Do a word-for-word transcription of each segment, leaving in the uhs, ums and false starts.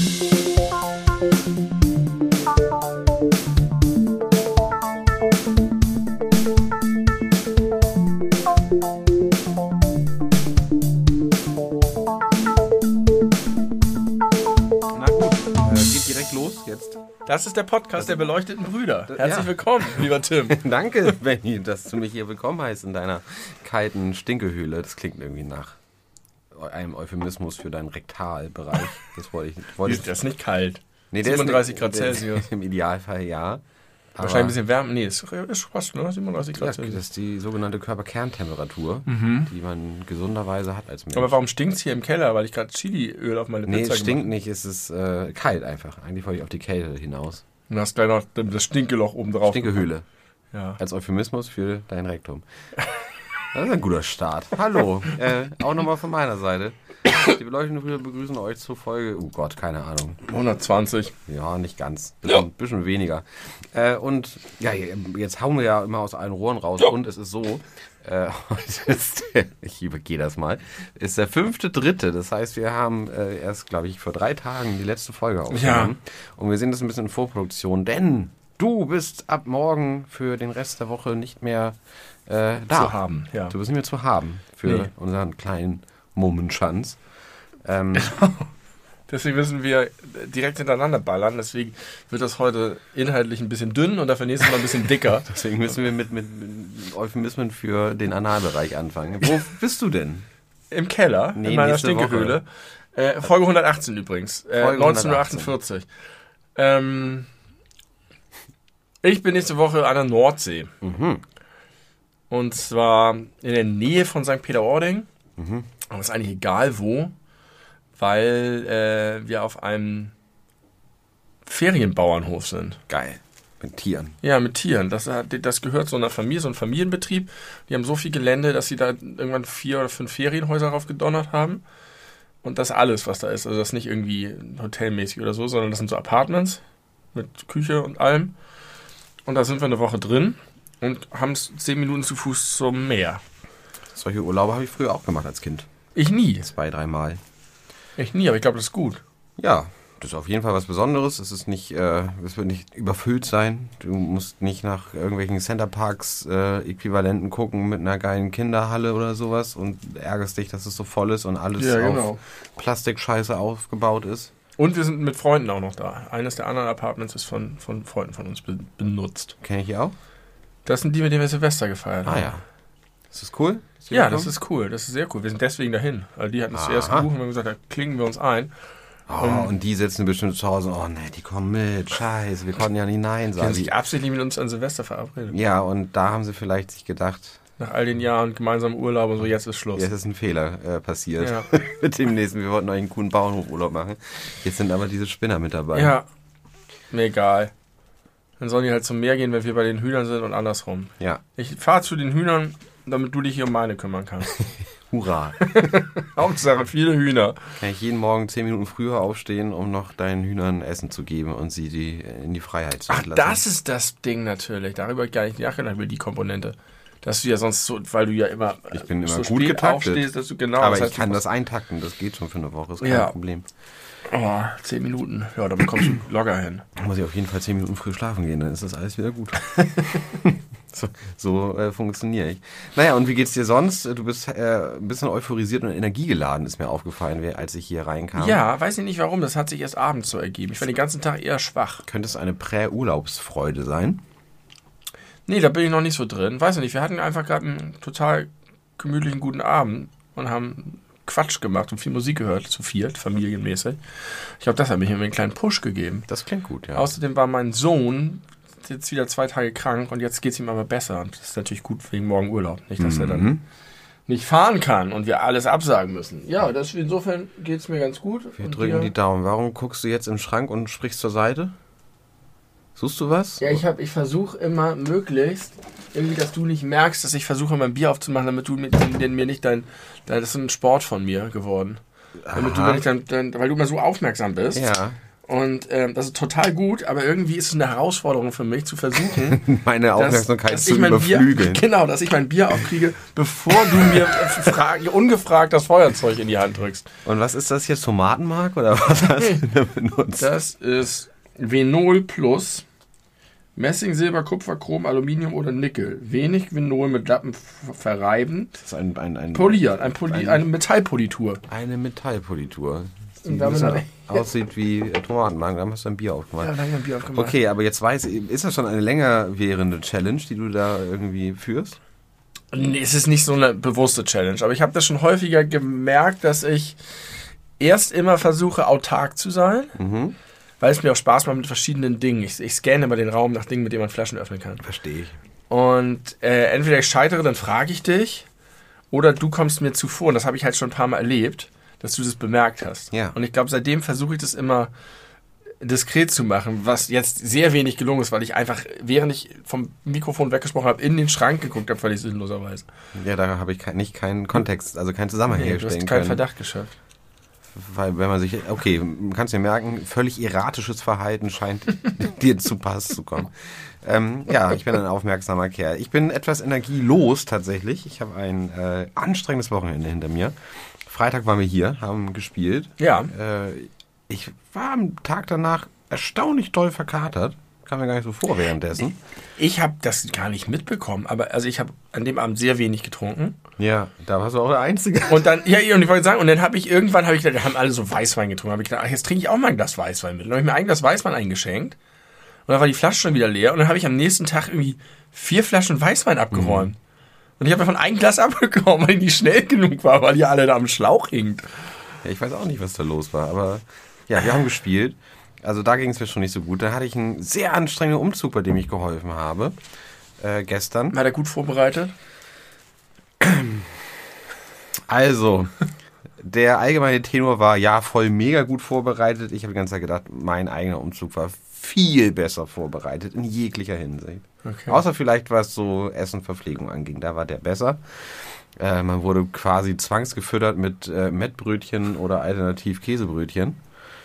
Das ist der Podcast der beleuchteten Brüder. Herzlich ja. willkommen, lieber Tim. Danke, Benni, dass du mich hier willkommen heißt in deiner kalten Stinkehöhle. Das klingt irgendwie nach einem Euphemismus für deinen Rektalbereich. Das wollte ich. Wollte das ist nicht kalt. Nee, siebenunddreißig Grad Celsius. Im Idealfall ja. Wahrscheinlich ein bisschen wärmer. Nee, das ist fast, ne? siebenunddreißig Grad Celsius. Ja, das ist die sogenannte Körperkerntemperatur, mhm. die man gesunderweise hat als Mensch. Aber warum stinkt es hier im Keller? Weil ich gerade Chiliöl auf meine Pizza gemacht habe? Nee, es stinkt gemacht. nicht, es ist äh, kalt einfach. Eigentlich wollte ich auf die Kälte hinaus. Du hast gleich noch das Stinkeloch oben drauf. Stinkehöhle. Ja. Als Euphemismus für dein Rektum. Das ist ein guter Start. Hallo, äh, auch nochmal von meiner Seite. Die beleuchteten Brüder begrüßen euch zur Folge, oh Gott, keine Ahnung. hundertzwanzig. Ja, nicht ganz. Bisschen, ja. bisschen weniger. Äh, und ja, jetzt hauen wir ja immer aus allen Rohren raus. Ja. Und es ist so, äh, heute ist der, ich übergehe das mal, ist der fünfte Dritte. Das heißt, wir haben äh, erst, glaube ich, vor drei Tagen die letzte Folge aufgenommen. Ja. Und wir sind jetzt ein bisschen in Vorproduktion, denn du bist ab morgen für den Rest der Woche nicht mehr äh, da. Zu haben, ja. Du bist nicht mehr zu haben für nee. unseren kleinen Mummenschanz. Ähm, Deswegen müssen wir direkt hintereinander ballern. Deswegen wird das heute inhaltlich ein bisschen dünn und dafür nächstes Mal ein bisschen dicker. Deswegen müssen wir mit, mit, mit Euphemismen für den Analbereich anfangen. Wo bist du denn? Im Keller, nee, in meiner Stinkehöhle. Äh, Folge hundertachtzehn übrigens. Äh, Folge neunzehnhundertachtundvierzig. Ähm, ich bin nächste Woche an der Nordsee. Mhm. Und zwar in der Nähe von Sankt Peter-Ording. Mhm. Aber ist eigentlich egal wo, weil äh, wir auf einem Ferienbauernhof sind. Geil. Mit Tieren. Ja, mit Tieren. Das, das gehört so einer Familie, so ein Familienbetrieb. Die haben so viel Gelände, dass sie da irgendwann vier oder fünf Ferienhäuser drauf gedonnert haben. Und das alles, was da ist. Also das ist nicht irgendwie hotelmäßig oder so, sondern das sind so Apartments mit Küche und allem. Und da sind wir eine Woche drin und haben zehn Minuten zu Fuß zum Meer. Solche Urlaube habe ich früher auch gemacht als Kind. Ich nie. Zwei, dreimal. Ich nie, aber ich glaube, das ist gut. Ja, das ist auf jeden Fall was Besonderes. Es ist nicht, äh, es wird nicht überfüllt sein. Du musst nicht nach irgendwelchen Centerparks äh, Äquivalenten gucken mit einer geilen Kinderhalle oder sowas und ärgerst dich, dass es so voll ist und alles ja, genau. auf Plastikscheiße aufgebaut ist. Und wir sind mit Freunden auch noch da. Eines der anderen Apartments ist von, von Freunden von uns be- benutzt. Kenn ich die auch? Das sind die, mit denen wir Silvester gefeiert haben. Ah ja. Ist das cool? Ist ja, das ist cool. Das ist sehr cool. Wir sind deswegen dahin. Also die hatten es zuerst gebucht und wir haben gesagt, da klingen wir uns ein. Oh, und, und die sitzen bestimmt zu Hause. Oh ne, die kommen mit. Scheiße, wir konnten ja nie Nein sagen. Die haben sich absichtlich mit uns an Silvester verabredet. Ja, und da haben sie vielleicht sich gedacht... Nach all den Jahren gemeinsamen Urlaub und so, jetzt ist Schluss. Jetzt ist ein Fehler äh, passiert. Ja. Mit dem nächsten. Wir wollten euch einen coolen Bauernhofurlaub machen. Jetzt sind aber diese Spinner mit dabei. Ja, mir egal. Dann sollen die halt zum Meer gehen, wenn wir bei den Hühnern sind und andersrum. Ja. Ich fahre zu den Hühnern, damit du dich hier um meine kümmern kannst. Hurra. Hauptsache viele Hühner. Kann ich jeden Morgen zehn Minuten früher aufstehen, um noch deinen Hühnern Essen zu geben und sie die in die Freiheit zu Ach, entlassen. das ist das Ding natürlich. Darüber gar nicht nachgedacht, über die Komponente. Dass du ja sonst so, weil du ja immer, ich bin immer so gut spät getaktet. aufstehst, dass du genau... Aber das heißt, ich kann das eintakten, das geht schon für eine Woche, ist kein ja. Problem. Oh, zehn Minuten. Ja, damit kommst du locker hin. Da muss ich auf jeden Fall zehn Minuten früh schlafen gehen, dann ist das alles wieder gut. so so äh, funktioniere ich. Naja, und wie geht's dir sonst? Du bist äh, ein bisschen euphorisiert und energiegeladen, ist mir aufgefallen, als ich hier reinkam. Ja, weiß ich nicht warum, das hat sich erst abends so ergeben. Ich war den ganzen Tag eher schwach. Könnte es eine Prä-Urlaubsfreude sein? Nee, da bin ich noch nicht so drin. Weiß ich nicht, wir hatten einfach gerade einen total gemütlichen guten Abend und haben Quatsch gemacht und viel Musik gehört, zu viert, familienmäßig. Ich glaube, das hat mich immer einen kleinen Push gegeben. Das klingt gut, ja. Außerdem war mein Sohn jetzt wieder zwei Tage krank und jetzt geht es ihm aber besser. Und das ist natürlich gut wegen morgen Urlaub. Nicht, dass mhm. er dann nicht fahren kann und wir alles absagen müssen. Ja, das, insofern geht es mir ganz gut. Wir und drücken dir? die Daumen. Warum guckst du jetzt im Schrank und sprichst zur Seite? Suchst du was? Ja, ich, hab, ich versuche immer möglichst, irgendwie, dass du nicht merkst, dass ich versuche, mein Bier aufzumachen, damit du mit, denn mir nicht dein, dein... Das ist ein Sport von mir geworden. Damit du mir nicht dein, dein, weil du immer so aufmerksam bist. Ja. Und ähm, das ist total gut, aber irgendwie ist es eine Herausforderung für mich, zu versuchen, meine Aufmerksamkeit dass, dass zu ich mein überflügeln. Bier, genau, dass ich mein Bier aufkriege, bevor du mir frage, ungefragt das Feuerzeug in die Hand drückst. Und was ist das jetzt, Tomatenmark oder was hast du denn benutzt? Das ist Venol Plus, Messing, Silber, Kupfer, Chrom, Aluminium oder Nickel. Wenig Venol mit Lappen verreiben. Das ist ein, ein, ein Polieren, ein Poli, ein, eine Metallpolitur. Eine Metallpolitur. Die Und damit ein aussieht wie Tomatenmark. Da hast du ein Bier aufgemacht. Ja, da habe ich ein Bier aufgemacht. Okay, aber jetzt weiß ich, ist das schon eine länger währende Challenge, die du da irgendwie führst? Nee, es ist nicht so eine bewusste Challenge, aber ich habe das schon häufiger gemerkt, dass ich erst immer versuche, autark zu sein, Mhm. weil es mir auch Spaß macht mit verschiedenen Dingen. Ich, ich scanne immer den Raum nach Dingen, mit denen man Flaschen öffnen kann. Verstehe ich. Und äh, entweder ich scheitere, dann frage ich dich, oder du kommst mir zuvor. Und das habe ich halt schon ein paar Mal erlebt, dass du das bemerkt hast. Ja. Und ich glaube, seitdem versuche ich das immer diskret zu machen, was jetzt sehr wenig gelungen ist, weil ich einfach, während ich vom Mikrofon weggesprochen habe, in den Schrank geguckt habe, völlig sinnloserweise. Ja, da habe ich kein, nicht keinen Kontext, also keinen Zusammenhang Nee, du herstellen hast keinen können. Verdacht geschafft. Weil wenn man sich, okay, kannst du dir merken, völlig erratisches Verhalten scheint dir zu Pass zu kommen. Ähm, ja, ich bin ein aufmerksamer Kerl. Ich bin etwas energielos tatsächlich. Ich habe ein äh, anstrengendes Wochenende hinter mir. Freitag waren wir hier, haben gespielt. Ja. Äh, ich war am Tag danach erstaunlich doll verkatert. Kam mir gar nicht so vor währenddessen. Ich habe das gar nicht mitbekommen, aber also ich habe an dem Abend sehr wenig getrunken. Ja, da warst du auch der Einzige. Und dann, ja, und ich wollte sagen, und dann habe ich irgendwann, habe ich gedacht, da haben alle so Weißwein getrunken. Habe ich gedacht, ach, jetzt trinke ich auch mal ein Glas Weißwein mit. Und dann habe ich mir ein Glas Weißwein eingeschenkt. Und dann war die Flasche schon wieder leer. Und dann habe ich am nächsten Tag irgendwie vier Flaschen Weißwein abgeräumt. Mhm. Und ich habe davon ein Glas abbekommen, weil die nicht schnell genug war, weil die alle da am Schlauch hingen. Ja, ich weiß auch nicht, was da los war, aber ja, wir haben gespielt. Also da ging es mir schon nicht so gut. Dann hatte ich einen sehr anstrengenden Umzug, bei dem ich geholfen habe. Äh, gestern. War der gut vorbereitet? Also, der allgemeine Tenor war, ja, voll mega gut vorbereitet. Ich habe die ganze Zeit gedacht, mein eigener Umzug war viel besser vorbereitet, in jeglicher Hinsicht. Okay. Außer vielleicht, was so Essen, Verpflegung anging. Da war der besser. Äh, man wurde quasi zwangsgefüttert mit äh, Mettbrötchen oder alternativ Käsebrötchen.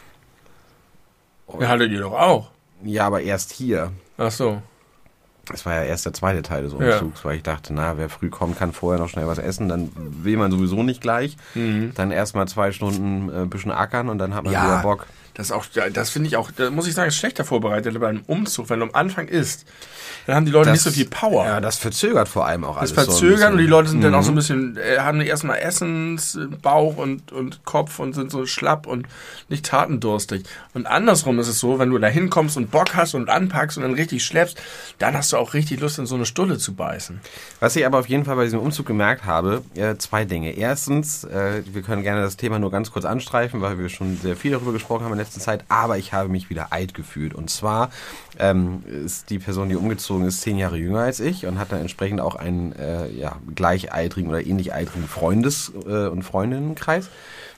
Ja, hattet ihr doch auch. Ja, aber erst hier. Ach so. Das war ja erst der zweite Teil des Umzugs, ja. Weil ich dachte, na, wer früh kommt, kann vorher noch schnell was essen, dann will man sowieso nicht gleich. Mhm. Dann erstmal zwei Stunden ein äh, bisschen ackern und dann hat man ja, wieder Bock. Das ist auch, das finde ich auch, da muss ich sagen, ist schlechter vorbereitet bei einem Umzug. Wenn du am Anfang isst, dann haben die Leute das, nicht so viel Power. Ja, das verzögert vor allem auch alles. Das verzögern so und die Leute sind mhm. dann auch so ein bisschen, äh, haben erstmal Essensbauch und, und Kopf und sind so schlapp und nicht tatendurstig. Und andersrum ist es so, wenn du da hinkommst und Bock hast und anpackst und dann richtig schleppst, dann hast du auch richtig Lust, in so eine Stulle zu beißen. Was ich aber auf jeden Fall bei diesem Umzug gemerkt habe, äh, zwei Dinge. Erstens, äh, wir können gerne das Thema nur ganz kurz anstreifen, weil wir schon sehr viel darüber gesprochen haben in letzter Zeit, aber ich habe mich wieder alt gefühlt. Und zwar ähm, ist die Person, die umgezogen ist, zehn Jahre jünger als ich und hat dann entsprechend auch einen äh, ja, gleichaltrigen oder ähnlich altrigen Freundes- äh, und Freundinnenkreis.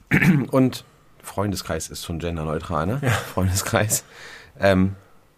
Und Freundeskreis ist schon genderneutral, ne? Ja. Freundeskreis. Ähm,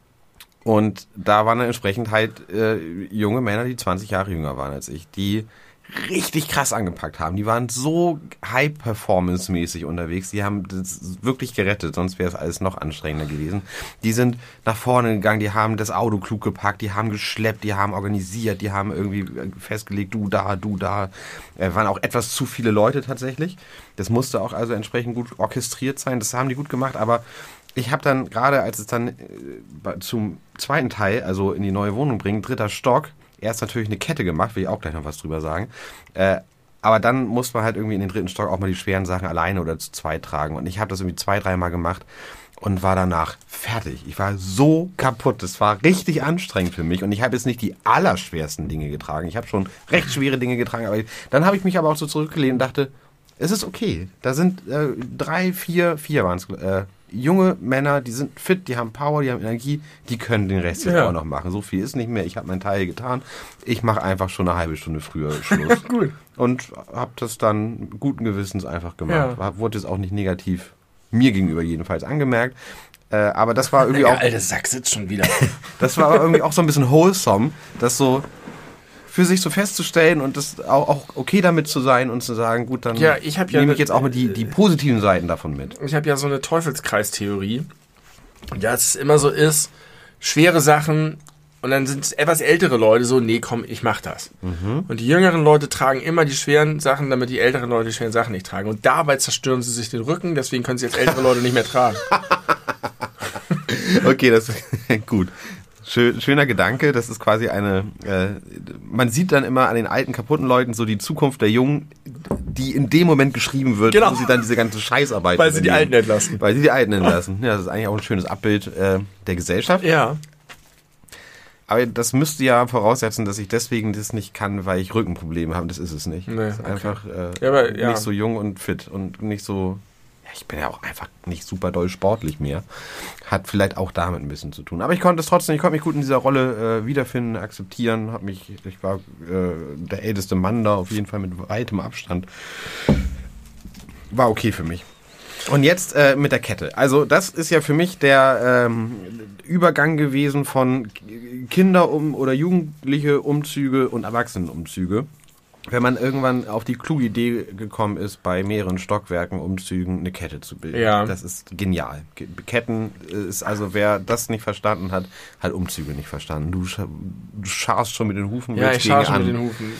und da waren dann entsprechend halt äh, junge Männer, die zwanzig Jahre jünger waren als ich, die richtig krass angepackt haben. Die waren so High-Performance-mäßig unterwegs. Die haben das wirklich gerettet, sonst wäre es alles noch anstrengender gewesen. Die sind nach vorne gegangen, die haben das Auto klug gepackt, die haben geschleppt, die haben organisiert, die haben irgendwie festgelegt, du da, du da. Äh, waren auch etwas zu viele Leute tatsächlich. Das musste auch also entsprechend gut orchestriert sein. Das haben die gut gemacht, aber ich habe dann gerade, als es dann äh, zum zweiten Teil, also in die neue Wohnung bringen, dritter Stock, erst natürlich eine Kette gemacht, will ich auch gleich noch was drüber sagen. Äh, aber dann muss man halt irgendwie in den dritten Stock auch mal die schweren Sachen alleine oder zu zweit tragen. Und ich habe das irgendwie zwei, dreimal gemacht und war danach fertig. Ich war so kaputt. Das war richtig anstrengend für mich. Und ich habe jetzt nicht die allerschwersten Dinge getragen. Ich habe schon recht schwere Dinge getragen. Aber dann habe ich mich aber auch so zurückgelehnt und dachte, es ist okay. Da sind äh, drei, vier, vier waren es, äh, junge Männer, die sind fit, die haben Power, die haben Energie, die können den Rest jetzt ja. auch noch machen. So viel ist nicht mehr. Ich habe meinen Teil getan. Ich mache einfach schon eine halbe Stunde früher Schluss. Gut. Und habe das dann guten Gewissens einfach gemacht. Ja. Wurde es auch nicht negativ mir gegenüber jedenfalls angemerkt. Äh, aber das war irgendwie Der auch... alte Sack sitzt schon wieder. Das war aber irgendwie auch so ein bisschen wholesome, das so für sich so festzustellen und das auch, auch okay damit zu sein und zu sagen, gut, dann ja, ich hab ja nehme ne, ich jetzt auch mal die, die positiven Seiten davon mit. Ich habe ja so eine Teufelskreistheorie, ja, es immer so ist, schwere Sachen und dann sind es etwas ältere Leute so, nee, komm, ich mach das. Mhm. Und die jüngeren Leute tragen immer die schweren Sachen, damit die älteren Leute die schweren Sachen nicht tragen. Und dabei zerstören sie sich den Rücken, deswegen können sie jetzt ältere Leute nicht mehr tragen. Okay, das ist gut. Schön, schöner Gedanke, das ist quasi eine, äh, man sieht dann immer an den alten, kaputten Leuten so die Zukunft der Jungen, die in dem Moment geschrieben wird, genau. wo sie dann diese ganze Scheißarbeit Weil sie die Alten entlassen. Weil sie die Alten entlassen. Ja, das ist eigentlich auch ein schönes Abbild äh, der Gesellschaft. Ja. Aber das müsste ja voraussetzen, dass ich deswegen das nicht kann, weil ich Rückenprobleme habe. Das ist es nicht. Nee, das ist okay. einfach äh, ja, aber, ja. nicht so jung und fit und nicht so... Ich bin ja auch einfach nicht super doll sportlich mehr. Hat vielleicht auch damit ein bisschen zu tun. Aber ich konnte es trotzdem, ich konnte mich gut in dieser Rolle äh, wiederfinden, akzeptieren. Hab mich, ich war äh, der älteste Mann da, auf jeden Fall mit weitem Abstand. War okay für mich. Und jetzt äh, mit der Kette. Also das ist ja für mich der ähm, Übergang gewesen von Kinder- um, oder Jugendliche Umzüge und Erwachsenenumzüge. Wenn man irgendwann auf die kluge Idee gekommen ist, bei mehreren Stockwerken, Umzügen eine Kette zu bilden. Ja. Das ist genial. Ketten ist also, wer das nicht verstanden hat, hat Umzüge nicht verstanden. Du, sch- du scharst schon mit den Hufen. Ja, ich scharst schon mit den Hufen.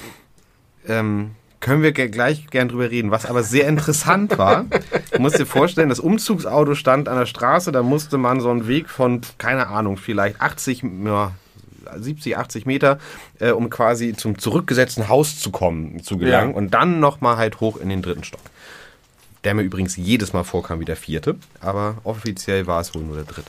Ähm, können wir g- gleich gern drüber reden. Was aber sehr interessant war, du musst dir vorstellen, das Umzugsauto stand an der Straße, da musste man so einen Weg von, keine Ahnung, vielleicht achtzig, ja, siebzig, achtzig Meter, äh, um quasi zum zurückgesetzten Haus zu kommen, zu gelangen. Ja. Und dann nochmal halt hoch in den dritten Stock. Der mir übrigens jedes Mal vorkam wie der vierte, aber offiziell war es wohl nur der dritte.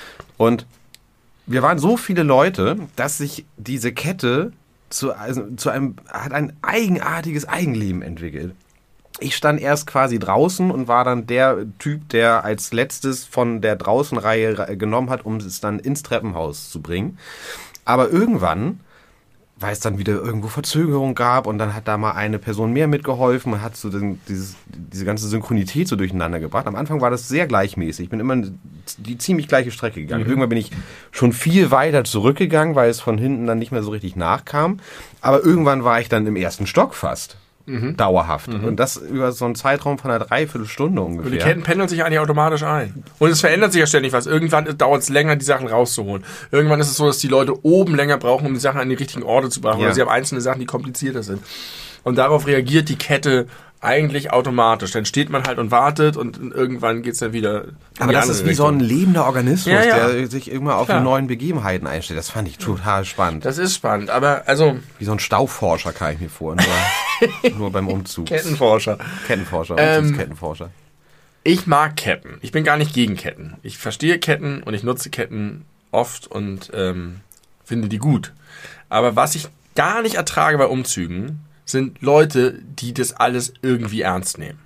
Und wir waren so viele Leute, dass sich diese Kette zu, also, zu einem, hat ein eigenartiges Eigenleben entwickelt. Ich stand erst quasi draußen und war dann der Typ, der als letztes von der Draußenreihe genommen hat, um es dann ins Treppenhaus zu bringen. Aber irgendwann, weil es dann wieder irgendwo Verzögerung gab und dann hat da mal eine Person mehr mitgeholfen und hat so den, dieses, diese ganze Synchronität so durcheinander gebracht. Am Anfang war das sehr gleichmäßig. Ich bin immer die ziemlich gleiche Strecke gegangen. Mhm. Irgendwann bin ich schon viel weiter zurückgegangen, weil es von hinten dann nicht mehr so richtig nachkam. Aber irgendwann war ich dann im ersten Stock fast. Mhm. Dauerhaft. Mhm. Und das über so einen Zeitraum von einer Dreiviertelstunde ungefähr. Und die Ketten pendeln sich eigentlich automatisch ein. Und es verändert sich ja ständig was. Irgendwann dauert es länger, die Sachen rauszuholen. Irgendwann ist es so, dass die Leute oben länger brauchen, um die Sachen an die richtigen Orte zu bringen. Ja. Oder sie haben einzelne Sachen, die komplizierter sind. Und darauf reagiert die Kette eigentlich automatisch. Dann steht man halt und wartet und irgendwann geht's dann wieder in Aber das ist wie Richtung. So ein lebender Organismus, ja, ja. der sich immer auf Klar. die neuen Begebenheiten einstellt. Das fand ich total spannend. Das ist spannend, aber also... Wie so ein Stauforscher kam ich mir vor, nur, nur beim Umzug. Kettenforscher. Kettenforscher, ähm, Kettenforscher. Ich mag Ketten. Ich bin gar nicht gegen Ketten. Ich verstehe Ketten und ich nutze Ketten oft und ähm, finde die gut. Aber was ich gar nicht ertrage bei Umzügen... sind Leute, die das alles irgendwie ernst nehmen.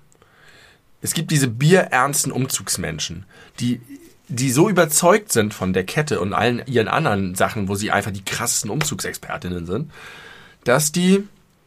Es gibt diese bierernsten Umzugsmenschen, die, die so überzeugt sind von der Kette und allen ihren anderen Sachen, wo sie einfach die krassesten Umzugsexpertinnen sind, dass die,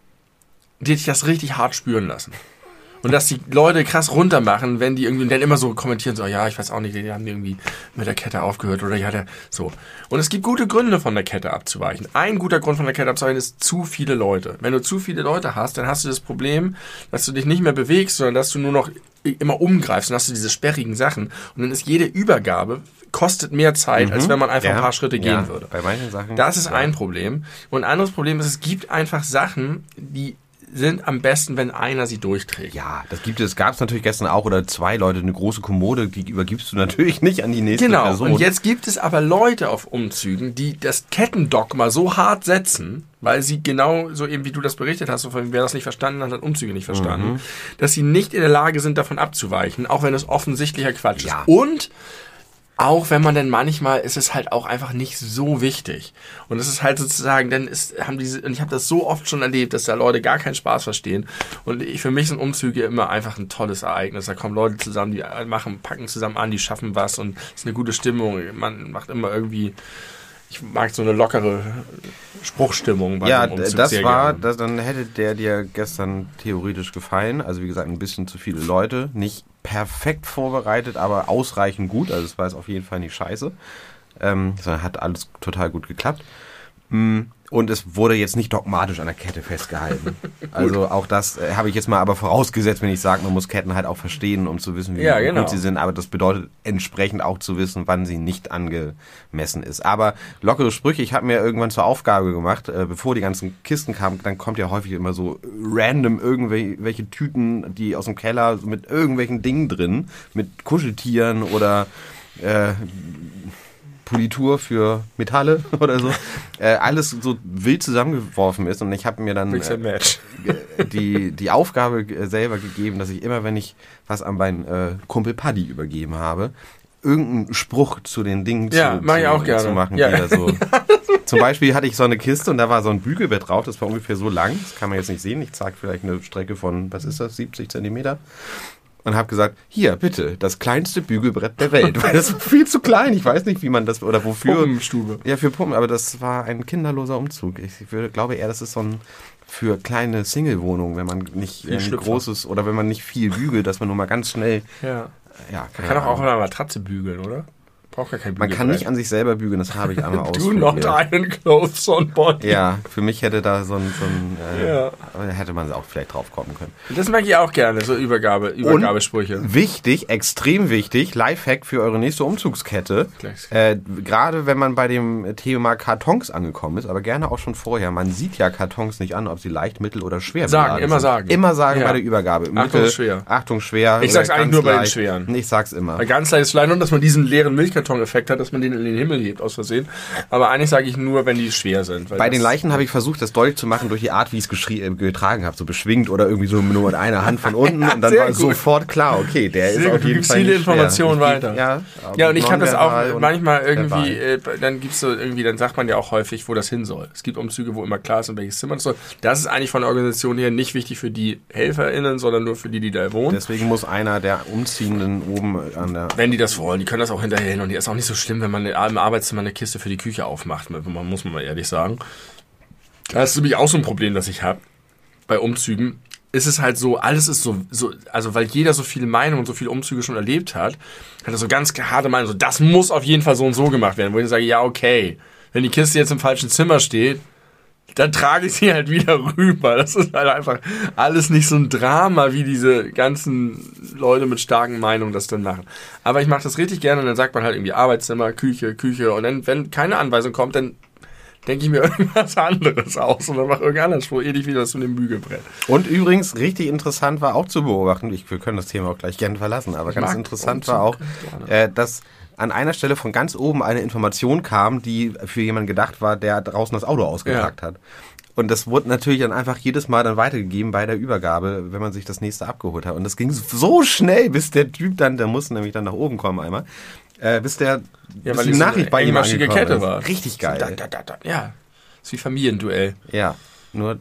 die dich das richtig hart spüren lassen. Und dass die Leute krass runtermachen, wenn die irgendwie dann immer so kommentieren, so, ja, ich weiß auch nicht, die haben irgendwie mit der Kette aufgehört oder ja, der, so. Und es gibt gute Gründe, von der Kette abzuweichen. Ein guter Grund von der Kette abzuweichen ist zu viele Leute. Wenn du zu viele Leute hast, dann hast du das Problem, dass du dich nicht mehr bewegst, sondern dass du nur noch immer umgreifst und hast du diese sperrigen Sachen. Und dann ist jede Übergabe kostet mehr Zeit, mhm. als wenn man einfach ja. ein paar Schritte gehen ja. würde. Bei manchen Sachen. Das ist ja. ein Problem. Und ein anderes Problem ist, es gibt einfach Sachen, die sind am besten, wenn einer sie durchträgt. Ja, das gibt es, gab es natürlich gestern auch, oder zwei Leute, eine große Kommode, die übergibst du natürlich nicht an die nächste genau. Person. Genau, und jetzt gibt es aber Leute auf Umzügen, die das Kettendogma so hart setzen, weil sie genau, so eben wie du das berichtet hast, wer das nicht verstanden hat, hat Umzüge nicht verstanden, mhm. dass sie nicht in der Lage sind, davon abzuweichen, auch wenn es offensichtlicher Quatsch ja. ist. Und auch wenn man dann manchmal, ist es halt auch einfach nicht so wichtig. Und es ist halt sozusagen, dann ist, haben diese, und ich habe das so oft schon erlebt, dass da Leute gar keinen Spaß verstehen. Und ich, für mich sind Umzüge immer einfach ein tolles Ereignis. Da kommen Leute zusammen, die machen, packen zusammen an, die schaffen was und es ist eine gute Stimmung. Man macht immer irgendwie, ich mag so eine lockere Spruchstimmung bei ja, einem Umzug. Das sehr war, gerne. das, dann hätte der dir gestern theoretisch gefallen. Also wie gesagt, ein bisschen zu viele Leute. Nicht perfekt vorbereitet, aber ausreichend gut. Also es war jetzt auf jeden Fall nicht scheiße. Ähm, sondern hat alles total gut geklappt. Und Und es wurde jetzt nicht dogmatisch an der Kette festgehalten. Also auch das äh, habe ich jetzt mal aber vorausgesetzt, wenn ich sage, man muss Ketten halt auch verstehen, um zu wissen, wie ja, gut genau. sie sind. Aber das bedeutet entsprechend auch zu wissen, wann sie nicht angemessen ist. Aber lockere Sprüche, ich habe mir irgendwann zur Aufgabe gemacht, äh, bevor die ganzen Kisten kamen, dann kommt ja häufig immer so random irgendwelche Tüten, die aus dem Keller mit irgendwelchen Dingen drin, mit Kuscheltieren oder äh, Politur für Metalle oder so, äh, alles so wild zusammengeworfen ist und ich habe mir dann äh, die, die Aufgabe selber gegeben, dass ich immer, wenn ich was an meinen äh, Kumpel Paddy übergeben habe, irgendeinen Spruch zu den Dingen ja, zu, mach ich zu, auch gerne. zu machen. Ja. Die da so. Zum Beispiel hatte ich so eine Kiste und da war so ein Bügelbett drauf, das war ungefähr so lang, das kann man jetzt nicht sehen, ich zeige vielleicht eine Strecke von, was ist das, siebzig Zentimeter. Und habe gesagt, hier, bitte, das kleinste Bügelbrett der Welt. Weil das war viel zu klein. Ich weiß nicht, wie man das, oder wofür. Puppenstube. Ja, für Pumpen. Aber das war ein kinderloser Umzug. Ich würde, glaube eher, das ist so ein für kleine Single-Wohnungen, wenn man nicht ein großes, oder wenn man nicht viel bügelt, dass man nur mal ganz schnell. Ja. Ja, man kann auch eine Matratze bügeln, oder? Braucht gar kein Bügelbrett. Man kann nicht an sich selber bügeln, das habe ich einmal Do ausprobiert. not iron clothes on body. Ja, für mich hätte da so ein, so ein äh, ja. hätte man auch vielleicht drauf kommen können. Das mag ich auch gerne, so Übergabe, Übergabesprüche. Und wichtig, extrem wichtig, Lifehack für eure nächste Umzugskette. Äh, gerade wenn man bei dem Thema Kartons angekommen ist, aber gerne auch schon vorher. Man sieht ja Kartons nicht an, ob sie leicht, mittel oder schwer sagen, beladen immer sind. sagen. Immer sagen ja. bei der Übergabe. Achtung, Mittel, schwer. Achtung, schwer. Ich sag's eigentlich nur bei den schweren. Ich sag's immer. Bei ganz leicht ist vielleicht nur, dass man diesen leeren Milchkarton-Effekt hat, dass man den in den Himmel hebt, aus Versehen. Aber eigentlich sage ich nur, wenn die schwer sind. Bei den Leichen habe ich versucht, das deutlich zu machen durch die Art, wie ich es geschrie- getragen habe. So beschwingt oder irgendwie so nur mit einer Hand von unten. Und dann war gut. Sofort klar, okay, der sehr ist auf gut. jeden Fall viele nicht Informationen schwer. weiter. Ich, ja, ja, und ich kann das auch manchmal irgendwie, äh, verbal. dann gibt's so irgendwie, dann sagt man ja auch häufig, wo das hin soll. Es gibt Umzüge, wo immer klar ist, in welches Zimmer das soll. Das ist eigentlich von der Organisation her nicht wichtig für die HelferInnen, sondern nur für die, die da wohnen. Deswegen muss einer der Umziehenden oben an der... Wenn die das wollen, die können das auch hinterher hin. Und die ist auch nicht so schlimm, wenn man im Arbeitszimmer eine Kiste für die Küche aufmacht, man muss man mal ehrlich sagen. Das ist nämlich auch so ein Problem, das ich habe bei Umzügen. Ist es halt so, alles ist so, so, also weil jeder so viele Meinungen und so viele Umzüge schon erlebt hat, hat er so ganz harte Meinungen, so das muss auf jeden Fall so und so gemacht werden, wo ich sage, ja okay, wenn die Kiste jetzt im falschen Zimmer steht, dann trage ich sie halt wieder rüber. Das ist halt einfach alles nicht so ein Drama, wie diese ganzen Leute mit starken Meinungen das dann machen. Aber ich mache das richtig gerne und dann sagt man halt irgendwie Arbeitszimmer, Küche, Küche und dann, wenn keine Anweisung kommt, dann denke ich mir irgendwas anderes aus und dann mache irgendein anderes Spruch, ähnlich wie das mit dem Bügelbrett. Und übrigens, richtig interessant war auch zu beobachten, ich, wir können das Thema auch gleich gerne verlassen, aber ich ganz interessant war auch, äh, dass an einer Stelle von ganz oben eine Information kam, die für jemanden gedacht war, der draußen das Auto ausgepackt ja. hat. Und das wurde natürlich dann einfach jedes Mal dann weitergegeben bei der Übergabe, wenn man sich das nächste abgeholt hat. Und das ging so schnell, bis der Typ dann, der musste nämlich dann nach oben kommen einmal, äh, bis der ja, bis die Nachricht bei ihm angekommen Kette war. Richtig geil. So, da, da, da, da. Ja, ist wie Familienduell. Ja, nur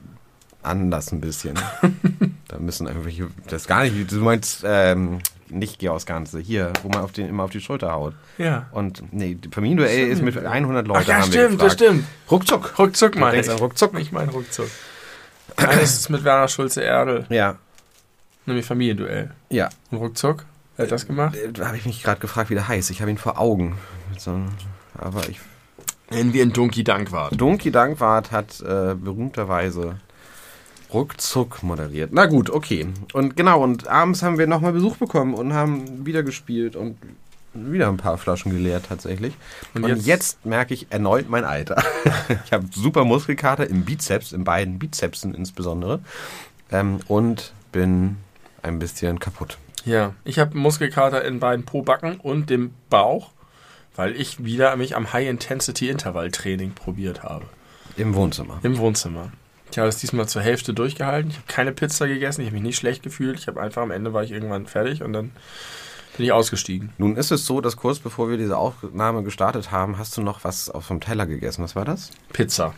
anders ein bisschen. Da müssen irgendwelche, das ist gar nicht, du meinst, ähm, nicht Georgs Ganze, hier, wo man auf den, immer auf die Schulter haut. Ja. Und nee, Familienduell ist mit hundert Leuten. Ach ja, haben stimmt, wir das stimmt. Ruckzuck. Ruckzuck meine ich. Ruckzuck. Ich meine Ruckzuck. Eines ist mit Werner Schulze-Erdel. Ja. Nämlich Familienduell. Ja. Und Ruckzuck? Wer hat das gemacht? Da habe ich mich gerade gefragt, wie der heißt. Ich habe ihn vor Augen. So, aber ich... Nennen wir ihn Donkey Dankwart. Donkey Dankwart hat äh, berühmterweise Ruckzuck moderiert. Na gut, okay. Und genau, und abends haben wir nochmal Besuch bekommen und haben wieder gespielt und wieder ein paar Flaschen geleert tatsächlich. Und, und jetzt, jetzt merke ich erneut mein Alter. Ich habe super Muskelkater im Bizeps, in beiden Bizepsen insbesondere. Ähm, und bin ein bisschen kaputt. Ja, ich habe Muskelkater in beiden Pobacken und dem Bauch, weil ich wieder mich am High-Intensity-Intervall-Training probiert habe. Im Wohnzimmer. Im Wohnzimmer. Ich habe es diesmal zur Hälfte durchgehalten. Ich habe keine Pizza gegessen, ich habe mich nicht schlecht gefühlt. Ich habe einfach, am Ende war ich irgendwann fertig und dann bin ich ausgestiegen. Nun ist es so, dass kurz bevor wir diese Aufnahme gestartet haben, hast du noch was auf dem Teller gegessen. Was war das? Pizza.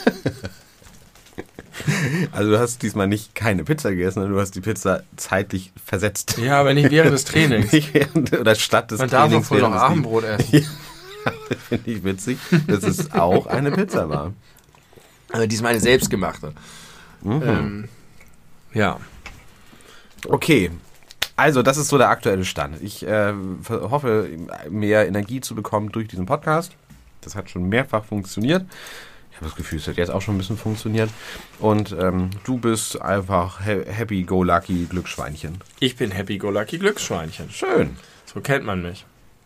Also du hast diesmal nicht keine Pizza gegessen, sondern du hast die Pizza zeitlich versetzt. Ja, aber nicht während des Trainings. Nicht während, oder statt des Man Trainings. Man darf doch wohl noch Abendbrot essen. Ja, das finde ich witzig, dass es auch eine Pizza war. Aber diesmal eine selbstgemachte. Mhm. Ähm, ja. Okay. Also, das ist so der aktuelle Stand. Ich äh, hoffe, mehr Energie zu bekommen durch diesen Podcast. Das hat schon mehrfach funktioniert. Ich habe das Gefühl, es hat jetzt auch schon ein bisschen funktioniert. Und ähm, du bist einfach happy-go-lucky Glücksschweinchen. Ich bin happy-go-lucky Glücksschweinchen. Schön. So kennt man mich.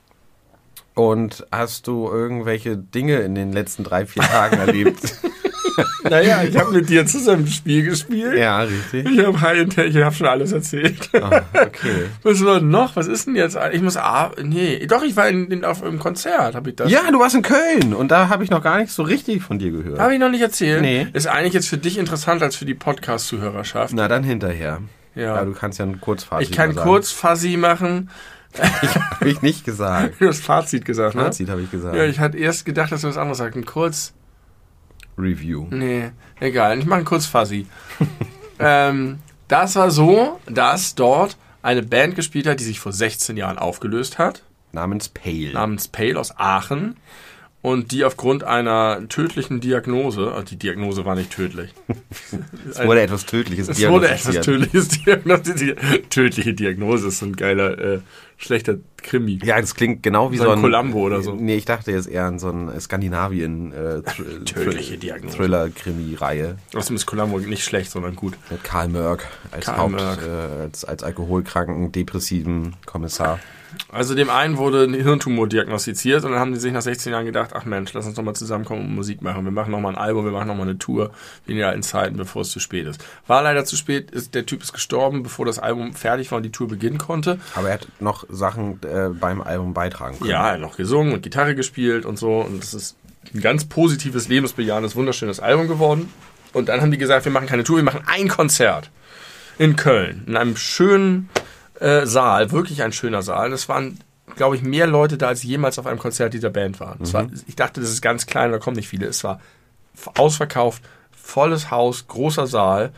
Und hast du irgendwelche Dinge in den letzten drei, vier Tagen erlebt? Naja, ich habe mit dir zusammen ein Spiel gespielt. Ja, richtig. Ich habe hab schon alles erzählt. Oh, okay. Was war denn noch? Was ist denn jetzt? Ich muss... Ah, nee, doch, ich war in, in, auf einem Konzert, habe ich das... Ja, du warst in Köln und da habe ich noch gar nichts so richtig von dir gehört. Habe ich noch nicht erzählt? Nee. Ist eigentlich jetzt für dich interessant als für die Podcast-Zuhörerschaft. Na, dann hinterher. Ja. Ja, du kannst ja ein Kurzfazit Ich kann Kurzfazit machen. Habe ich nicht gesagt. Du hast Fazit gesagt, ne? Fazit habe ich gesagt. Ja, ich hatte erst gedacht, dass du was anderes sagst. Ein Kurz... Review. Nee, egal. Ich mache ein Kurzfazit. ähm, das war so, dass dort eine Band gespielt hat, die sich vor sechzehn Jahren aufgelöst hat. Namens Pale. Namens Pale aus Aachen. Und die aufgrund einer tödlichen Diagnose, also die Diagnose war nicht tödlich. Es wurde etwas Tödliches diagnostiziert. Es wurde etwas Tödliches diagnostiziert. Tödliche Diagnose ist so ein geiler, äh, schlechter Krimi. Ja, das klingt genau wie so, so ein... ein Columbo oder so. Nee, ich dachte jetzt eher an so ein Skandinavien äh, thr- Tödliche Diagnose. Thriller-Krimi-Reihe. Außerdem ist Columbo nicht schlecht, sondern gut. Mit Karl Mörk als Karl Haupt, Mörk. Äh, als, als alkoholkranken, depressiven Kommissar. Also dem einen wurde ein Hirntumor diagnostiziert und dann haben die sich nach sechzehn Jahren gedacht, ach Mensch, lass uns doch mal zusammenkommen und Musik machen. Wir machen nochmal ein Album, wir machen nochmal eine Tour, wie in den alten Zeiten, bevor es zu spät ist. War leider zu spät, ist, der Typ ist gestorben, bevor das Album fertig war und die Tour beginnen konnte. Aber er hat noch Sachen äh, beim Album beitragen können. Ja, er hat noch gesungen und Gitarre gespielt und so und das ist ein ganz positives, lebensbejahendes, wunderschönes Album geworden. Und dann haben die gesagt, wir machen keine Tour, wir machen ein Konzert in Köln, in einem schönen Äh, Saal, wirklich ein schöner Saal. Es waren, glaube ich, mehr Leute da, als jemals auf einem Konzert dieser Band waren. Es Mhm. war, ich dachte, das ist ganz klein, da kommen nicht viele. Es war ausverkauft, volles Haus, großer Saal.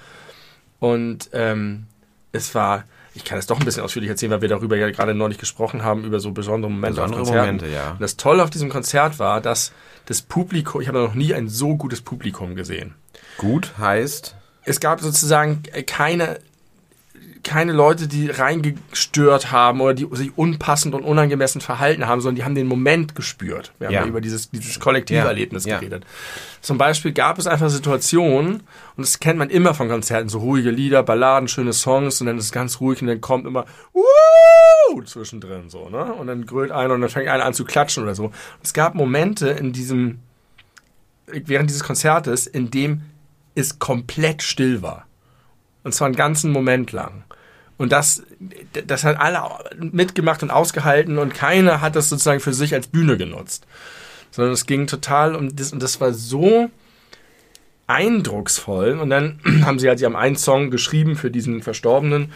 Und ähm, es war, ich kann es doch ein bisschen ausführlich erzählen, weil wir darüber ja gerade neulich gesprochen haben, über so besondere Momente Besondere auf Konzerten. Momente, ja. Und das Tolle auf diesem Konzert war, dass das Publikum, ich habe noch nie ein so gutes Publikum gesehen. Gut heißt... Es gab sozusagen keine... keine Leute, die reingestört haben oder die sich unpassend und unangemessen verhalten haben, sondern die haben den Moment gespürt. Wir haben ja. ja über dieses, dieses Kollektiverlebnis ja. geredet. Ja. Zum Beispiel gab es einfach Situationen, und das kennt man immer von Konzerten, so ruhige Lieder, Balladen, schöne Songs, und dann ist es ganz ruhig und dann kommt immer Wuhu! Zwischendrin so, ne? Und dann grölt einer und dann fängt einer an zu klatschen oder so. Und es gab Momente in diesem, während dieses Konzertes, in dem es komplett still war. Und zwar einen ganzen Moment lang. Und das, das hat alle mitgemacht und ausgehalten und keiner hat das sozusagen für sich als Bühne genutzt. Sondern es ging total um das, und das war so eindrucksvoll. Und dann haben sie halt, sie haben einen Song geschrieben für diesen Verstorbenen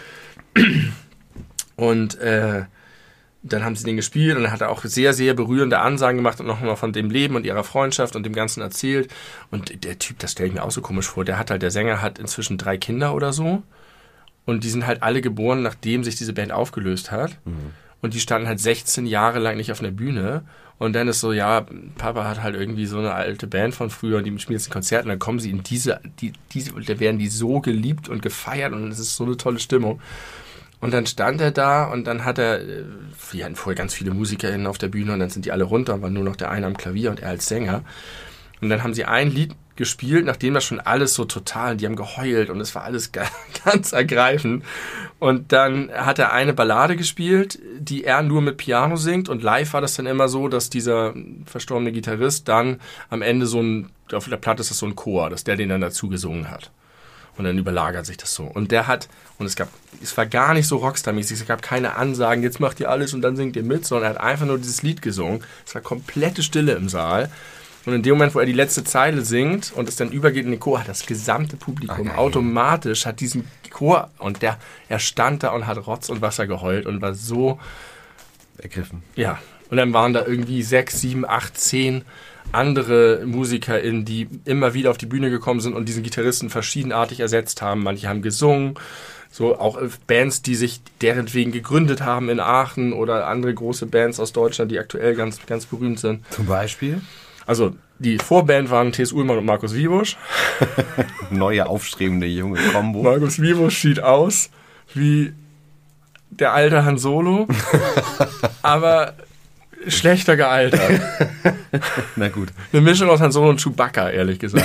und äh, dann haben sie den gespielt und dann hat er auch sehr, sehr berührende Ansagen gemacht und nochmal von dem Leben und ihrer Freundschaft und dem Ganzen erzählt. Und der Typ, das stelle ich mir auch so komisch vor, der hat halt, der Sänger hat inzwischen drei Kinder oder so. Und die sind halt alle geboren, nachdem sich diese Band aufgelöst hat. Mhm. Und die standen halt sechzehn Jahre lang nicht auf einer Bühne. Und dann ist so, ja, Papa hat halt irgendwie so eine alte Band von früher und die spielen jetzt ein Konzert und dann kommen sie in diese, die, diese, und da werden die so geliebt und gefeiert und es ist so eine tolle Stimmung. Und dann stand er da und dann hat er, wir hatten vorher ganz viele MusikerInnen auf der Bühne und dann sind die alle runter und war nur noch der eine am Klavier und er als Sänger. Und dann haben sie ein Lied gespielt, nachdem das schon alles so total, die haben geheult und es war alles ganz ergreifend. Und dann hat er eine Ballade gespielt, die er nur mit Piano singt und live war das dann immer so, dass dieser verstorbene Gitarrist dann am Ende so ein, auf der Platte ist das so ein Chor, dass der den dann dazu gesungen hat. Und dann überlagert sich das so. Und der hat, und es gab, es war gar nicht so Rockstar-mäßig, es gab keine Ansagen, jetzt macht ihr alles und dann singt ihr mit, sondern er hat einfach nur dieses Lied gesungen. Es war komplette Stille im Saal. Und in dem Moment, wo er die letzte Zeile singt und es dann übergeht in den Chor, hat das gesamte Publikum Ach, automatisch, hat diesen Chor, und der, er stand da und hat Rotz und Wasser geheult und war so ergriffen. Ja, und dann waren da irgendwie sechs, sieben, acht, zehn andere MusikerInnen, die immer wieder auf die Bühne gekommen sind und diesen Gitarristen verschiedenartig ersetzt haben. Manche haben gesungen, so auch Bands, die sich deretwegen gegründet haben in Aachen oder andere große Bands aus Deutschland, die aktuell ganz, ganz berühmt sind. Zum Beispiel? Also die Vorband waren T S. Ullmann und Markus Wiebusch. Neue, aufstrebende junge Kombo. Markus Wiebusch sieht aus wie der alte Han Solo, aber schlechter gealtert. Na gut. Eine Mischung aus Han Solo und Chewbacca, ehrlich gesagt.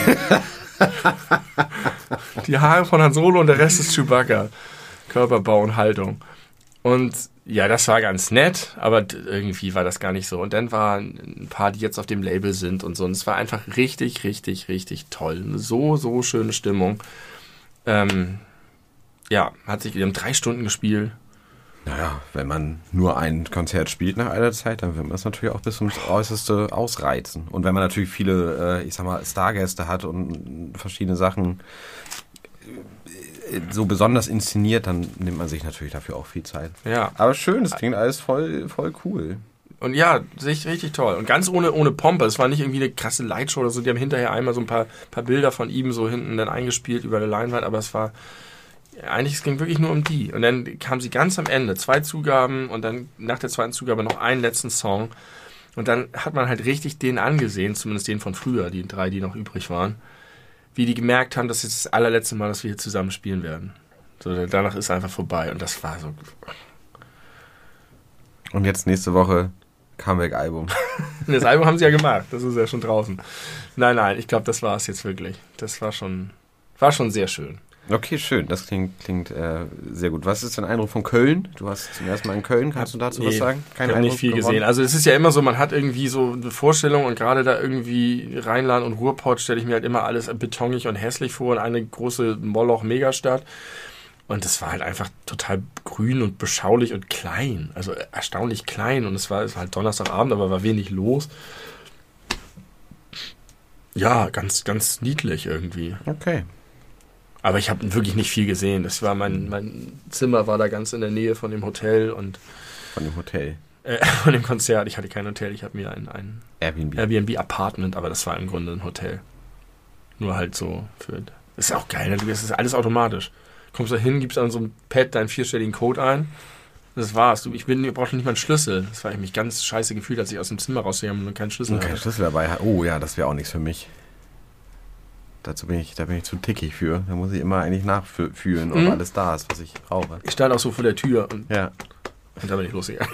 Die Haare von Han Solo und der Rest ist Chewbacca. Körperbau und Haltung. Und ja, das war ganz nett, aber irgendwie war das gar nicht so. Und dann waren ein paar, die jetzt auf dem Label sind und so. Und es war einfach richtig, richtig, richtig toll. Eine so, so schöne Stimmung. Ähm, ja, hat sich, wir haben drei Stunden gespielt. Naja, wenn man nur ein Konzert spielt nach einer Zeit, dann wird man es natürlich auch bis ums Äußerste ausreizen. Und wenn man natürlich viele, äh, ich sag mal, Stargäste hat und verschiedene Sachen so besonders inszeniert, dann nimmt man sich natürlich dafür auch viel Zeit. Ja. Aber schön, das klingt alles voll, voll cool. Und ja, sich richtig toll. Und ganz ohne, ohne Pompe. Es war nicht irgendwie eine krasse Lightshow oder so. Die haben hinterher einmal so ein paar, paar Bilder von ihm so hinten dann eingespielt über der Leinwand, aber es war eigentlich, es ging wirklich nur um die. Und dann kam sie ganz am Ende, zwei Zugaben und dann nach der zweiten Zugabe noch einen letzten Song. Und dann hat man halt richtig den angesehen, zumindest den von früher, die drei, die noch übrig waren, wie die gemerkt haben, das ist das allerletzte Mal, dass wir hier zusammen spielen werden. So, danach ist einfach vorbei. Und das war so. Und jetzt nächste Woche Comeback-Album. Das Album haben sie ja gemacht, das ist ja schon draußen. Nein, nein, ich glaube, das war es jetzt wirklich. Das war schon, war schon sehr schön. Okay, schön. Das klingt, klingt äh, sehr gut. Was ist dein Eindruck von Köln? Du warst zum ersten Mal in Köln. Kannst du dazu nee, was sagen? Kein ich habe nicht viel gewonnen. gesehen. Also es ist ja immer so, man hat irgendwie so eine Vorstellung und gerade da irgendwie Rheinland und Ruhrpott stelle ich mir halt immer alles betonig und hässlich vor und eine große Moloch-Megastadt. Und es war halt einfach total grün und beschaulich und klein. Also erstaunlich klein. Und es war, es war halt Donnerstagabend, aber war wenig los. Ja, ganz, ganz niedlich irgendwie. Okay. Aber ich habe wirklich nicht viel gesehen. Das war mein, mein Zimmer war da ganz in der Nähe von dem Hotel und von dem Hotel. Äh, von dem Konzert. Ich hatte kein Hotel, ich habe mir ein, ein Airbnb. Airbnb Apartment, aber das war im Grunde ein Hotel. Nur halt so für. Das ist auch geil, das ist alles automatisch. Kommst da hin, gibst an so einem Pad deinen vierstelligen Code ein. Das war's. Du, ich bin, ich brauchte nicht mal einen Schlüssel. Das war ich mich ganz scheiße gefühlt, als ich aus dem Zimmer rausgegangen bin und keinen Schlüssel und hatte. Kein Schlüssel dabei. Oh ja, das wäre auch nichts für mich. Dazu bin ich, da bin ich zu tickig für. Da muss ich immer eigentlich nachfühlen, ob mhm. alles da ist, was ich brauche. Ich stand auch so vor der Tür und, ja. und da bin ich losgegangen.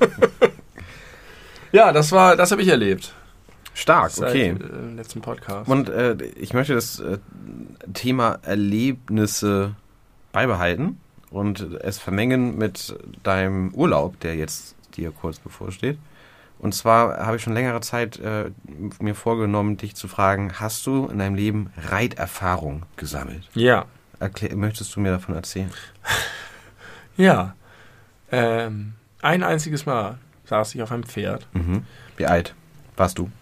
Ja, das war, das habe ich erlebt. Stark, Seit, okay. Äh, letzten Podcast. Und äh, ich möchte das äh, Thema Erlebnisse beibehalten und es vermengen mit deinem Urlaub, der jetzt dir kurz bevorsteht. Und zwar habe ich schon längere Zeit äh, mir vorgenommen, dich zu fragen, hast du in deinem Leben Reiterfahrung gesammelt? Ja. Erklär, möchtest du mir davon erzählen? Ja. Ähm, ein einziges Mal saß ich auf einem Pferd. Mhm. Wie alt warst du?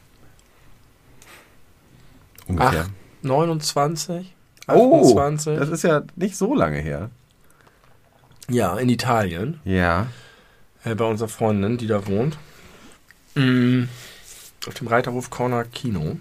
Ungefähr. Ach, neunundzwanzig. achtundzwanzig. Oh, das ist ja nicht so lange her. Ja, in Italien. Ja. Äh, bei unserer Freundin, die da wohnt. Mhm. Auf dem Reiterhof Corner Kino.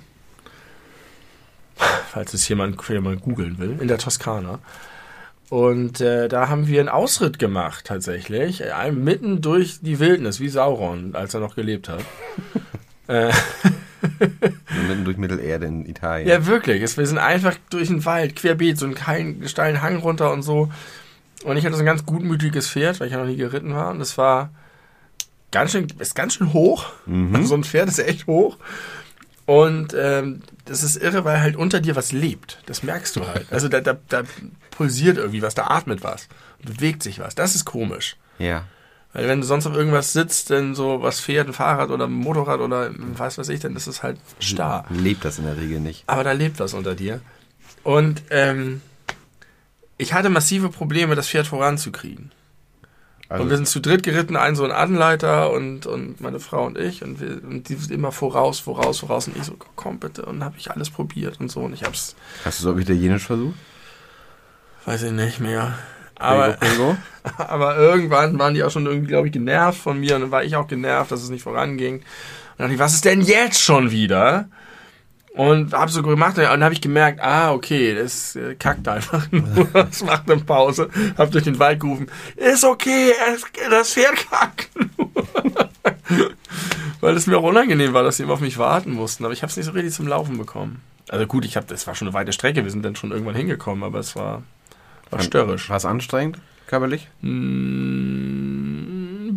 Falls es jemand, jemand googeln will. In der Toskana. Und äh, da haben wir einen Ausritt gemacht, tatsächlich. Äh, mitten durch die Wildnis, wie Sauron, als er noch gelebt hat. äh, mitten durch Mittelerde in Italien. Ja, wirklich. Es, wir sind einfach durch den Wald, querbeet, so einen kleinen, steilen Hang runter und so. Und ich hatte so ein ganz gutmütiges Pferd, weil ich ja noch nie geritten war. Und das war ganz schön, ist ganz schön hoch. Mhm. Also so ein Pferd ist echt hoch. Und ähm, das ist irre, weil halt unter dir was lebt. Das merkst du halt. Also da, da, da pulsiert irgendwie was, da atmet was, bewegt sich was. Das ist komisch. Ja. Weil wenn du sonst auf irgendwas sitzt, dann so was fährt, ein Fahrrad oder ein Motorrad oder was weiß ich, dann ist es halt starr. Lebt das in der Regel nicht. Aber da lebt was unter dir. Und ähm, ich hatte massive Probleme, das Pferd voranzukriegen. Also und wir sind zu dritt geritten, ein so ein Anleiter und, und meine Frau und ich. Und, wir, und die sind immer voraus, voraus, voraus. Und ich so, komm bitte. Und habe ich alles probiert und so. Und ich hab's. Hast du es auf Italienisch versucht? Weiß ich nicht mehr. Aber, Prego, Prego. aber irgendwann waren die auch schon irgendwie, glaube ich, genervt von mir. Und dann war ich auch genervt, dass es nicht voranging. Und dann dachte ich, was ist denn jetzt schon wieder? Und habe so gemacht und dann habe ich gemerkt, ah, okay, das äh, kackt einfach nur. Das macht eine Pause. Habe durch den Wald gerufen, ist okay, es, das Pferd kackt nur. Weil es mir auch unangenehm war, dass sie immer auf mich warten mussten. Aber ich habe es nicht so richtig zum Laufen bekommen. Also gut, ich habe, das war schon eine weite Strecke. Wir sind dann schon irgendwann hingekommen, aber es war, war störrisch. War es anstrengend, körperlich? Mm, ein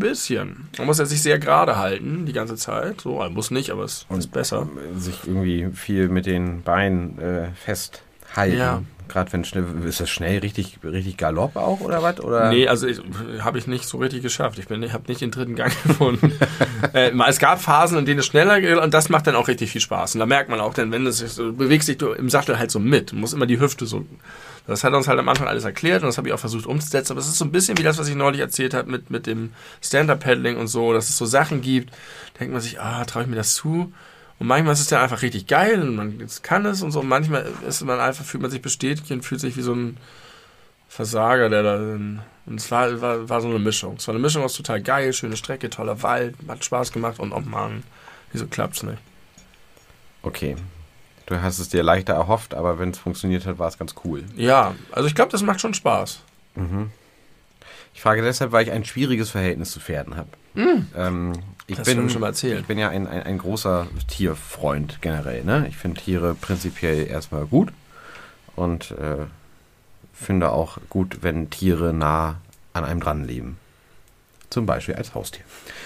bisschen. Man muss ja sich sehr gerade halten, die ganze Zeit. So, man muss nicht, aber es ist besser. Sich irgendwie viel mit den Beinen äh, festhalten. Ja. Gerade wenn schnell, ist das schnell richtig, richtig Galopp auch oder was? Oder? Nee, also habe ich nicht so richtig geschafft. Ich bin, ich habe nicht den dritten Gang gefunden. äh, es gab Phasen, in denen es schneller geht und das macht dann auch richtig viel Spaß. Und da merkt man auch, denn wenn es du bewegst dich du im Sattel halt so mit, du musst immer die Hüfte so. Das hat uns halt am Anfang alles erklärt und das habe ich auch versucht umzusetzen. Aber es ist so ein bisschen wie das, was ich neulich erzählt habe mit, mit dem Stand-Up-Paddling und so, dass es so Sachen gibt, denkt man sich, ah, traue ich mir das zu? Und manchmal ist es dann einfach richtig geil und man kann es und so. Und manchmal ist man einfach, fühlt man sich bestätigt und fühlt sich wie so ein Versager, der da. Und es war, war, war so eine Mischung. Es war eine Mischung aus total geil, schöne Strecke, toller Wald, hat Spaß gemacht und oh Mann, wieso klappt's nicht? Okay. Du hast es dir leichter erhofft, aber wenn es funktioniert hat, war es ganz cool. Ja, also ich glaube, das macht schon Spaß. Mhm. Ich frage deshalb, weil ich ein schwieriges Verhältnis zu Pferden habe. Mhm. Ähm, ich das bin, hast du schon mal erzählt. Ich bin ja ein, ein, ein großer Tierfreund generell. Ne? Ich finde Tiere prinzipiell erstmal gut und äh, finde auch gut, wenn Tiere nah an einem dran leben. Zum Beispiel als Haustier.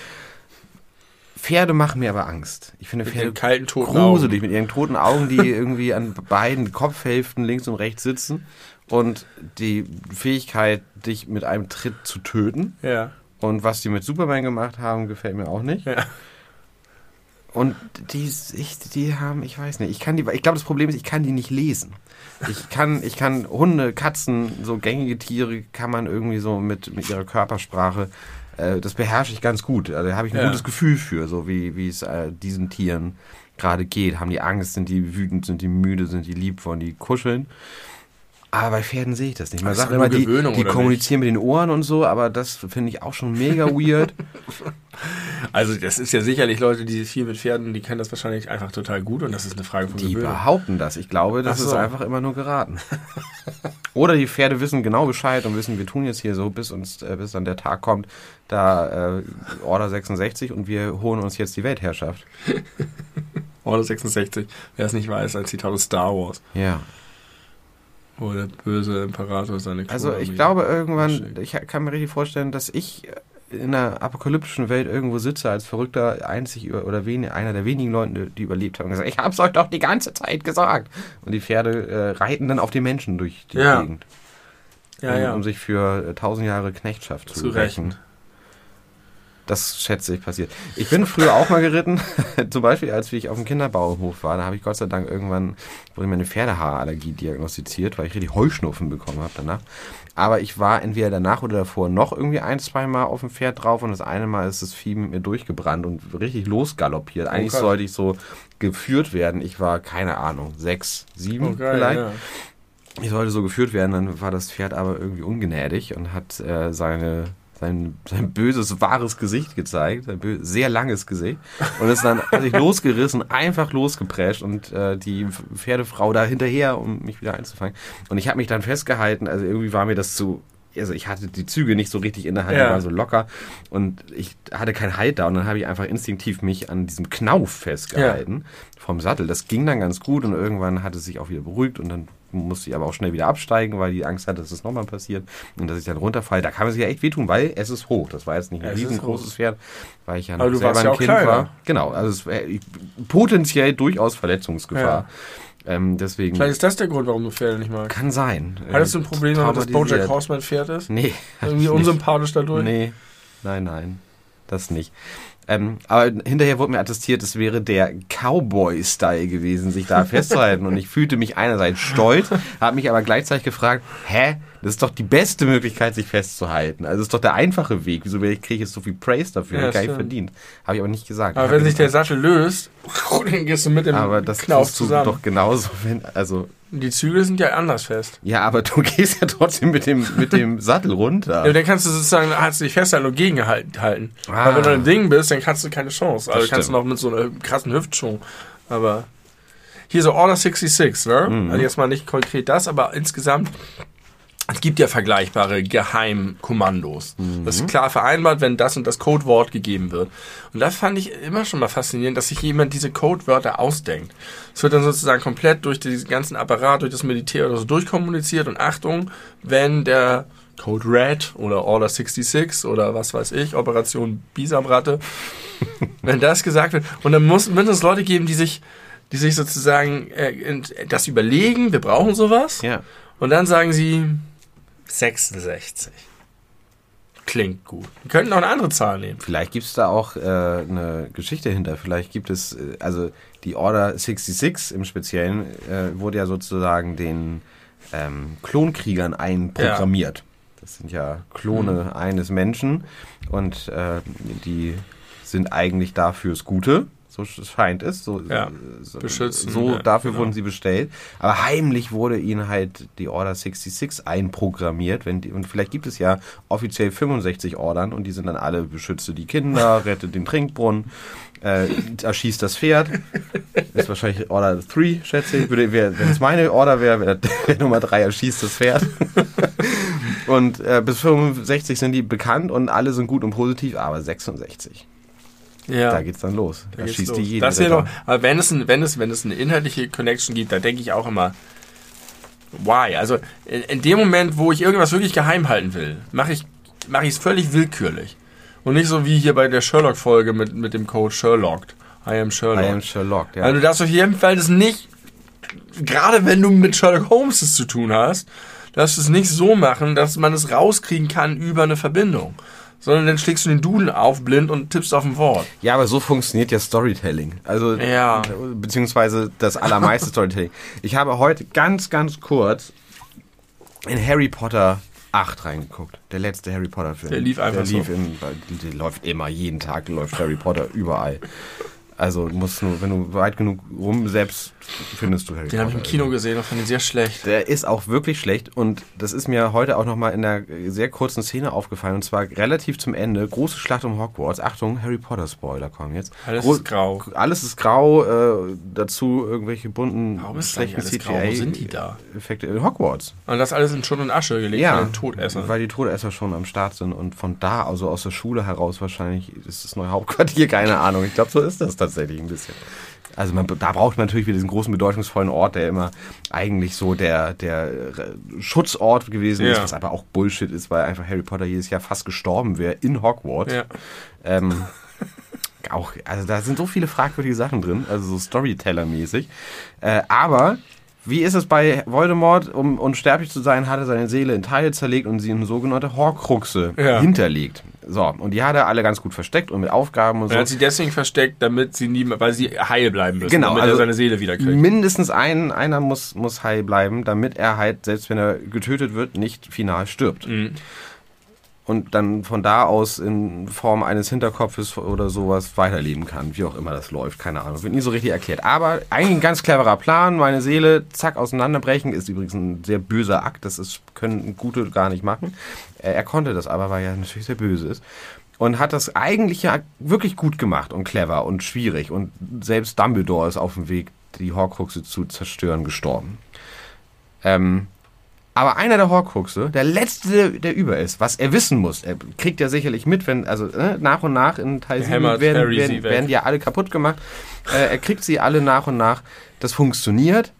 Pferde machen mir aber Angst. Ich finde mit Pferde kalten, toten gruselig, Augen. mit ihren toten Augen, die irgendwie an beiden Kopfhälften links und rechts sitzen und die Fähigkeit, dich mit einem Tritt zu töten. Ja. Und was die mit Superman gemacht haben, gefällt mir auch nicht. Ja. Und die, ich, die haben, ich weiß nicht, ich kann die, ich glaube, das Problem ist, ich kann die nicht lesen. Ich kann, ich kann Hunde, Katzen, so gängige Tiere kann man irgendwie so mit, mit ihrer Körpersprache, äh, das beherrsche ich ganz gut. Also da habe ich ein ja. gutes Gefühl für, so wie, wie es äh, diesen Tieren gerade geht. Haben die Angst, sind die wütend, sind die müde, sind die lieb, wollen die kuscheln. Aber bei Pferden sehe ich das nicht. Man sagt immer, die, die kommunizieren mit den Ohren und so, aber das finde ich auch schon mega weird. Also das ist ja sicherlich Leute, die viel mit Pferden, die kennen das wahrscheinlich einfach total gut und das ist eine Frage von Die Gewöhnung. behaupten das. Ich glaube, das so. ist einfach immer nur geraten. Oder die Pferde wissen genau Bescheid und wissen, wir tun jetzt hier so, bis uns, äh, bis dann der Tag kommt, da äh, Order sechsundsechzig und wir holen uns jetzt die Weltherrschaft. Order sechsundsechzig, wer es nicht weiß, ein Zitat aus Star Wars. Ja. Wo der böse Imperator seine Klone Also ich glaube irgendwann, ich kann mir richtig vorstellen, dass ich in einer apokalyptischen Welt irgendwo sitze als Verrückter, einzig über, oder wen, einer der wenigen Leute, die überlebt haben, und gesagt, ich hab's euch doch die ganze Zeit gesagt. Und die Pferde äh, reiten dann auf die Menschen durch die ja. Gegend. Ja, um, ja. um sich für tausend äh, Jahre Knechtschaft zu, zu rächen. Das schätze ich passiert. Ich bin früher auch mal geritten, zum Beispiel als ich auf dem Kinderbauernhof war, da habe ich Gott sei Dank irgendwann, wurde meine Pferdehaarallergie diagnostiziert, weil ich richtig Heuschnupfen bekommen habe danach. Aber ich war entweder danach oder davor noch irgendwie ein, zwei Mal auf dem Pferd drauf und das eine Mal ist das Vieh mit mir durchgebrannt und richtig losgaloppiert. Eigentlich oh sollte ich so geführt werden. Ich war, keine Ahnung, sechs, sieben oh geil, vielleicht. Ja. Ich sollte so geführt werden, dann war das Pferd aber irgendwie ungnädig und hat äh, seine... Sein, sein böses, wahres Gesicht gezeigt, sein bö- sehr langes Gesicht und ist dann hat sich losgerissen, einfach losgeprescht und äh, die Pferdefrau da hinterher, um mich wieder einzufangen. Und ich habe mich dann festgehalten, also irgendwie war mir das zu, also ich hatte die Züge nicht so richtig in der Hand, ja. die waren so locker und ich hatte keinen Halt da und dann habe ich einfach instinktiv mich an diesem Knauf festgehalten ja. vom Sattel. Das ging dann ganz gut und irgendwann hat es sich auch wieder beruhigt und dann musste ich aber auch schnell wieder absteigen, weil die Angst hatte, dass es nochmal passiert und dass ich dann runterfalle. Da kann man sich ja echt wehtun, weil es ist hoch. Das war jetzt nicht ein es riesengroßes Pferd, weil ich ja noch aber du selber warst ein ja auch Kind kleiner. war. Genau, also es war potenziell durchaus Verletzungsgefahr. Ja. Ähm, deswegen Vielleicht ist das der Grund, warum du Pferde nicht magst. Kann sein. Hattest du ein Problem, damit das BoJack Horseman Pferd ist? Nee. Irgendwie unsympathisch dadurch? Nee, nein, nein, das nicht. Ähm, aber hinterher wurde mir attestiert, es wäre der Cowboy-Style gewesen, sich da festzuhalten. Und ich fühlte mich einerseits stolz, habe mich aber gleichzeitig gefragt, hä, das ist doch die beste Möglichkeit, sich festzuhalten. Also das ist doch der einfache Weg. Wieso kriege ich jetzt so viel Praise dafür? Ja, gar nicht verdient. Habe ich aber nicht gesagt. Aber wenn sich der Sattel löst, dann gehst du mit dem aber das Knauf zusammen. Du doch genauso, wenn, also... Die Zügel sind ja anders fest. Ja, aber du gehst ja trotzdem mit dem, mit dem Sattel runter. Ja, dann kannst du sozusagen, hast du dich festhalten und gegenhalten. Ah. Aber wenn du ein Ding bist, dann kannst du keine Chance. Also kannst du noch mit so einer krassen Hüftschwung. Aber hier so Order sechsundsechzig, ne? Mhm. Also jetzt mal nicht konkret das, aber insgesamt es gibt ja vergleichbare Geheimkommandos. Mhm. Das ist klar vereinbart, wenn das und das Codewort gegeben wird. Und das fand ich immer schon mal faszinierend, dass sich jemand diese Codewörter ausdenkt. Es wird dann sozusagen komplett durch diesen ganzen Apparat, durch das Militär oder so durchkommuniziert. Und Achtung, wenn der Code Red oder Order sechsundsechzig oder was weiß ich, Operation Bisamratte, wenn das gesagt wird. Und dann muss, müssen es Leute geben, die sich, die sich sozusagen äh, das überlegen, wir brauchen sowas. Ja. Und dann sagen sie sechsundsechzig. Klingt gut. Wir könnten auch eine andere Zahl nehmen. Vielleicht gibt es da auch äh, eine Geschichte hinter. Vielleicht gibt es, äh, also die Order sechsundsechzig im Speziellen äh, wurde ja sozusagen den ähm, Klonkriegern einprogrammiert. Ja. Das sind ja Klone mhm. eines Menschen und äh, die sind eigentlich da fürs Gute. So scheint es. So, ja, so, beschützen. So, ja, dafür genau. wurden sie bestellt. Aber heimlich wurde ihnen halt die Order sechsundsechzig einprogrammiert. Wenn die, und vielleicht gibt es ja offiziell fünfundsechzig Ordern und die sind dann alle: beschütze die Kinder, rette den Trinkbrunnen, äh, erschießt das Pferd. Ist wahrscheinlich Order drei, schätze ich. Wenn es meine Order wäre, wäre wär Nummer drei, erschießt das Pferd. Und äh, bis fünfundsechzig sind die bekannt und alle sind gut und positiv, aber sechsundsechzig. Ja. Da geht's dann los. Da, da schießt los. die jeden. Das hier noch, aber wenn es, ein, wenn, es, wenn es eine inhaltliche Connection gibt, da denke ich auch immer, why? Also in, in dem Moment, wo ich irgendwas wirklich geheim halten will, mache ich mache ich es völlig willkürlich. Und nicht so wie hier bei der Sherlock-Folge mit, mit dem Code Sherlock. I am Sherlock. I am Sherlock, ja. Also du darfst auf jeden Fall das nicht, gerade wenn du mit Sherlock Holmes es zu tun hast, darfst du es nicht so machen, dass man es rauskriegen kann über eine Verbindung. Sondern dann schlägst du den Duden auf blind und tippst auf ein Wort. Ja, aber so funktioniert ja Storytelling. Also, ja. beziehungsweise das allermeiste Storytelling. Ich habe heute ganz, ganz kurz in Harry Potter acht reingeguckt. Der letzte Harry Potter Film. Der lief einfach der lief so. In, der läuft immer, jeden Tag läuft Harry Potter überall. Also musst nur, wenn du weit genug rum selbst findest du Harry Den Potter. Den habe ich im Kino gesehen und fand ihn sehr schlecht. Der ist auch wirklich schlecht und das ist mir heute auch nochmal in einer sehr kurzen Szene aufgefallen und zwar relativ zum Ende. Große Schlacht um Hogwarts. Achtung, Harry Potter Spoiler kommen jetzt. Alles Groß, ist grau. Alles ist grau. Äh, dazu irgendwelche bunten, Warum ist schlechten alles C G grau? Wo sind die da? Effekte in Hogwarts. Und das alles in Schutt und Asche gelegt ja, von den Todessern. Weil die Todesser schon am Start sind und von da, also aus der Schule heraus wahrscheinlich ist das neue Hauptquartier, keine Ahnung. Ich glaube, so ist das tatsächlich ein bisschen. Also man, da braucht man natürlich wieder diesen großen, bedeutungsvollen Ort, der immer eigentlich so der, der Schutzort gewesen ist, ja. Was aber auch Bullshit ist, weil einfach Harry Potter jedes Jahr fast gestorben wäre in Hogwarts. Ja. Ähm, auch, also da sind so viele fragwürdige Sachen drin, also so Storyteller-mäßig. Äh, aber wie ist es bei Voldemort? Um unsterblich zu sein, hat er seine Seele in Teile zerlegt und sie in sogenannte Horcruxe ja. hinterlegt. So, und die hat er alle ganz gut versteckt und mit Aufgaben und so. Er hat sie deswegen versteckt, damit sie nie, weil sie heil bleiben müssen, genau, damit also er seine Seele wieder kriegt. Mindestens ein, einer muss, muss heil bleiben, damit er halt, selbst wenn er getötet wird, nicht final stirbt. Mhm. Und dann von da aus in Form eines Hinterkopfes oder sowas weiterleben kann. Wie auch immer das läuft, keine Ahnung. Wird nie so richtig erklärt. Aber eigentlich ein ganz cleverer Plan. Meine Seele, zack, auseinanderbrechen. Ist übrigens ein sehr böser Akt. Das ist, können Gute gar nicht machen. Er konnte das aber, weil er natürlich sehr böse ist. Und hat das eigentlich ja wirklich gut gemacht und clever und schwierig. Und selbst Dumbledore ist auf dem Weg, die Horcruxe zu zerstören, gestorben. Ähm... Aber einer der Horcruxe, der letzte, der über ist, was er wissen muss, er kriegt ja sicherlich mit, wenn, also äh, nach und nach in Teil sieben werden, werden, werden die ja alle kaputt gemacht. Äh, er kriegt sie alle nach und nach. Das funktioniert.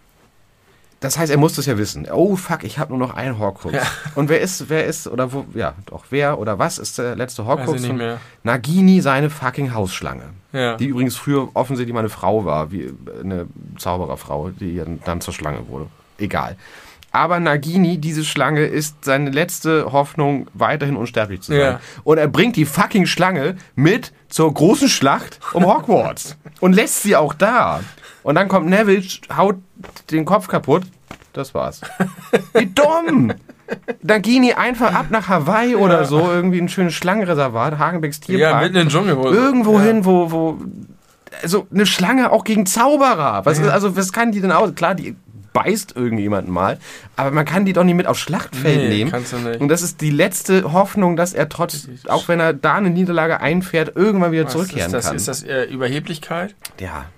Das heißt, er muss das ja wissen. Oh fuck, ich habe nur noch einen Horcrux. Ja. Und wer ist, wer ist, oder wo, ja, doch, wer oder was ist der letzte Horcrux? Weiß ich nicht mehr. Nagini, seine fucking Hausschlange. Ja. Die übrigens früher offensichtlich mal eine Frau war, wie eine Zaubererfrau, die dann zur Schlange wurde. Egal. Aber Nagini, diese Schlange, ist seine letzte Hoffnung, weiterhin unsterblich zu sein. Ja. Und er bringt die fucking Schlange mit zur großen Schlacht um Hogwarts. Und lässt sie auch da. Und dann kommt Neville, haut den Kopf kaputt. Das war's. Wie dumm! Nagini einfach ab nach Hawaii oder ja. so, irgendwie ein schönes Schlangenreservat, Hagenbecks Tierpark. Ja, mitten in den Dschungel. Wo Irgendwo ja. hin, wo, wo, also eine Schlange auch gegen Zauberer. Was, ja. Also, was kann die denn aus? Klar, die beißt irgendjemanden mal, aber man kann die doch nicht mit aufs Schlachtfeld nee, nehmen. Kannst du nicht. Und das ist die letzte Hoffnung, dass er trotz, auch wenn er da eine Niederlage einfährt, irgendwann wieder Was zurückkehren ist das, kann. Ist das äh, Überheblichkeit? Ja,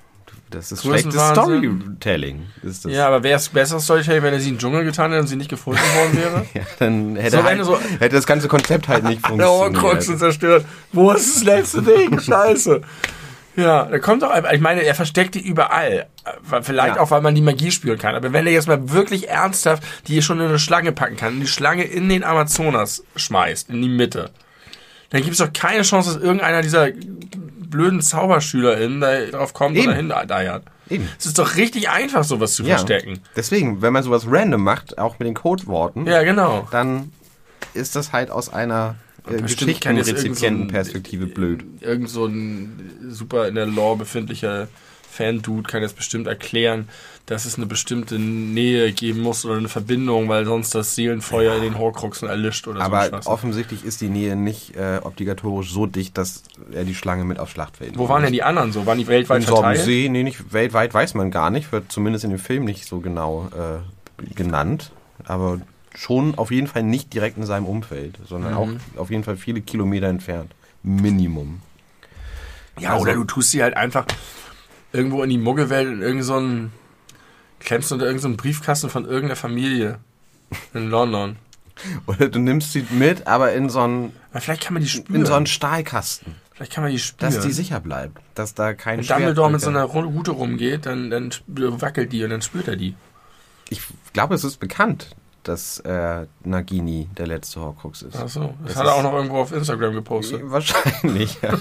Das ist schlechtes Storytelling. Ist das. Ja, aber wäre es besser Storytelling, wenn er sie in den Dschungel getan hätte und sie nicht gefunden worden wäre? Ja, dann hätte, so, halt, so hätte das ganze Konzept halt nicht funktioniert. Der Horcrux zerstört. Wo ist das letzte Ding? Scheiße. Ja, da kommt doch, ich meine, er versteckt die überall. Vielleicht ja. auch, weil man die Magie spüren kann. Aber wenn er jetzt mal wirklich ernsthaft die schon in eine Schlange packen kann und die Schlange in den Amazonas schmeißt, in die Mitte, dann gibt es doch keine Chance, dass irgendeiner dieser blöden ZauberschülerInnen da drauf kommt Eben. oder hindeiert. Eben. Es ist doch richtig einfach, sowas zu ja. verstecken. Deswegen, wenn man sowas random macht, auch mit den Codeworten, ja, genau. dann ist das halt aus einer äh, Geschichtenrezipientenperspektive so blöd. Irgend so ein super in der Lore befindlicher Fan-Dude kann jetzt bestimmt erklären, dass es eine bestimmte Nähe geben muss oder eine Verbindung, weil sonst das Seelenfeuer in den Horcruxen erlischt oder Aber so. Aber offensichtlich ist die Nähe nicht äh, obligatorisch so dicht, dass er die Schlange mit aufs Schlachtfeld Wo waren denn die anderen so? Waren die weltweit verteilt? In See, nee, nicht weltweit weiß man gar nicht, wird zumindest in dem Film nicht so genau äh, genannt, aber schon auf jeden Fall nicht direkt in seinem Umfeld, sondern mhm. auch auf jeden Fall viele Kilometer entfernt. Minimum. Ja, also, oder du tust sie halt einfach irgendwo in die Muggelwelt in irgend so einen, klemmst unter irgendeinen so Briefkasten von irgendeiner Familie in London. Oder du nimmst sie mit, aber in so einen, aber vielleicht kann man die spüren. In so einen Stahlkasten. Vielleicht kann man die spüren. Dass die sicher bleibt. Dass da kein Wenn Dumbledore mit so einer Rute rumgeht, dann, dann wackelt die und dann spürt er die. Ich glaube, es ist bekannt, dass äh, Nagini der letzte Horcrux ist. Ach so, das, das hat er auch noch irgendwo auf Instagram gepostet. Wahrscheinlich, ja.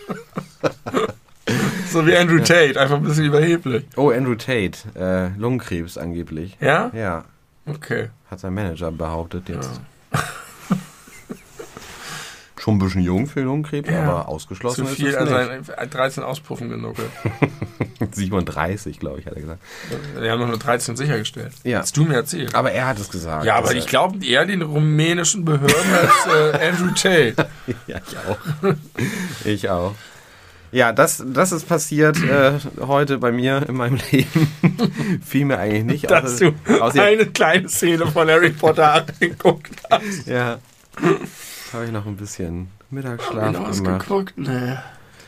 So wie Andrew Tate, einfach ein bisschen überheblich. Oh, Andrew Tate, äh, Lungenkrebs angeblich. Ja? Ja. Okay. Hat sein Manager behauptet jetzt. Ja. Schon ein bisschen jung für Lungenkrebs, ja. aber ausgeschlossen Zu viel ist es nicht. Also dreizehn Auspuffen genuckelt. siebenunddreißig, glaube ich, hat er gesagt. Wir haben doch nur dreizehn sichergestellt. Ja. Hast du mir erzählt. Aber er hat es gesagt. Ja, aber ich glaube eher den rumänischen Behörden als äh, Andrew Tate. Ja, ich auch. Ich auch. Ja, das, das ist passiert äh, heute bei mir in meinem Leben. Fiel mir eigentlich nicht. Dass außer, du außer eine kleine Szene von Harry Potter angeguckt hast. Ja. Habe ich noch ein bisschen Mittagsschlaf gemacht. Ausgeguckt? Nee.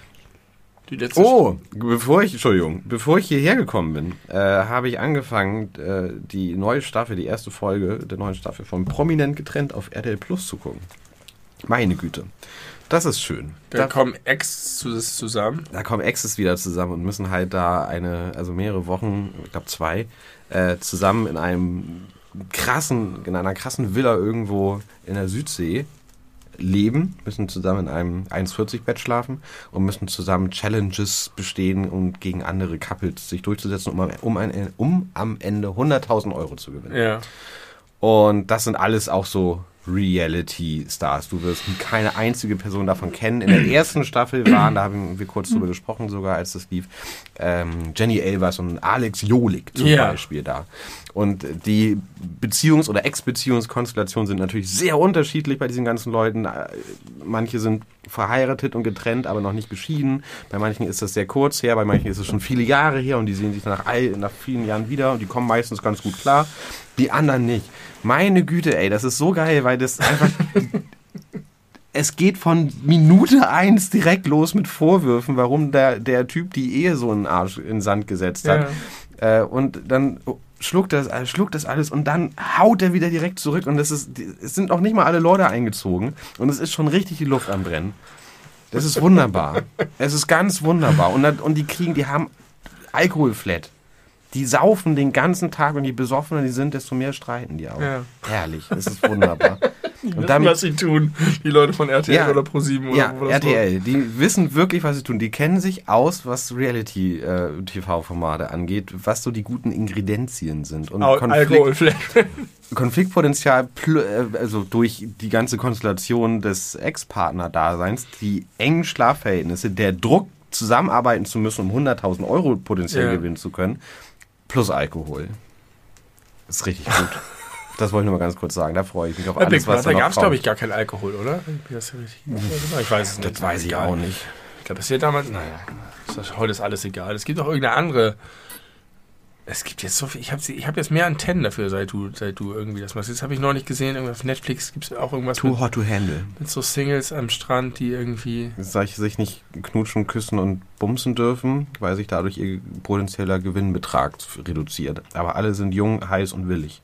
Oh, bevor ich, Entschuldigung, bevor ich hierher gekommen bin, äh, habe ich angefangen, äh, die neue Staffel, die erste Folge der neuen Staffel von Prominent getrennt auf R T L Plus zu gucken. Meine Güte. Das ist schön. Da, da kommen Exes zusammen. Da kommen Exes wieder zusammen und müssen halt da eine, also mehrere Wochen, ich glaube zwei, äh, zusammen in einem krassen, in einer krassen Villa irgendwo in der Südsee leben, müssen zusammen in einem eins vierzig Bett schlafen und müssen zusammen Challenges bestehen und gegen andere Couples sich durchzusetzen, um, um, ein, um am Ende hunderttausend Euro zu gewinnen. Ja. Und das sind alles auch so Reality-Stars. Du wirst keine einzige Person davon kennen. In der ersten Staffel waren, da haben wir kurz drüber gesprochen, sogar als das lief, ähm, Jenny Elvers und Alex Jolik zum ja. Beispiel da. Und die Beziehungs- oder Ex-Beziehungskonstellationen sind natürlich sehr unterschiedlich bei diesen ganzen Leuten. Manche sind verheiratet und getrennt, aber noch nicht geschieden. Bei manchen ist das sehr kurz her, bei manchen ist es schon viele Jahre her und die sehen sich nach, all, nach vielen Jahren wieder und die kommen meistens ganz gut klar. Die anderen nicht. Meine Güte, ey, das ist so geil, weil das einfach... Es geht von Minute eins direkt los mit Vorwürfen, warum der, der Typ die Ehe so in den Arsch in den Sand gesetzt hat. Ja. Äh, und dann schluckt das, schluckt das alles und dann haut er wieder direkt zurück. Und das ist, es sind auch nicht mal alle Leute eingezogen. Und es ist schon richtig die Luft am Brennen. Das ist wunderbar. Es ist ganz wunderbar. Und, und die kriegen, die haben Alkoholflat. Die saufen den ganzen Tag und je besoffener die sind, desto mehr streiten die auch. Ja. Herrlich, es ist wunderbar. Die wissen, und damit, was sie tun, die Leute von R T L ja, oder ProSieben oder ja, wo das R T L, so. Die wissen wirklich, was sie tun. Die kennen sich aus, was Reality-T V-Formate äh, angeht, was so die guten Ingredienzien sind. Und Al- Konflikt, Konfliktpotenzial, also durch die ganze Konstellation des Ex-Partner-Daseins, die engen Schlafverhältnisse, der Druck, zusammenarbeiten zu müssen, um hunderttausend Euro potenziell ja. gewinnen zu können, plus Alkohol. Das ist richtig gut. Das wollte ich nur mal ganz kurz sagen. Da freue ich mich auf ja, alles, was da gab es, glaube ich, gar keinen Alkohol, oder? Das ich weiß es nicht. Das weiß ich auch nicht. Ich glaube, das hier damals, naja, das, heute ist alles egal. Es gibt auch irgendeine andere Es gibt jetzt so viel, ich habe ich hab jetzt mehr Antennen dafür, seit du, seit du irgendwie das machst. Jetzt habe ich noch nicht gesehen, irgendwas auf Netflix gibt es auch irgendwas Too mit, hot to handle. mit so Singles am Strand, die irgendwie... Sag ich, sich nicht knutschen, küssen und bumsen dürfen, weil sich dadurch ihr potenzieller Gewinnbetrag reduziert. Aber alle sind jung, heiß und willig.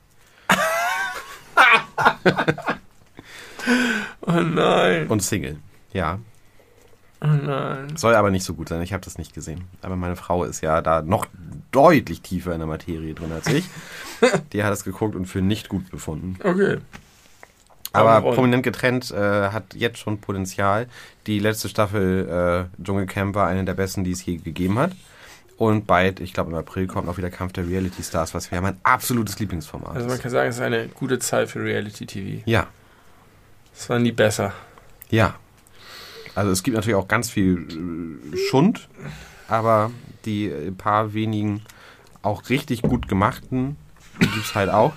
Oh nein. Und Single, ja. Oh nein. Soll aber nicht so gut sein, ich habe das nicht gesehen. Aber meine Frau ist ja da noch deutlich tiefer in der Materie drin als ich. Die hat es geguckt und für nicht gut befunden. Okay. Aber Aber prominent getrennt äh, hat jetzt schon Potenzial. Die letzte Staffel äh, Dschungelcamp war eine der besten, die es je gegeben hat. Und bald, ich glaube im April, kommt auch wieder Kampf der Reality Stars, was wir haben, ein absolutes Lieblingsformat. Also man kann sagen, es ist eine gute Zeit für Reality-T V. Ja. Es war nie besser. Ja. Also es gibt natürlich auch ganz viel äh, Schund, aber die äh, paar wenigen auch richtig gut gemachten gibt es halt auch.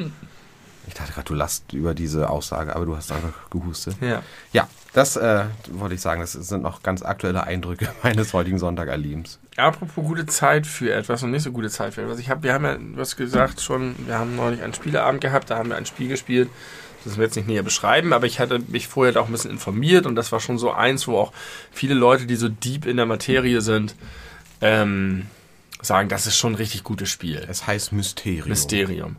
Ich dachte gerade, du lachst über diese Aussage, aber du hast einfach gehustet. Ja. Ja, das äh, wollte ich sagen. Das sind noch ganz aktuelle Eindrücke meines heutigen Sonntag-Erlebens. Apropos gute Zeit für etwas und nicht so gute Zeit für etwas. Ich hab, wir haben ja, du hast gesagt schon, wir haben neulich einen Spieleabend gehabt, da haben wir ein Spiel gespielt. Das müssen wir jetzt nicht näher beschreiben, aber ich hatte mich vorher auch ein bisschen informiert und das war schon so eins, wo auch viele Leute, die so deep in der Materie sind, ähm, sagen, das ist schon ein richtig gutes Spiel. Es heißt Mysterium. Mysterium.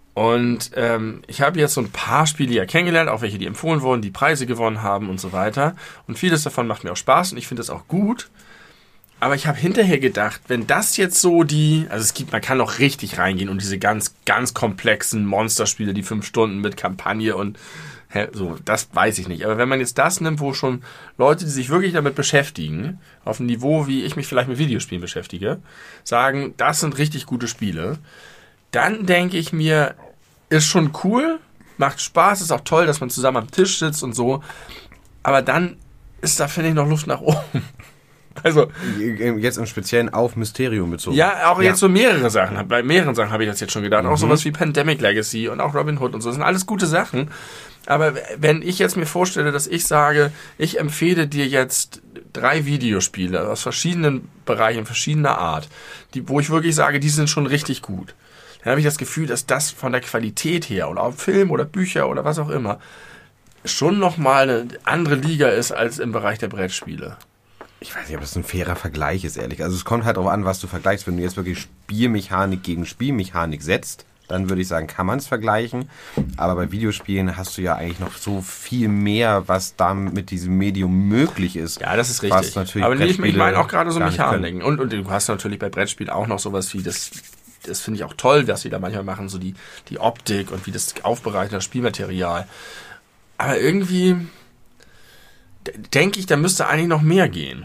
Und ähm, ich habe jetzt so ein paar Spiele ja kennengelernt, auch welche, die empfohlen wurden, die Preise gewonnen haben und so weiter. Und vieles davon macht mir auch Spaß und ich finde das auch gut. Aber ich habe hinterher gedacht, wenn das jetzt so die, also es gibt, man kann auch richtig reingehen und diese ganz, ganz komplexen Monsterspiele, die fünf Stunden mit Kampagne und hä, so, das weiß ich nicht. Aber wenn man jetzt das nimmt, wo schon Leute, die sich wirklich damit beschäftigen, auf einem Niveau, wie ich mich vielleicht mit Videospielen beschäftige, sagen, das sind richtig gute Spiele, dann denke ich mir, ist schon cool, macht Spaß, ist auch toll, dass man zusammen am Tisch sitzt und so, aber dann ist da, finde ich, noch Luft nach oben. Also jetzt im Speziellen auf Mysterium bezogen. Ja, auch ja. jetzt so mehrere Sachen. Bei mehreren Sachen habe ich das jetzt schon gedacht. Mhm. Auch sowas wie Pandemic Legacy und auch Robin Hood und so. Das sind alles gute Sachen. Aber wenn ich jetzt mir vorstelle, dass ich sage, ich empfehle dir jetzt drei Videospiele aus verschiedenen Bereichen, verschiedener Art, die, wo ich wirklich sage, die sind schon richtig gut, dann habe ich das Gefühl, dass das von der Qualität her oder auch Film oder Bücher oder was auch immer schon nochmal eine andere Liga ist als im Bereich der Brettspiele. Ich weiß nicht, ob das ein fairer Vergleich ist, ehrlich. Also es kommt halt darauf an, was du vergleichst. Wenn du jetzt wirklich Spielmechanik gegen Spielmechanik setzt, dann würde ich sagen, kann man es vergleichen. Aber bei Videospielen hast du ja eigentlich noch so viel mehr, was da mit diesem Medium möglich ist. Ja, das ist richtig. Aber nee, ich, ich meine auch gerade so Mechaniken. Und, und du hast natürlich bei Brettspielen auch noch sowas wie das, das finde ich auch toll, was sie da manchmal machen, so die, die Optik und wie das aufbereitet, das Spielmaterial. Aber irgendwie denke ich, da müsste eigentlich noch mehr gehen.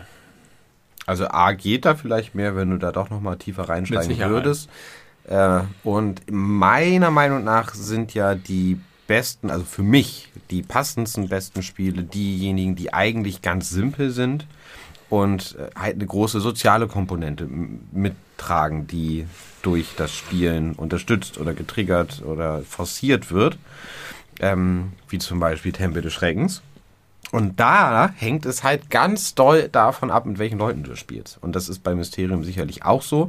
Also A geht da vielleicht mehr, wenn du da doch nochmal tiefer reinsteigen würdest. Äh, und meiner Meinung nach sind ja die besten, also für mich, die passendsten besten Spiele diejenigen, die eigentlich ganz simpel sind und halt eine große soziale Komponente mittragen, die durch das Spielen unterstützt oder getriggert oder forciert wird. Ähm, wie zum Beispiel Tempel des Schreckens. Und da hängt es halt ganz doll davon ab, mit welchen Leuten du spielst. Und das ist bei Mysterium sicherlich auch so.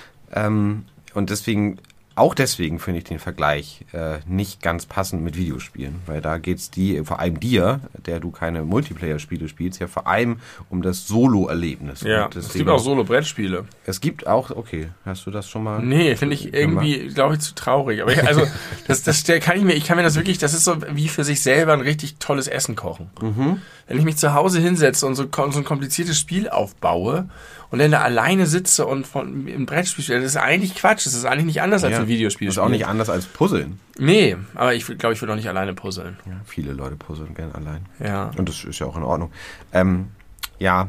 Ähm, und deswegen, auch deswegen finde ich den Vergleich äh, nicht ganz passend mit Videospielen. Weil da geht es die, vor allem dir, der du keine Multiplayer-Spiele spielst, ja vor allem um das Solo-Erlebnis. Ja, deswegen, es gibt auch Solo-Brettspiele. Es gibt auch, okay, hast du das schon mal? Nee, finde ich irgendwie, glaube ich, zu traurig. Aber ich, also, das, das der kann ich mir, ich kann mir das wirklich, das ist so wie für sich selber ein richtig tolles Essen kochen. Mhm. Wenn ich mich zu Hause hinsetze und so, so ein kompliziertes Spiel aufbaue und dann da alleine sitze und von im Brettspiel spiele, das ist eigentlich Quatsch. Das ist eigentlich nicht anders als ja, ein Videospiel. Das ist auch nicht anders als Puzzeln. Nee, aber ich glaube, ich will doch nicht alleine puzzeln. Ja, viele Leute puzzeln gerne allein. Ja. Und das ist ja auch in Ordnung. Ähm, ja,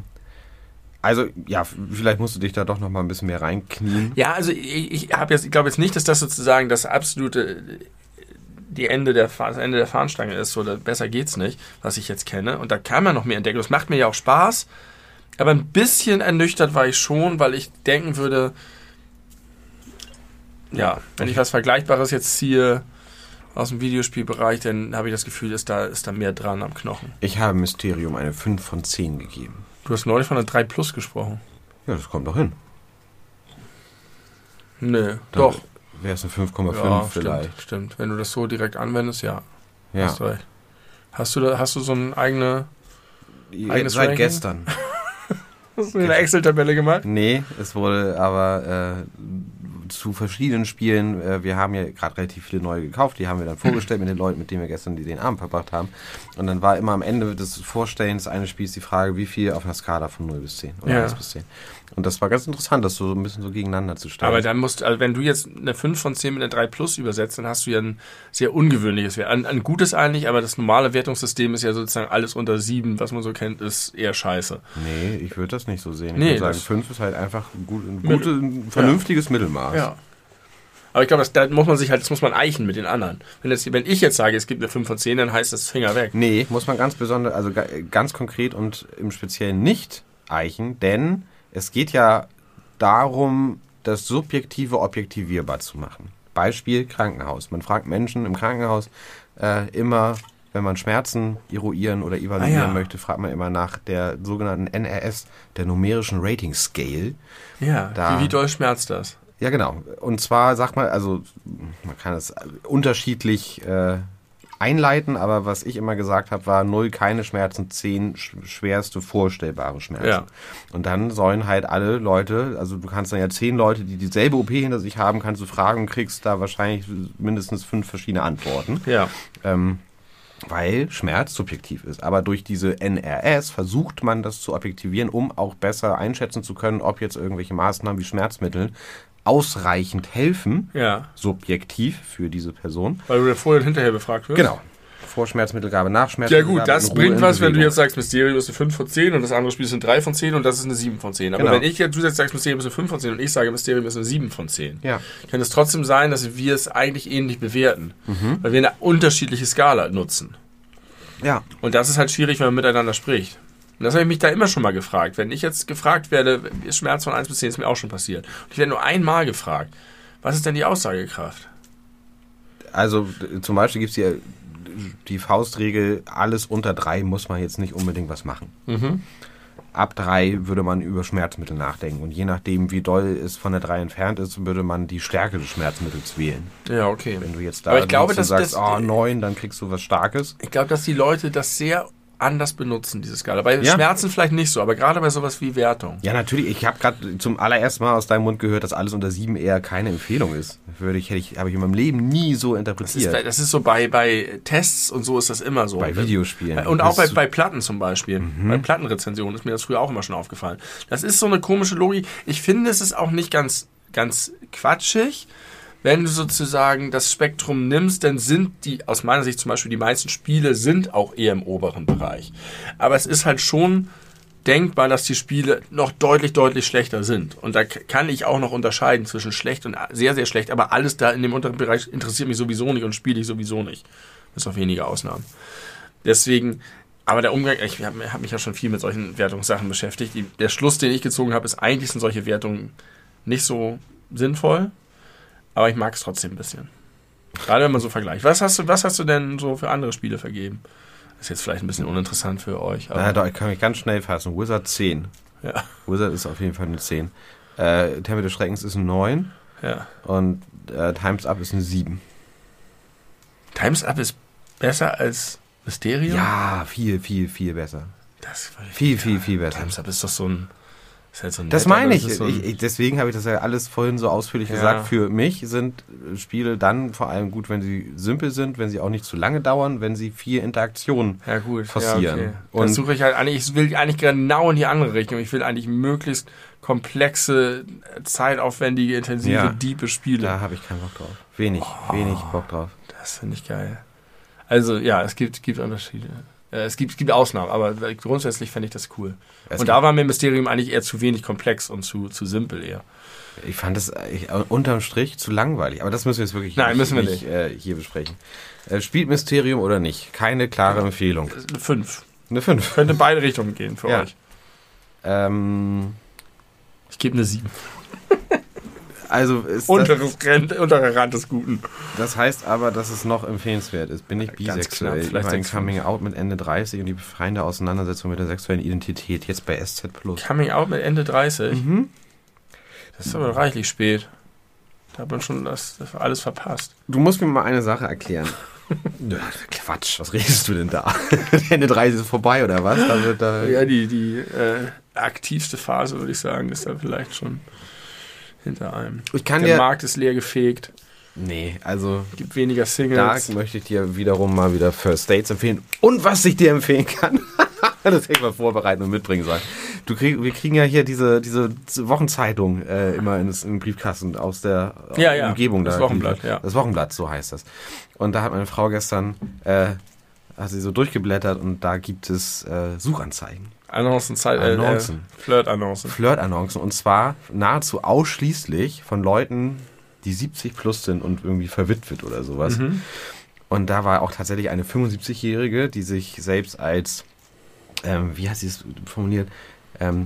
also, ja, vielleicht musst du dich da doch noch mal ein bisschen mehr reinknien. Ja, also ich, ich habe jetzt, ich glaube jetzt nicht, dass das sozusagen das absolute die Ende der, das Ende der Fahnenstange ist, oder besser geht's nicht, was ich jetzt kenne. Und da kann man noch mehr entdecken. Das macht mir ja auch Spaß. Aber ein bisschen ernüchtert war ich schon, weil ich denken würde, ja, wenn ich was Vergleichbares jetzt ziehe aus dem Videospielbereich, dann habe ich das Gefühl, ist da, ist da mehr dran am Knochen. Ich habe Mysterium eine fünf von zehn gegeben. Du hast neulich von einer drei plus gesprochen. Ja, das kommt doch hin. Nö, doch. Wäre es eine fünf Komma fünf ja, vielleicht. Stimmt, stimmt. Wenn du das so direkt anwendest, ja. Ja. Hast du recht. Hast du, da, hast du so ein eigene, eigenes Seit Ranking? gestern. Hast du eine Excel-Tabelle gemacht? Nee, es wurde aber äh, zu verschiedenen Spielen, äh, wir haben ja gerade relativ viele neue gekauft, die haben wir dann vorgestellt mit den Leuten, mit denen wir gestern den Abend verbracht haben. Und dann war immer am Ende des Vorstellens eines Spiels die Frage, wie viel auf einer Skala von null bis zehn oder Ja. eins bis zehn. Und das war ganz interessant, das so ein bisschen so gegeneinander zu stellen. Aber dann musst also wenn du jetzt eine fünf von zehn mit einer drei plus übersetzt, dann hast du ja ein sehr ungewöhnliches Wert. Ein, ein gutes eigentlich, aber das normale Wertungssystem ist ja sozusagen alles unter sieben, was man so kennt, ist eher scheiße. Nee, ich würde das nicht so sehen. Ich Nee, würde sagen, das- fünf ist halt einfach ein, gut, ein, Mittel- gute, ein vernünftiges Mittelmaß. Ja. Aber ich glaube, das- da muss man sich halt, das muss man eichen mit den anderen. Wenn, jetzt, wenn ich jetzt sage, es gibt eine fünf von zehn, dann heißt das Finger weg. Nee, muss man ganz besonders, also ga- ganz konkret und im Speziellen nicht eichen, denn es geht ja darum, das Subjektive objektivierbar zu machen. Beispiel Krankenhaus. Man fragt Menschen im Krankenhaus äh, immer, wenn man Schmerzen eruieren oder evaluieren Ah, ja. möchte, fragt man immer nach der sogenannten N R S, der numerischen Rating Scale. Ja, Da- wie, wie doll schmerzt das? Ja, genau. Und zwar, sag mal, also man kann es unterschiedlich äh, einleiten, aber was ich immer gesagt habe, war null keine Schmerzen, zehn sch schwerste vorstellbare Schmerzen. Ja. Und dann sollen halt alle Leute, also du kannst dann ja zehn Leute, die dieselbe O P hinter sich haben, kannst du fragen und kriegst da wahrscheinlich mindestens fünf verschiedene Antworten. Ja. Ähm, weil Schmerz subjektiv ist. Aber durch diese N R S versucht man das zu objektivieren, um auch besser einschätzen zu können, ob jetzt irgendwelche Maßnahmen wie Schmerzmittel ausreichend helfen, Ja. subjektiv für diese Person. Weil du ja vorher und hinterher befragt wirst. Genau. Vor Schmerzmittelgabe, nach Ja Schmerzmittelgabe. gut, das in Ruhe, bringt in was, wenn du Bewegung. jetzt sagst, Mysterium ist eine fünf von zehn und das andere Spiel ist eine drei von zehn und das ist eine sieben von zehn. Aber Genau. wenn ich jetzt, du jetzt sagst, Mysterium ist eine fünf von zehn und ich sage, Mysterium ist eine sieben von zehn, Ja. kann es trotzdem sein, dass wir es eigentlich ähnlich bewerten. Mhm. Weil wir eine unterschiedliche Skala nutzen. Ja. Und das ist halt schwierig, wenn man miteinander spricht. Und das habe ich mich da immer schon mal gefragt. Wenn ich jetzt gefragt werde, ist Schmerz von eins bis zehn, ist mir auch schon passiert. Und ich werde nur einmal gefragt, was ist denn die Aussagekraft? Also d- zum Beispiel gibt es die, die Faustregel, alles unter drei muss man jetzt nicht unbedingt was machen. Mhm. Ab drei würde man über Schmerzmittel nachdenken. Und je nachdem, wie doll es von der drei entfernt ist, würde man die Stärke des Schmerzmittels wählen. Ja, okay. Wenn du jetzt da Aber ich glaube, liegst dass und sagst, das- oh, neun, dann kriegst du was Starkes. Ich glaube, dass die Leute das sehr anders benutzen, diese Skala. Bei Ja. Schmerzen vielleicht nicht so, aber gerade bei sowas wie Wertung. Ja, natürlich. Ich habe gerade zum allerersten Mal aus deinem Mund gehört, dass alles unter sieben eher keine Empfehlung ist. Würde ich, hätte ich, habe ich in meinem Leben nie so Das ist, interpretiert. das ist so bei, bei Tests und so ist das immer so. Bei Videospielen. Und auch bei, Bist du- bei Platten zum Beispiel. Mhm. Bei Plattenrezensionen ist mir das früher auch immer schon aufgefallen. Das ist so eine komische Logik. Ich finde, es ist auch nicht ganz, ganz quatschig. Wenn du sozusagen das Spektrum nimmst, dann sind die, aus meiner Sicht zum Beispiel, die meisten Spiele sind auch eher im oberen Bereich. Aber es ist halt schon denkbar, dass die Spiele noch deutlich, deutlich schlechter sind. Und da k- kann ich auch noch unterscheiden zwischen schlecht und sehr, sehr schlecht. Aber alles da in dem unteren Bereich interessiert mich sowieso nicht und spiele ich sowieso nicht. Bis auf wenige Ausnahmen. Deswegen, aber der Umgang, ich habe hab mich ja schon viel mit solchen Wertungssachen beschäftigt. Die, der Schluss, den ich gezogen habe, ist, eigentlich sind solche Wertungen nicht so sinnvoll. Aber ich mag es trotzdem ein bisschen. Gerade wenn man so vergleicht. Was hast du, was hast du denn so für andere Spiele vergeben? Ist jetzt vielleicht ein bisschen uninteressant für euch. Aber Na doch, ich kann mich ganz schnell fassen. Wizard zehn. ja, Wizard ist auf jeden Fall eine zehn. Äh, Tempel des Schreckens ist eine neun. ja. Und äh, Time's Up ist eine sieben. Time's Up ist besser als Mysterium? Ja, viel, viel, viel besser. Das Viel, viel, viel besser. Time's Up ist doch so ein. Ist halt so ein Das netter, meine ich. ist so ein- ich, ich deswegen habe ich das ja alles vorhin so ausführlich Ja. gesagt. Für mich sind äh, Spiele dann vor allem gut, wenn sie simpel sind, wenn sie auch nicht zu lange dauern, wenn sie viel Interaktion Ja, gut. passieren. Ja, okay. Und- Das suche ich halt eigentlich, ich will eigentlich genau in die andere Richtung. Ich will eigentlich möglichst komplexe, zeitaufwendige, intensive, Ja. diepe Spiele. Da habe ich keinen Bock drauf. Wenig, wenig Bock drauf. Das finde ich geil. Also, ja, es gibt, gibt Unterschiede. Äh, Es gibt, es gibt Ausnahmen, aber grundsätzlich fände ich das cool. Es und da war mir Mysterium eigentlich eher zu wenig komplex und zu, zu simpel eher. Ich fand es eigentlich unterm Strich zu langweilig. Aber das müssen wir jetzt wirklich Nein, nicht, müssen wir nicht äh, hier besprechen. Äh, spielt Mysterium oder nicht? Keine klare Empfehlung. Eine fünf. Eine fünf. Könnte in beide Richtungen gehen für Ja. euch. Ähm, Ich gebe eine sieben. also ist das, Unteres Rand, unterer Rand des Guten. das heißt aber, dass es noch empfehlenswert ist. Bin ich Ganz bisexuell? knapp, vielleicht Ich mein sechs, Coming Out mit Ende dreißig und die befreiende Auseinandersetzung mit der sexuellen Identität. Jetzt bei S Z Plus. Coming Out mit Ende dreißig. Mhm. Das ist aber reichlich spät. Da hat man schon das, das alles verpasst. Du musst mir mal eine Sache erklären. Nö, Quatsch, was redest du denn da? Ende dreißig ist vorbei, oder was? Da wird da ja, die, die äh, aktivste Phase, würde ich sagen, ist da vielleicht schon hinter einem. Ich kann Der dir, Markt ist leer gefegt. Nee, also Gibt weniger Singles. Da möchte ich dir wiederum mal wieder First Dates empfehlen. Und was ich dir empfehlen kann, das hätte ich mal vorbereiten und mitbringen sollen. Du krieg, wir kriegen ja hier diese, diese Wochenzeitung äh, immer in, in den Briefkasten aus der ja, ja, Umgebung. Das da, Wochenblatt, die, ja. Das Wochenblatt, so heißt das. Und da hat meine Frau gestern, äh, hat sie so durchgeblättert und da gibt es äh, Suchanzeigen. Annoncen, Zeit, äh, Annoncen. Äh, Flirt-Annoncen. Flirt-Annoncen. Und zwar nahezu ausschließlich von Leuten, die siebzig plus sind und irgendwie verwitwet oder sowas. Mhm. Und da war auch tatsächlich eine fünfundsiebzigjährige, die sich selbst als, ähm, wie hat sie es formuliert, ähm,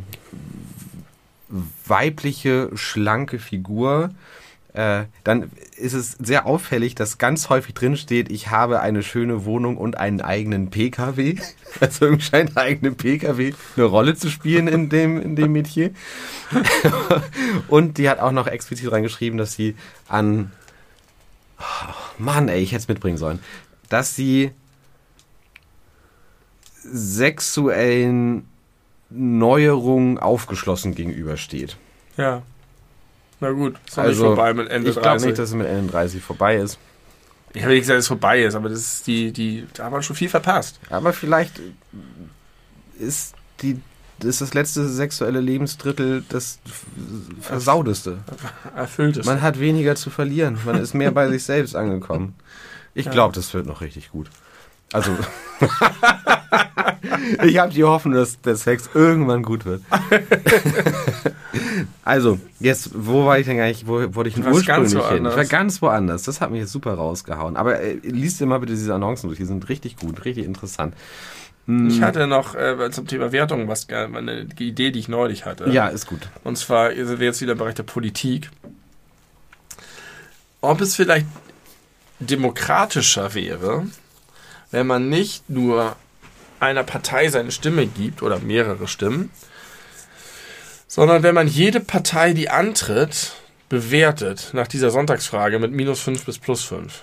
weibliche, schlanke Figur. Äh, dann ist es sehr auffällig, dass ganz häufig drin steht, ich habe eine schöne Wohnung und einen eigenen P K W. Also irgendwie scheint der eigene P K W eine Rolle zu spielen in dem, in dem Metier. Und die hat auch noch explizit reingeschrieben, dass sie an, oh Mann ey, ich hätte es mitbringen sollen, dass sie sexuellen Neuerungen aufgeschlossen gegenübersteht. Ja. Na gut, ist noch Also, nicht vorbei mit Ende ich dreißig. Ich glaube nicht, dass es mit Ende dreißig vorbei ist. Ich habe nicht gesagt, dass es vorbei ist, aber das ist die, die, da hat man schon viel verpasst. Aber vielleicht ist die ist das letzte sexuelle Lebensdrittel das versaudeste. Erfüllteste. Man hat weniger zu verlieren. Man ist mehr bei sich selbst angekommen. Ich Ja. glaube, das wird noch richtig gut. Also, ich habe die Hoffnung, dass der Sex irgendwann gut wird. Also, jetzt, wo war ich denn eigentlich, wo wollte ich denn Du warst ganz ursprünglich hin? Ich war woanders. ganz woanders. Das hat mich jetzt super rausgehauen. Aber äh, liest dir mal bitte diese Annoncen durch. Die sind richtig gut, richtig interessant. Ich hatte noch äh, zum Thema Wertung was, äh, eine Idee, die ich neulich hatte. Ja, ist gut. Und zwar sind wir jetzt wieder im Bereich der Politik. Ob es vielleicht demokratischer wäre, wenn man nicht nur einer Partei seine Stimme gibt oder mehrere Stimmen, sondern wenn man jede Partei, die antritt, bewertet nach dieser Sonntagsfrage mit minus fünf bis plus fünf.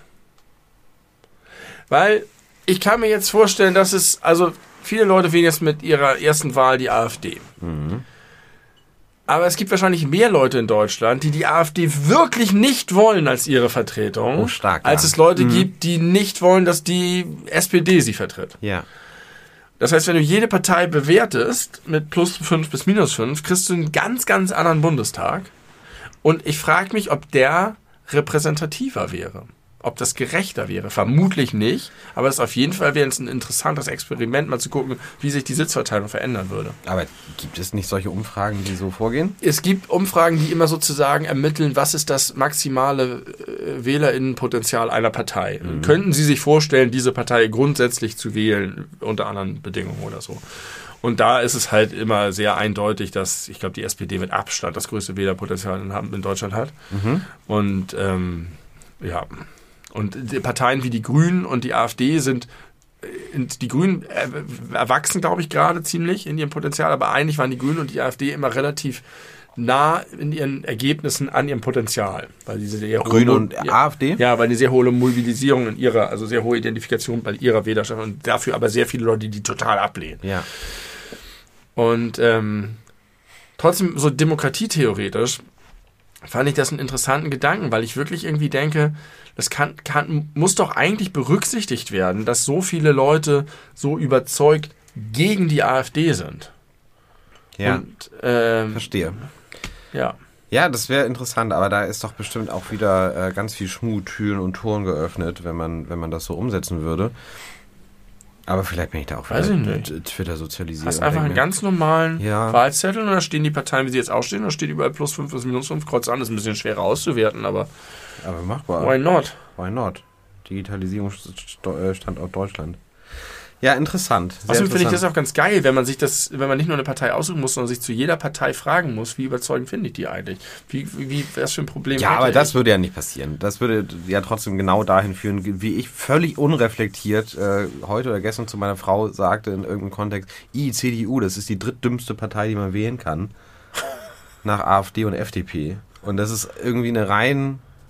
Weil ich kann mir jetzt vorstellen, dass es, also viele Leute wählen jetzt mit ihrer ersten Wahl die AfD. Mhm. Aber es gibt wahrscheinlich mehr Leute in Deutschland, die die AfD wirklich nicht wollen als ihre Vertretung, Oh, stark, ja. als es Leute Mhm. gibt, die nicht wollen, dass die S P D sie vertritt. Ja. Das heißt, wenn du jede Partei bewertest mit plus fünf bis minus fünf, kriegst du einen ganz, ganz anderen Bundestag. Und ich frage mich, ob der repräsentativer wäre. Ob das gerechter wäre. Vermutlich nicht. Aber es ist auf jeden Fall wäre es ein interessantes Experiment, mal zu gucken, wie sich die Sitzverteilung verändern würde. Aber gibt es nicht solche Umfragen, die so vorgehen? Es gibt Umfragen, die immer sozusagen ermitteln, was ist das maximale äh, WählerInnenpotenzial einer Partei. Mhm. Könnten Sie sich vorstellen, diese Partei grundsätzlich zu wählen, unter anderen Bedingungen oder so. Und da ist es halt immer sehr eindeutig, dass, ich glaube, die S P D mit Abstand das größte Wählerpotenzial in, in Deutschland hat. Mhm. Und ähm, ja, und die Parteien wie die Grünen und die AfD sind, die Grünen erwachsen, glaube ich, gerade ziemlich in ihrem Potenzial, aber eigentlich waren die Grünen und die AfD immer relativ nah in ihren Ergebnissen an ihrem Potenzial. Weil diese sehr Grüne hohe, und ja, AfD? Ja, weil die sehr hohe Mobilisierung in ihrer, also sehr hohe Identifikation bei ihrer Wählerschaft und dafür aber sehr viele Leute, die die total ablehnen. Ja. Und ähm, trotzdem, so demokratietheoretisch fand ich das einen interessanten Gedanken, weil ich wirklich irgendwie denke, das kann, kann, muss doch eigentlich berücksichtigt werden, dass so viele Leute so überzeugt gegen die AfD sind. Ja, Und, ähm, verstehe. Ja. Ja, das wäre interessant, aber da ist doch bestimmt auch wieder äh, ganz viel Schmut, Türen und Toren geöffnet, wenn man, wenn man das so umsetzen würde. Aber vielleicht bin ich da auch Weiß ich wieder nicht. Twitter sozialisiert. Hast und einfach denk einen mir, ganz normalen Ja. Wahlzettel und da stehen die Parteien, wie sie jetzt auch stehen, und da steht überall plus fünf bis minus fünf, Kreuz an, ist ein bisschen schwerer auszuwerten, aber Aber machbar. why not? Why not? Digitalisierungsstandort Deutschland. Ja, interessant. Sehr Außerdem finde ich das interessant. auch ganz geil, wenn man sich das, wenn man nicht nur eine Partei aussuchen muss, sondern sich zu jeder Partei fragen muss, wie überzeugend finde ich die eigentlich? Wie, wie, wie was für ein Problem Ja, hätte aber ich? das würde ja nicht passieren. Das würde ja trotzdem genau dahin führen, wie ich völlig unreflektiert äh, heute oder gestern zu meiner Frau sagte in irgendeinem Kontext, I, C D U, das ist die drittdümmste Partei, die man wählen kann. Nach AfD und F D P. Und das ist irgendwie eine rein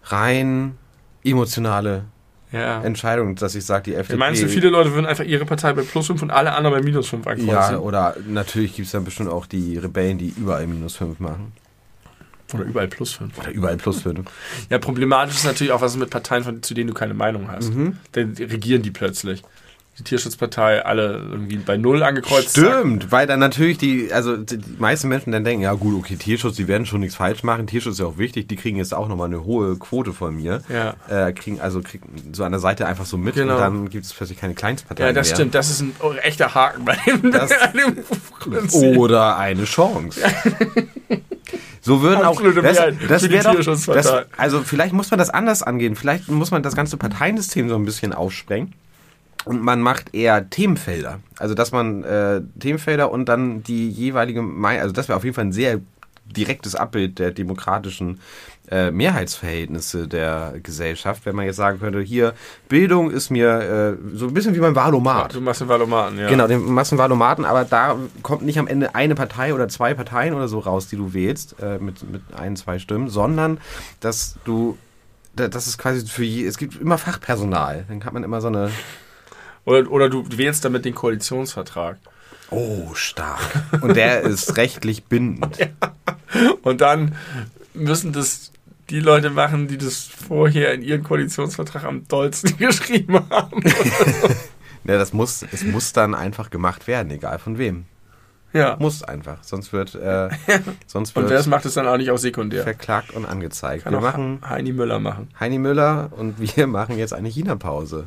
rein emotionale ja. Entscheidung, dass ich sage, die F D P... Meinst du, viele Leute würden einfach ihre Partei bei plus fünf und alle anderen bei minus fünf ankreuzen? Ja, oder natürlich gibt es dann bestimmt auch die Rebellen, die überall minus fünf machen. Oder überall plus fünf. Oder überall plus fünf. Ja, problematisch ist natürlich auch, was ist mit Parteien, von, zu denen du keine Meinung hast. Mhm. Dann regieren die plötzlich. Die Tierschutzpartei, alle irgendwie bei Null angekreuzt. Stimmt, zack. Weil dann natürlich die, also die meisten Menschen dann denken, ja gut, okay, Tierschutz, die werden schon nichts falsch machen. Tierschutz ist ja auch wichtig, die kriegen jetzt auch nochmal eine hohe Quote von mir. Ja. Äh, kriegen also kriegen so an der Seite einfach so mit genau. und dann gibt es plötzlich keine Kleinstpartei mehr. Ja, das mehr. stimmt, das ist ein echter Haken bei dem, das, dem Oder eine Chance. So würden auch, das, das wäre doch, das, also vielleicht muss man das anders angehen, vielleicht muss man das ganze Parteiensystem so ein bisschen aufsprengen und man macht eher Themenfelder, also dass man äh, Themenfelder und dann die jeweilige, also das wäre auf jeden Fall ein sehr direktes Abbild der demokratischen äh, Mehrheitsverhältnisse der Gesellschaft, wenn man jetzt sagen könnte, hier, Bildung ist mir äh, so ein bisschen wie beim Wahlomat. Ja, du machst den Wahlomaten, ja. Genau, den machst den Wahlomaten, aber da kommt nicht am Ende eine Partei oder zwei Parteien oder so raus, die du wählst, äh, mit, mit ein, zwei Stimmen, sondern dass du, das ist quasi für je, es gibt immer Fachpersonal, dann hat man immer so eine... Oder, oder du wählst damit den Koalitionsvertrag. Oh, stark. Und der ist rechtlich bindend. Ja. Und dann müssen das die Leute machen, die das vorher in ihren Koalitionsvertrag am dollsten geschrieben haben. Ja, das muss, es muss dann einfach gemacht werden, egal von wem. Ja. Muss einfach. Sonst wird, äh, sonst wird und wer es macht, es dann auch nicht auch sekundär. Verklagt und angezeigt. Kann wir auch machen Heini Müller machen. Heini Müller und wir machen jetzt eine China-Pause.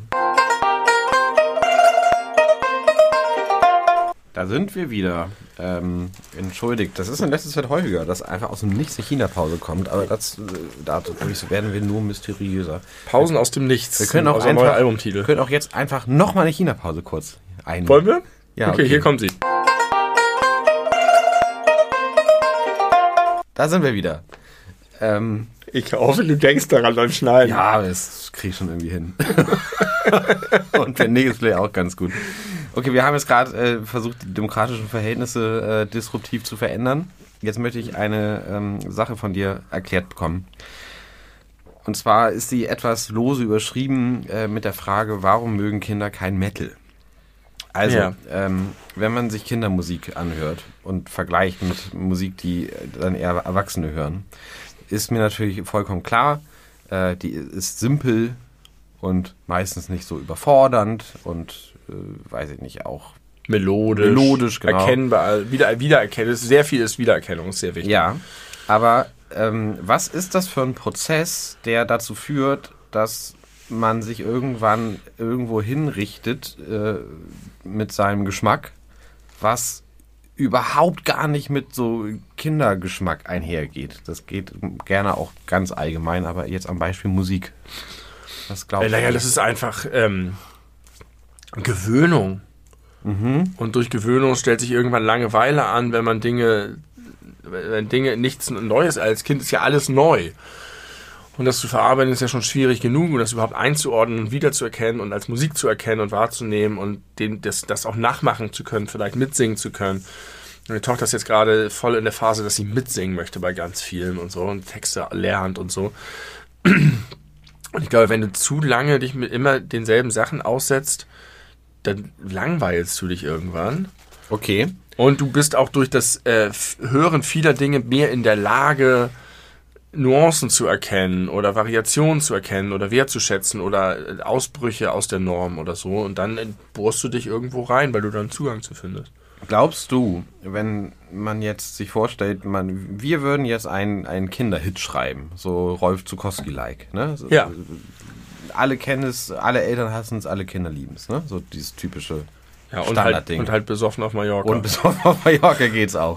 Da sind wir wieder. Ähm, entschuldigt, das ist in letzter Zeit häufiger, dass einfach aus dem Nichts eine China-Pause kommt, aber das, dadurch werden wir nur mysteriöser. Pausen aus dem Nichts. Wir können auch also einfach, Albumtitel. Wir können auch jetzt einfach nochmal eine China-Pause kurz ein. Wollen wir? Ja. Okay, okay, hier kommt sie. Da sind wir wieder. Ähm, ich hoffe, du denkst daran beim Schneiden. Ja, das krieg ich schon irgendwie hin. Und für nächstes Play auch ganz gut. Okay, wir haben jetzt gerade äh, versucht, die demokratischen Verhältnisse äh, disruptiv zu verändern. Jetzt möchte ich eine ähm, Sache von dir erklärt bekommen. Und zwar ist sie etwas lose überschrieben äh, mit der Frage, warum mögen Kinder kein Metal? Also, ja. ähm, wenn man sich Kindermusik anhört und vergleicht mit Musik, die dann eher Erwachsene hören, ist mir natürlich vollkommen klar, äh, die ist simpel und meistens nicht so überfordernd und äh, weiß ich nicht, auch melodisch, melodisch genau. Erkennbar, wieder, Wiedererkennung, sehr viel ist Wiedererkennung, ist sehr wichtig. Ja, aber ähm, was ist das für ein Prozess, der dazu führt, dass man sich irgendwann irgendwo hinrichtet äh, mit seinem Geschmack, was überhaupt gar nicht mit so Kindergeschmack einhergeht. Das geht gerne auch ganz allgemein, aber jetzt am Beispiel Musik. Was glaubst du? Naja, das ist einfach ähm, Gewöhnung. Mhm. Und durch Gewöhnung stellt sich irgendwann Langeweile an, wenn man Dinge, wenn Dinge nichts Neues als Kind ist ja alles neu. Und das zu verarbeiten ist ja schon schwierig genug und das überhaupt einzuordnen und wiederzuerkennen und als Musik zu erkennen und wahrzunehmen und den, das, das auch nachmachen zu können, vielleicht mitsingen zu können. Meine Tochter ist jetzt gerade voll in der Phase, dass sie mitsingen möchte bei ganz vielen und so und Texte lernt und so. Und ich glaube, wenn du zu lange dich mit immer denselben Sachen aussetzt, dann langweilst du dich irgendwann. Okay. Und du bist auch durch das äh, Hören vieler Dinge mehr in der Lage, Nuancen zu erkennen oder Variationen zu erkennen oder wertzuschätzen oder Ausbrüche aus der Norm oder so. Und dann bohrst du dich irgendwo rein, weil du dann Zugang zu findest. Glaubst du, wenn man jetzt sich vorstellt, man, wir würden jetzt einen, einen Kinderhit schreiben, so Rolf Zukowski-like, ne? So, ja. Alle kennen es, alle Eltern hassen es, alle Kinder lieben es, ne? So dieses typische ja, und Standardding. Halt, und halt besoffen auf Mallorca. Und besoffen auf Mallorca geht's auch.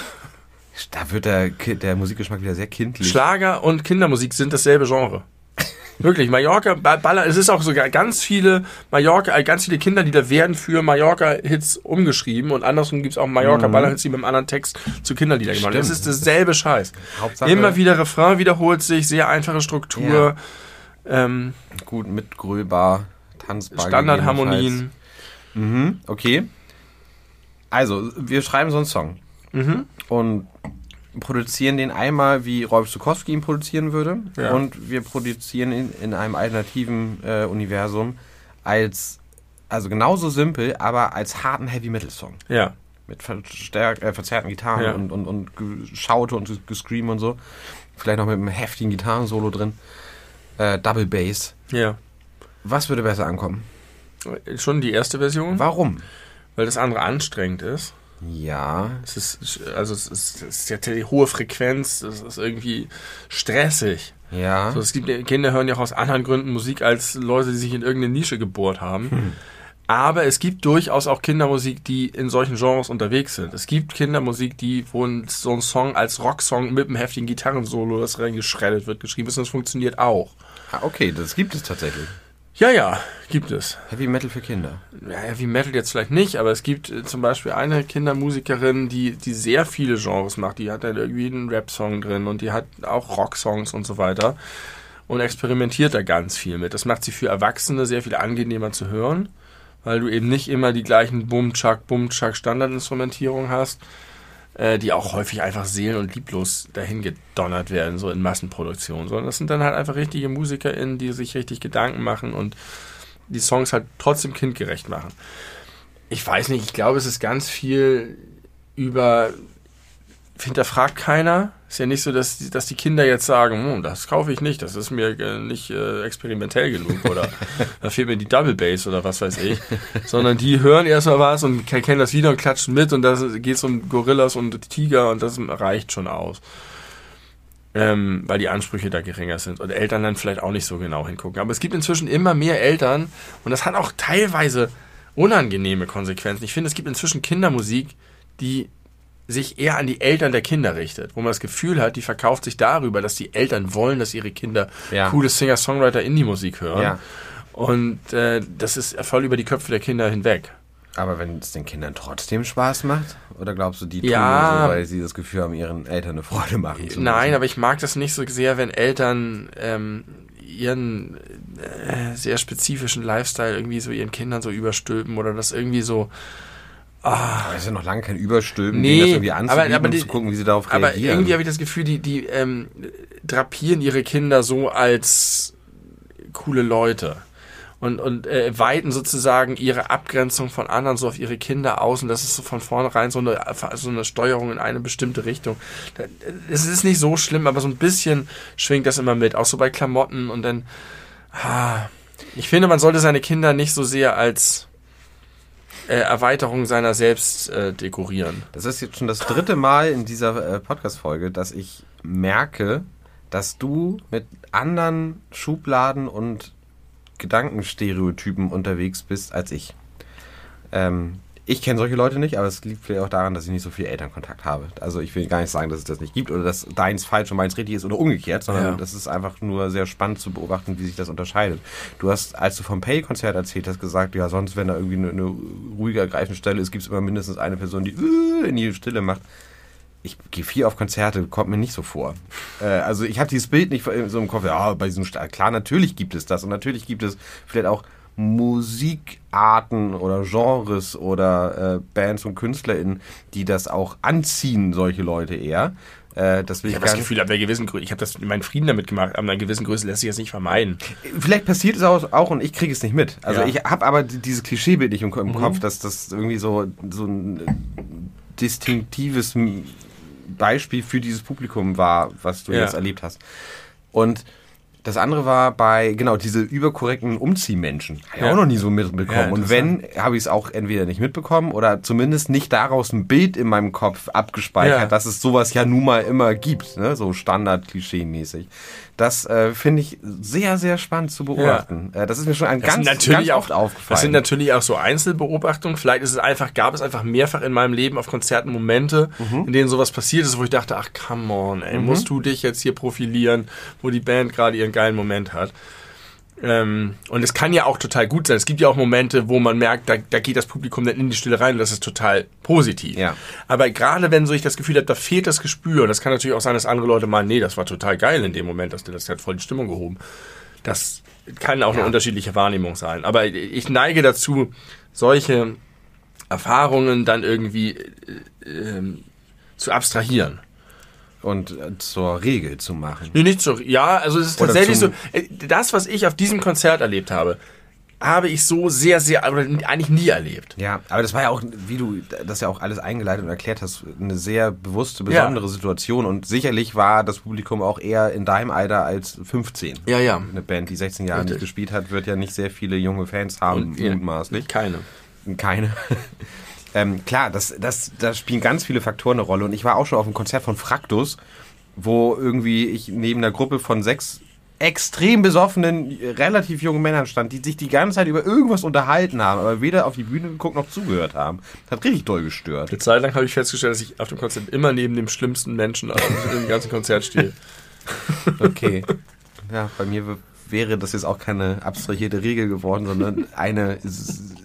Da wird der, der Musikgeschmack wieder sehr kindlich. Schlager und Kindermusik sind dasselbe Genre. Wirklich, Mallorca, Baller, es ist auch sogar ganz viele Mallorca, ganz viele Kinderlieder werden für Mallorca-Hits umgeschrieben und andersrum gibt es auch Mallorca-Baller-Hits, die mit einem anderen Text zu Kinderliedern gemacht werden. Es ist dasselbe Scheiß. Hauptsache, immer wieder Refrain wiederholt sich, sehr einfache Struktur. Ja. Ähm, Gut mitgrölbar, tanzbar. Standardharmonien. Mhm, okay. Also, wir schreiben so einen Song. Mhm. Und produzieren den einmal, wie Rolf Zukowski ihn produzieren würde. Ja. Und wir produzieren ihn in einem alternativen äh, Universum als, also genauso simpel, aber als harten Heavy-Metal-Song. Ja. Mit verstärk, äh, verzerrten Gitarren Ja. und, und, und Geschaute und Gescream und so. Vielleicht noch mit einem heftigen Gitarrensolo drin. Äh, Double Bass. Ja. Was würde besser ankommen? Schon die erste Version, Warum? weil das andere anstrengend ist. Ja. Es ist, also es ist, es ist ja die hohe Frequenz, es ist irgendwie stressig. Ja. Also es gibt, Kinder hören ja auch aus anderen Gründen Musik als Leute, die sich in irgendeine Nische gebohrt haben. Hm. Aber es gibt durchaus auch Kindermusik, die in solchen Genres unterwegs sind. Es gibt Kindermusik, die, wo so ein Song als Rocksong mit einem heftigen Gitarrensolo, das reingeschreddet wird, geschrieben ist, und das funktioniert auch. Ah, okay, das gibt es tatsächlich. Ja, ja, gibt es. Heavy Metal für Kinder. Ja, Heavy Metal jetzt vielleicht nicht, aber es gibt äh, zum Beispiel eine Kindermusikerin, die, die sehr viele Genres macht. Die hat dann irgendwie einen Rap-Song drin und die hat auch Rock-Songs und so weiter und experimentiert da ganz viel mit. Das macht sie für Erwachsene sehr viel angenehmer zu hören, weil du eben nicht immer die gleichen Bum-Chuck, Bum-Chuck Standardinstrumentierung hast, äh, die auch häufig einfach seelen- und lieblos dahin gedonnert werden, so in Massenproduktion, sondern das sind dann halt einfach richtige MusikerInnen, die sich richtig Gedanken machen und die Songs halt trotzdem kindgerecht machen. Ich weiß nicht, ich glaube, es ist ganz viel über hinterfragt keiner. Ist ja nicht so, dass die, dass die Kinder jetzt sagen, hm, das kaufe ich nicht, das ist mir äh, nicht äh, experimentell genug oder da fehlt mir die Double Bass oder was weiß ich. Sondern die hören erstmal was und kennen das wieder und klatschen mit und da geht es um Gorillas und Tiger und das reicht schon aus. Ähm, weil die Ansprüche da geringer sind und Eltern dann vielleicht auch nicht so genau hingucken. Aber es gibt inzwischen immer mehr Eltern und das hat auch teilweise unangenehme Konsequenzen. Ich finde, es gibt inzwischen Kindermusik, die sich eher an die Eltern der Kinder richtet, wo man das Gefühl hat, die verkauft sich darüber, dass die Eltern wollen, dass ihre Kinder ja. coole Singer-Songwriter-Indie-Musik hören. Ja. Und äh, das ist voll über die Köpfe der Kinder hinweg. Aber wenn es den Kindern trotzdem Spaß macht? Oder glaubst du, die tun Ja. nur so, weil sie das Gefühl haben, ihren Eltern eine Freude machen zu Nein, müssen? aber ich mag das nicht so sehr, wenn Eltern ähm, ihren äh, sehr spezifischen Lifestyle irgendwie so ihren Kindern so überstülpen oder das irgendwie so. Ah. Das ist ja noch lange kein Überstülpen, nee, das irgendwie anzubieten aber, aber die, und zu gucken, wie sie darauf aber reagieren. Aber irgendwie habe ich das Gefühl, die, die ähm, drapieren ihre Kinder so als coole Leute. Und, und äh, weiten sozusagen ihre Abgrenzung von anderen so auf ihre Kinder aus und das ist so von vornherein so eine, so eine Steuerung in eine bestimmte Richtung. Es ist nicht so schlimm, aber so ein bisschen schwingt das immer mit, auch so bei Klamotten und dann ah, ich finde, man sollte seine Kinder nicht so sehr als äh, Erweiterung seiner selbst äh, dekorieren. Das ist jetzt schon das dritte Mal in dieser äh, Podcast-Folge, dass ich merke, dass du mit anderen Schubladen und Gedankenstereotypen unterwegs bist als ich. Ähm, ich kenne solche Leute nicht, aber es liegt vielleicht auch daran, dass ich nicht so viel Elternkontakt habe. Also ich will gar nicht sagen, dass es das nicht gibt oder dass deins falsch und meins richtig ist oder umgekehrt, sondern ja. das ist einfach nur sehr spannend zu beobachten, wie sich das unterscheidet. Du hast, als du vom Pay-Konzert erzählt hast, gesagt, ja sonst, wenn da irgendwie eine, eine ruhige, ergreifende Stelle ist, gibt es immer mindestens eine Person, die uh, in die Stille macht. Ich gehe viel auf Konzerte, kommt mir nicht so vor. Äh, also ich habe dieses Bild nicht so im Kopf, ja, bei diesem Sta- klar, natürlich gibt es das und natürlich gibt es vielleicht auch Musikarten oder Genres oder äh, Bands und KünstlerInnen, die das auch anziehen, solche Leute eher. Äh, das will ich ich habe das Gefühl, ab einer gewissen Größe, ich habe das meinen Frieden damit gemacht, ab einer gewissen Größe lässt sich das nicht vermeiden. Vielleicht passiert es auch, auch und ich kriege es nicht mit. Also ja. ich habe aber dieses Klischeebild nicht im, im mhm. Kopf, dass das irgendwie so, so ein distinktives Beispiel für dieses Publikum war, was du ja. jetzt erlebt hast. Und das andere war bei, genau, diese überkorrekten Umziehmenschen. Habe ich ja. auch noch nie so mitbekommen. Ja, und wenn, habe ich es auch entweder nicht mitbekommen oder zumindest nicht daraus ein Bild in meinem Kopf abgespeichert, ja. dass es sowas ja nun mal immer gibt, ne? So Standard-Klischee-mäßig. Das äh, finde ich sehr, sehr spannend zu beobachten. Ja. Äh, das ist mir schon ein das ganz, natürlich ganz auch, oft aufgefallen. Das sind natürlich auch so Einzelbeobachtungen. Vielleicht ist es einfach, gab es einfach mehrfach in meinem Leben auf Konzerten Momente, mhm. in denen sowas passiert ist, wo ich dachte, ach come on, ey, mhm. musst du dich jetzt hier profilieren, wo die Band gerade ihren geilen Moment hat. Ähm, und es kann ja auch total gut sein. Es gibt ja auch Momente, wo man merkt, da, da geht das Publikum dann in die Stille rein und das ist total positiv. Ja. Aber gerade wenn so ich das Gefühl habe, da fehlt das Gespür, und das kann natürlich auch sein, dass andere Leute meinen, nee, das war total geil in dem Moment, das, das hat voll die Stimmung gehoben. Das kann auch ja. eine unterschiedliche Wahrnehmung sein. Aber ich neige dazu, solche Erfahrungen dann irgendwie äh, äh, zu abstrahieren. und äh, zur Regel zu machen. Nee, nicht so. Ja, also es ist Oder tatsächlich so, zum- äh, das, was ich auf diesem Konzert erlebt habe, habe ich so sehr, sehr, oder eigentlich nie erlebt. Ja, aber das war ja auch, wie du das ja auch alles eingeleitet und erklärt hast, eine sehr bewusste, besondere Ja. Situation. Und sicherlich war das Publikum auch eher in deinem Alter als fünfzehn. Ja, ja. Eine Band, die sechzehn Jahre Richtig. nicht gespielt hat, wird ja nicht sehr viele junge Fans haben, Und, ja, mutmaßlich. Keine. Keine. ähm, klar, das, das, da spielen ganz viele Faktoren eine Rolle. Und ich war auch schon auf einem Konzert von Fraktus, wo irgendwie ich neben einer Gruppe von sechs extrem besoffenen, relativ jungen Männern stand, die sich die ganze Zeit über irgendwas unterhalten haben, aber weder auf die Bühne geguckt noch zugehört haben. Hat richtig doll gestört. Eine Zeit lang habe ich festgestellt, dass ich auf dem Konzert immer neben dem schlimmsten Menschen im ganzen Konzert stehe. Okay. Ja, bei mir w- wäre das jetzt auch keine abstrahierte Regel geworden, sondern eine s-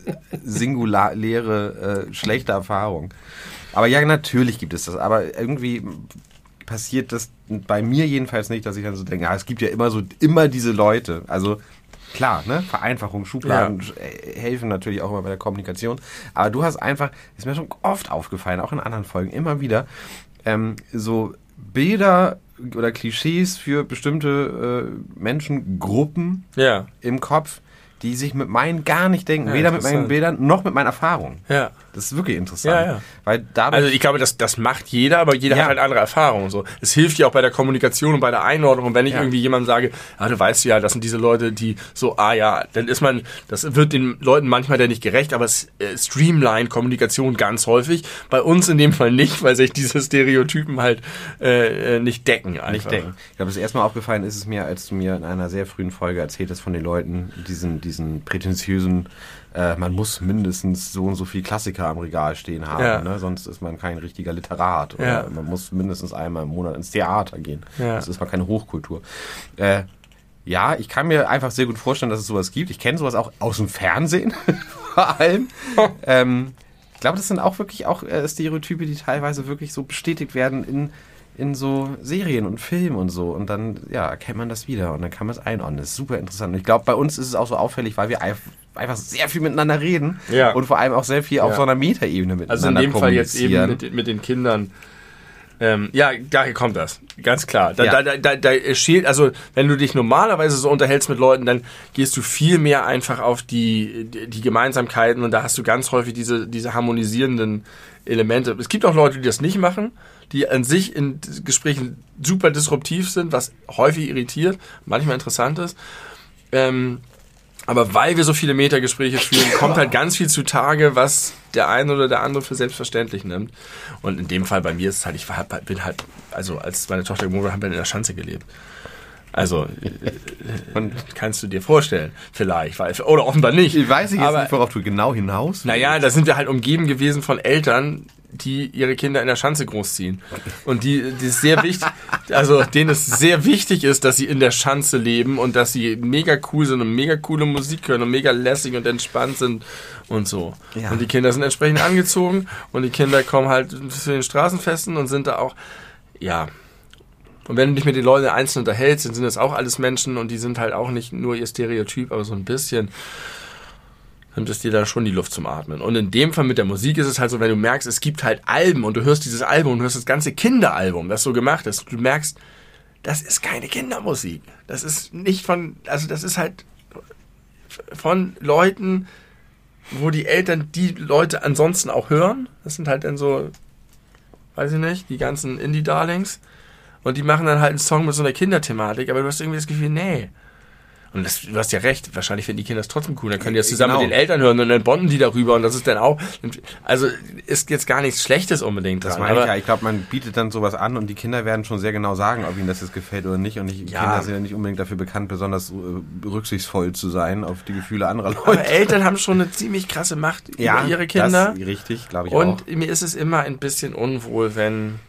singuläre, äh, schlechte Erfahrung. Aber ja, natürlich gibt es das. Aber irgendwie passiert das bei mir jedenfalls nicht, dass ich dann so denke, ja, es gibt ja immer so, immer diese Leute. Also klar, ne, Vereinfachung, Schubladen Ja. äh, helfen natürlich auch immer bei der Kommunikation. Aber du hast einfach, ist mir schon oft aufgefallen, auch in anderen Folgen, immer wieder, ähm, so Bilder oder Klischees für bestimmte äh, Menschengruppen Ja, im Kopf, die sich mit meinen gar nicht denken. Ja, Weder mit meinen interessant. Bildern noch mit meinen Erfahrungen. ja. Das ist wirklich interessant. Ja, ja. Weil dadurch, Also ich glaube, das, das macht jeder, aber jeder Ja. hat halt andere Erfahrungen. So. Es hilft ja auch bei der Kommunikation und bei der Einordnung. Und wenn ich Ja. irgendwie jemandem sage, ah, du weißt ja, das sind diese Leute, die so, ah ja, dann ist man, das wird den Leuten manchmal dann nicht gerecht, aber es äh, streamline Kommunikation ganz häufig. Bei uns in dem Fall nicht, weil sich diese Stereotypen halt äh, äh, nicht decken. Einfach. nicht denken. Ich glaube, das erste Mal aufgefallen ist es mir, als du mir in einer sehr frühen Folge erzählt hast von den Leuten, diesen, diesen prätentiösen, äh, man muss mindestens so und so viel Klassiker am Regal stehen haben, Ja. ne? Sonst ist man kein richtiger Literat. Oder Ja. man muss mindestens einmal im Monat ins Theater gehen. Ja. Das ist mal keine Hochkultur. Äh, ja, ich kann mir einfach sehr gut vorstellen, dass es sowas gibt. Ich kenne sowas auch aus dem Fernsehen, vor allem. ähm, ich glaube, das sind auch wirklich auch äh, Stereotype, die teilweise wirklich so bestätigt werden in, in so Serien und Filmen und so. Und dann, ja, erkennt man das wieder und dann kann man es einordnen. Das ist super interessant. Und ich glaube, bei uns ist es auch so auffällig, weil wir einfach einfach sehr viel miteinander reden Ja. und vor allem auch sehr viel auf Ja. so einer Metaebene miteinander Also in dem Fall jetzt eben kommunizieren. mit, den- mit den Kindern. Ähm, ja, daher kommt das. Ganz klar. Da, Ja. da, da, da schält, also wenn du dich normalerweise so unterhältst mit Leuten, dann gehst du viel mehr einfach auf die, die, die Gemeinsamkeiten und da hast du ganz häufig diese, diese harmonisierenden Elemente. Es gibt auch Leute, die das nicht machen, die an sich in Gesprächen super disruptiv sind, was häufig irritiert, manchmal interessant ist. Ähm, aber weil wir so viele Metagespräche führen, kommt halt ganz viel zutage, was der eine oder der andere für selbstverständlich nimmt. Und in dem Fall bei mir ist es halt, ich war, bin halt, also als meine Tochter geboren wurde, haben wir in der Schanze gelebt. Also, und kannst du dir vorstellen, vielleicht, weil, oder offenbar nicht. Ich weiß ich jetzt aber, nicht, worauf du genau hinaus willst. Naja, da sind wir halt umgeben gewesen von Eltern, die ihre Kinder in der Schanze großziehen. Und die, die ist sehr wichtig, also denen es sehr wichtig ist, dass sie in der Schanze leben und dass sie mega cool sind und mega coole Musik hören und mega lässig und entspannt sind und so. Ja. Und die Kinder sind entsprechend angezogen und die Kinder kommen halt zu den Straßenfesten und sind da auch, ja. Und wenn du dich mit den Leuten einzeln unterhältst, dann sind das auch alles Menschen und die sind halt auch nicht nur ihr Stereotyp, aber so ein bisschen nimmt es dir da schon die Luft zum Atmen. Und in dem Fall mit der Musik ist es halt so, wenn du merkst, es gibt halt Alben und du hörst dieses Album und hörst das ganze Kinderalbum, das so gemacht ist, du merkst, das ist keine Kindermusik. Das ist nicht von, also das ist halt von Leuten, wo die Eltern die Leute ansonsten auch hören. Das sind halt dann so, weiß ich nicht, die ganzen Indie-Darlings. Und die machen dann halt einen Song mit so einer Kinderthematik, aber du hast irgendwie das Gefühl, nee. Und das, du hast ja recht, wahrscheinlich finden die Kinder das trotzdem cool. Dann können die das zusammen Genau. mit den Eltern hören und dann bonden die darüber und das ist dann auch, also ist jetzt gar nichts Schlechtes unbedingt Das dran. meine ich aber ja. Ich glaube, man bietet dann sowas an und die Kinder werden schon sehr genau sagen, ob ihnen das jetzt gefällt oder nicht. Und die Ja. Kinder sind ja nicht unbedingt dafür bekannt, besonders äh, rücksichtsvoll zu sein auf die Gefühle anderer aber Leute. Eltern haben schon eine ziemlich krasse Macht über ihre Kinder. Das, richtig, glaube ich Und auch. mir ist es immer ein bisschen unwohl, wenn,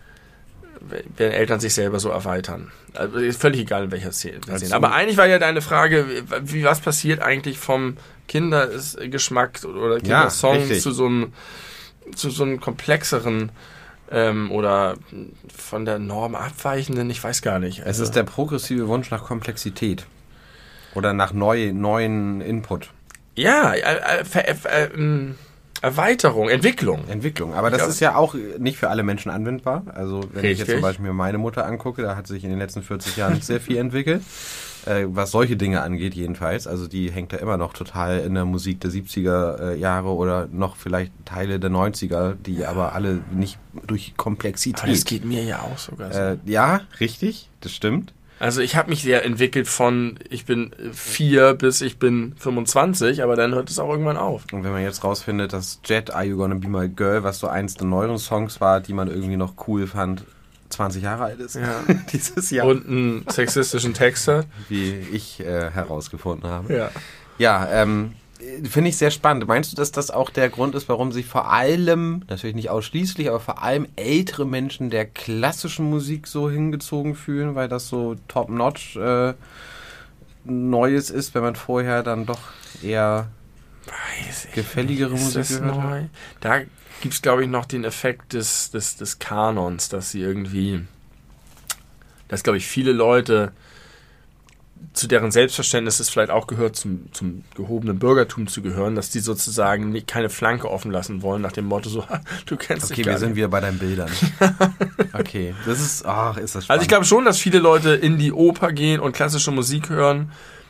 wenn Eltern sich selber so erweitern. Also ist völlig egal, in welcher Szene. Also- Aber eigentlich war ja deine Frage, wie, was passiert eigentlich vom Kindergeschmack oder Kindersong richtig. zu so einem, zu so einem komplexeren ähm, oder von der Norm abweichenden, ich weiß gar nicht. Es Also, ist der progressive Wunsch nach Komplexität. Oder nach neu, neuen Input. ja, äh, äh, ver- äh, äh, Erweiterung, Entwicklung. Entwicklung. Aber das ja. ist ja auch nicht für alle Menschen anwendbar. Also wenn Richtig. ich jetzt zum Beispiel mir meine Mutter angucke, da hat sich in den letzten vierzig Jahren nicht sehr viel entwickelt. Äh, was solche Dinge angeht jedenfalls. Also die hängt da immer noch total in der Musik der siebziger äh, Jahre oder noch vielleicht Teile der neunziger, die ja. aber alle nicht durch Komplexität. Aber das geht mir ja auch sogar so. Äh, ja, richtig, das stimmt. Also ich habe mich sehr entwickelt von ich bin vier bis ich bin fünfundzwanzig, aber dann hört es auch irgendwann auf. Und wenn man jetzt rausfindet, dass Jet, Are You Gonna Be My Girl, was so eins der neueren Songs war, die man irgendwie noch cool fand, zwanzig Jahre alt ist ja. dieses Jahr. Und einen sexistischen Text hat. Wie ich äh, herausgefunden habe. Ja, ja ähm, finde ich sehr spannend. Meinst du, dass das auch der Grund ist, warum sich vor allem, natürlich nicht ausschließlich, aber vor allem ältere Menschen der klassischen Musik so hingezogen fühlen, weil das so top-notch äh, Neues ist, wenn man vorher dann doch eher Weiß ich gefälligere nicht. Musik Ist das gehört neu? hat? Da gibt es, glaube ich, noch den Effekt des, des, des Kanons, dass sie irgendwie, dass, glaube ich, viele Leute, zu deren Selbstverständnis es vielleicht auch gehört, zum, zum gehobenen Bürgertum zu gehören, dass die sozusagen nicht, keine Flanke offen lassen wollen, nach dem Motto so, du kennst Okay, dich wir gar sind nicht. wieder bei deinen Bildern. Okay, das ist, ach, ist das spannend. Also ich glaube schon, dass viele Leute in die Oper gehen und klassische Musik hören,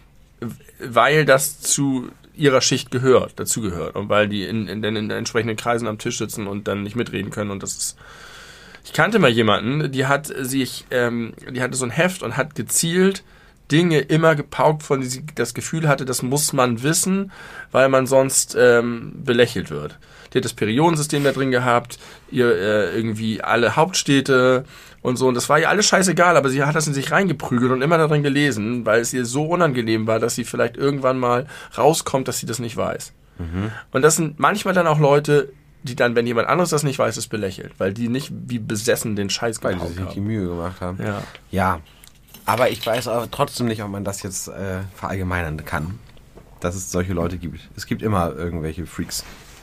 weil das zu ihrer Schicht gehört, dazu gehört und weil die in, in, in, in entsprechenden Kreisen am Tisch sitzen und dann nicht mitreden können und das ist. Ich kannte mal jemanden, die hat sich, ähm, die hatte so ein Heft und hat gezielt Dinge immer gepaukt, von denen sie das Gefühl hatte, das muss man wissen, weil man sonst ähm, belächelt wird. Die hat das Periodensystem da drin gehabt, ihr äh, irgendwie alle Hauptstädte und so. Und das war ihr alles scheißegal, aber sie hat das in sich reingeprügelt und immer darin gelesen, weil es ihr so unangenehm war, dass sie vielleicht irgendwann mal rauskommt, dass sie das nicht weiß. Mhm. Und das sind manchmal dann auch Leute, die dann, wenn jemand anderes das nicht weiß, es belächelt, weil die nicht wie besessen den Scheiß weil gepaukt sie sich haben. die Mühe gemacht haben. Ja. Ja. Aber ich weiß aber trotzdem nicht, ob man das jetzt äh, verallgemeinern kann, dass es solche Leute gibt. Es gibt immer irgendwelche Freaks.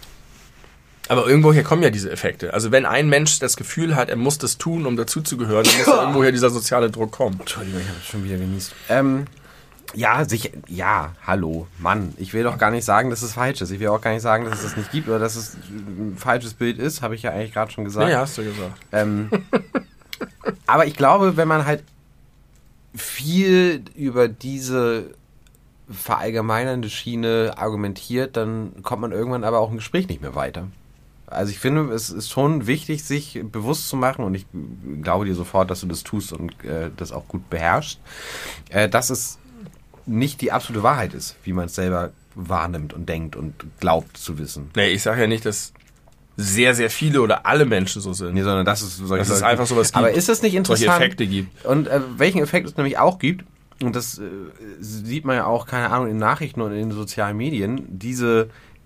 Aber irgendwoher kommen ja diese Effekte. Also wenn ein Mensch das Gefühl hat, er muss das tun, um dazuzugehören, dann muss ja irgendwoher dieser soziale Druck kommen. Entschuldigung, ich habe es schon wieder genießt. Ähm, ja, sicher, ja, hallo, Mann. Ich will doch gar nicht sagen, dass es falsch ist. Ich will auch gar nicht sagen, dass es das nicht gibt oder dass es ein falsches Bild ist. Habe ich ja eigentlich gerade schon gesagt. Ja, hast du gesagt. Ähm, aber ich glaube, wenn man halt viel über diese verallgemeinernde Schiene argumentiert, dann kommt man irgendwann aber auch im Gespräch nicht mehr weiter. Also ich finde, es ist schon wichtig, sich bewusst zu machen, und ich glaube dir sofort, dass du das tust und äh, das auch gut beherrschst, äh, dass es nicht die absolute Wahrheit ist, wie man es selber wahrnimmt und denkt und glaubt zu wissen. Nee, ich sage ja nicht, dass sehr, sehr viele oder alle Menschen so sind. Nee, sondern dass es solche dass es einfach sowas gibt. Aber ist das nicht interessant? Solche Effekte gibt. Und äh, welchen Effekt es nämlich auch gibt, und das äh, sieht man ja auch, keine Ahnung, in Nachrichten und in den sozialen Medien, diese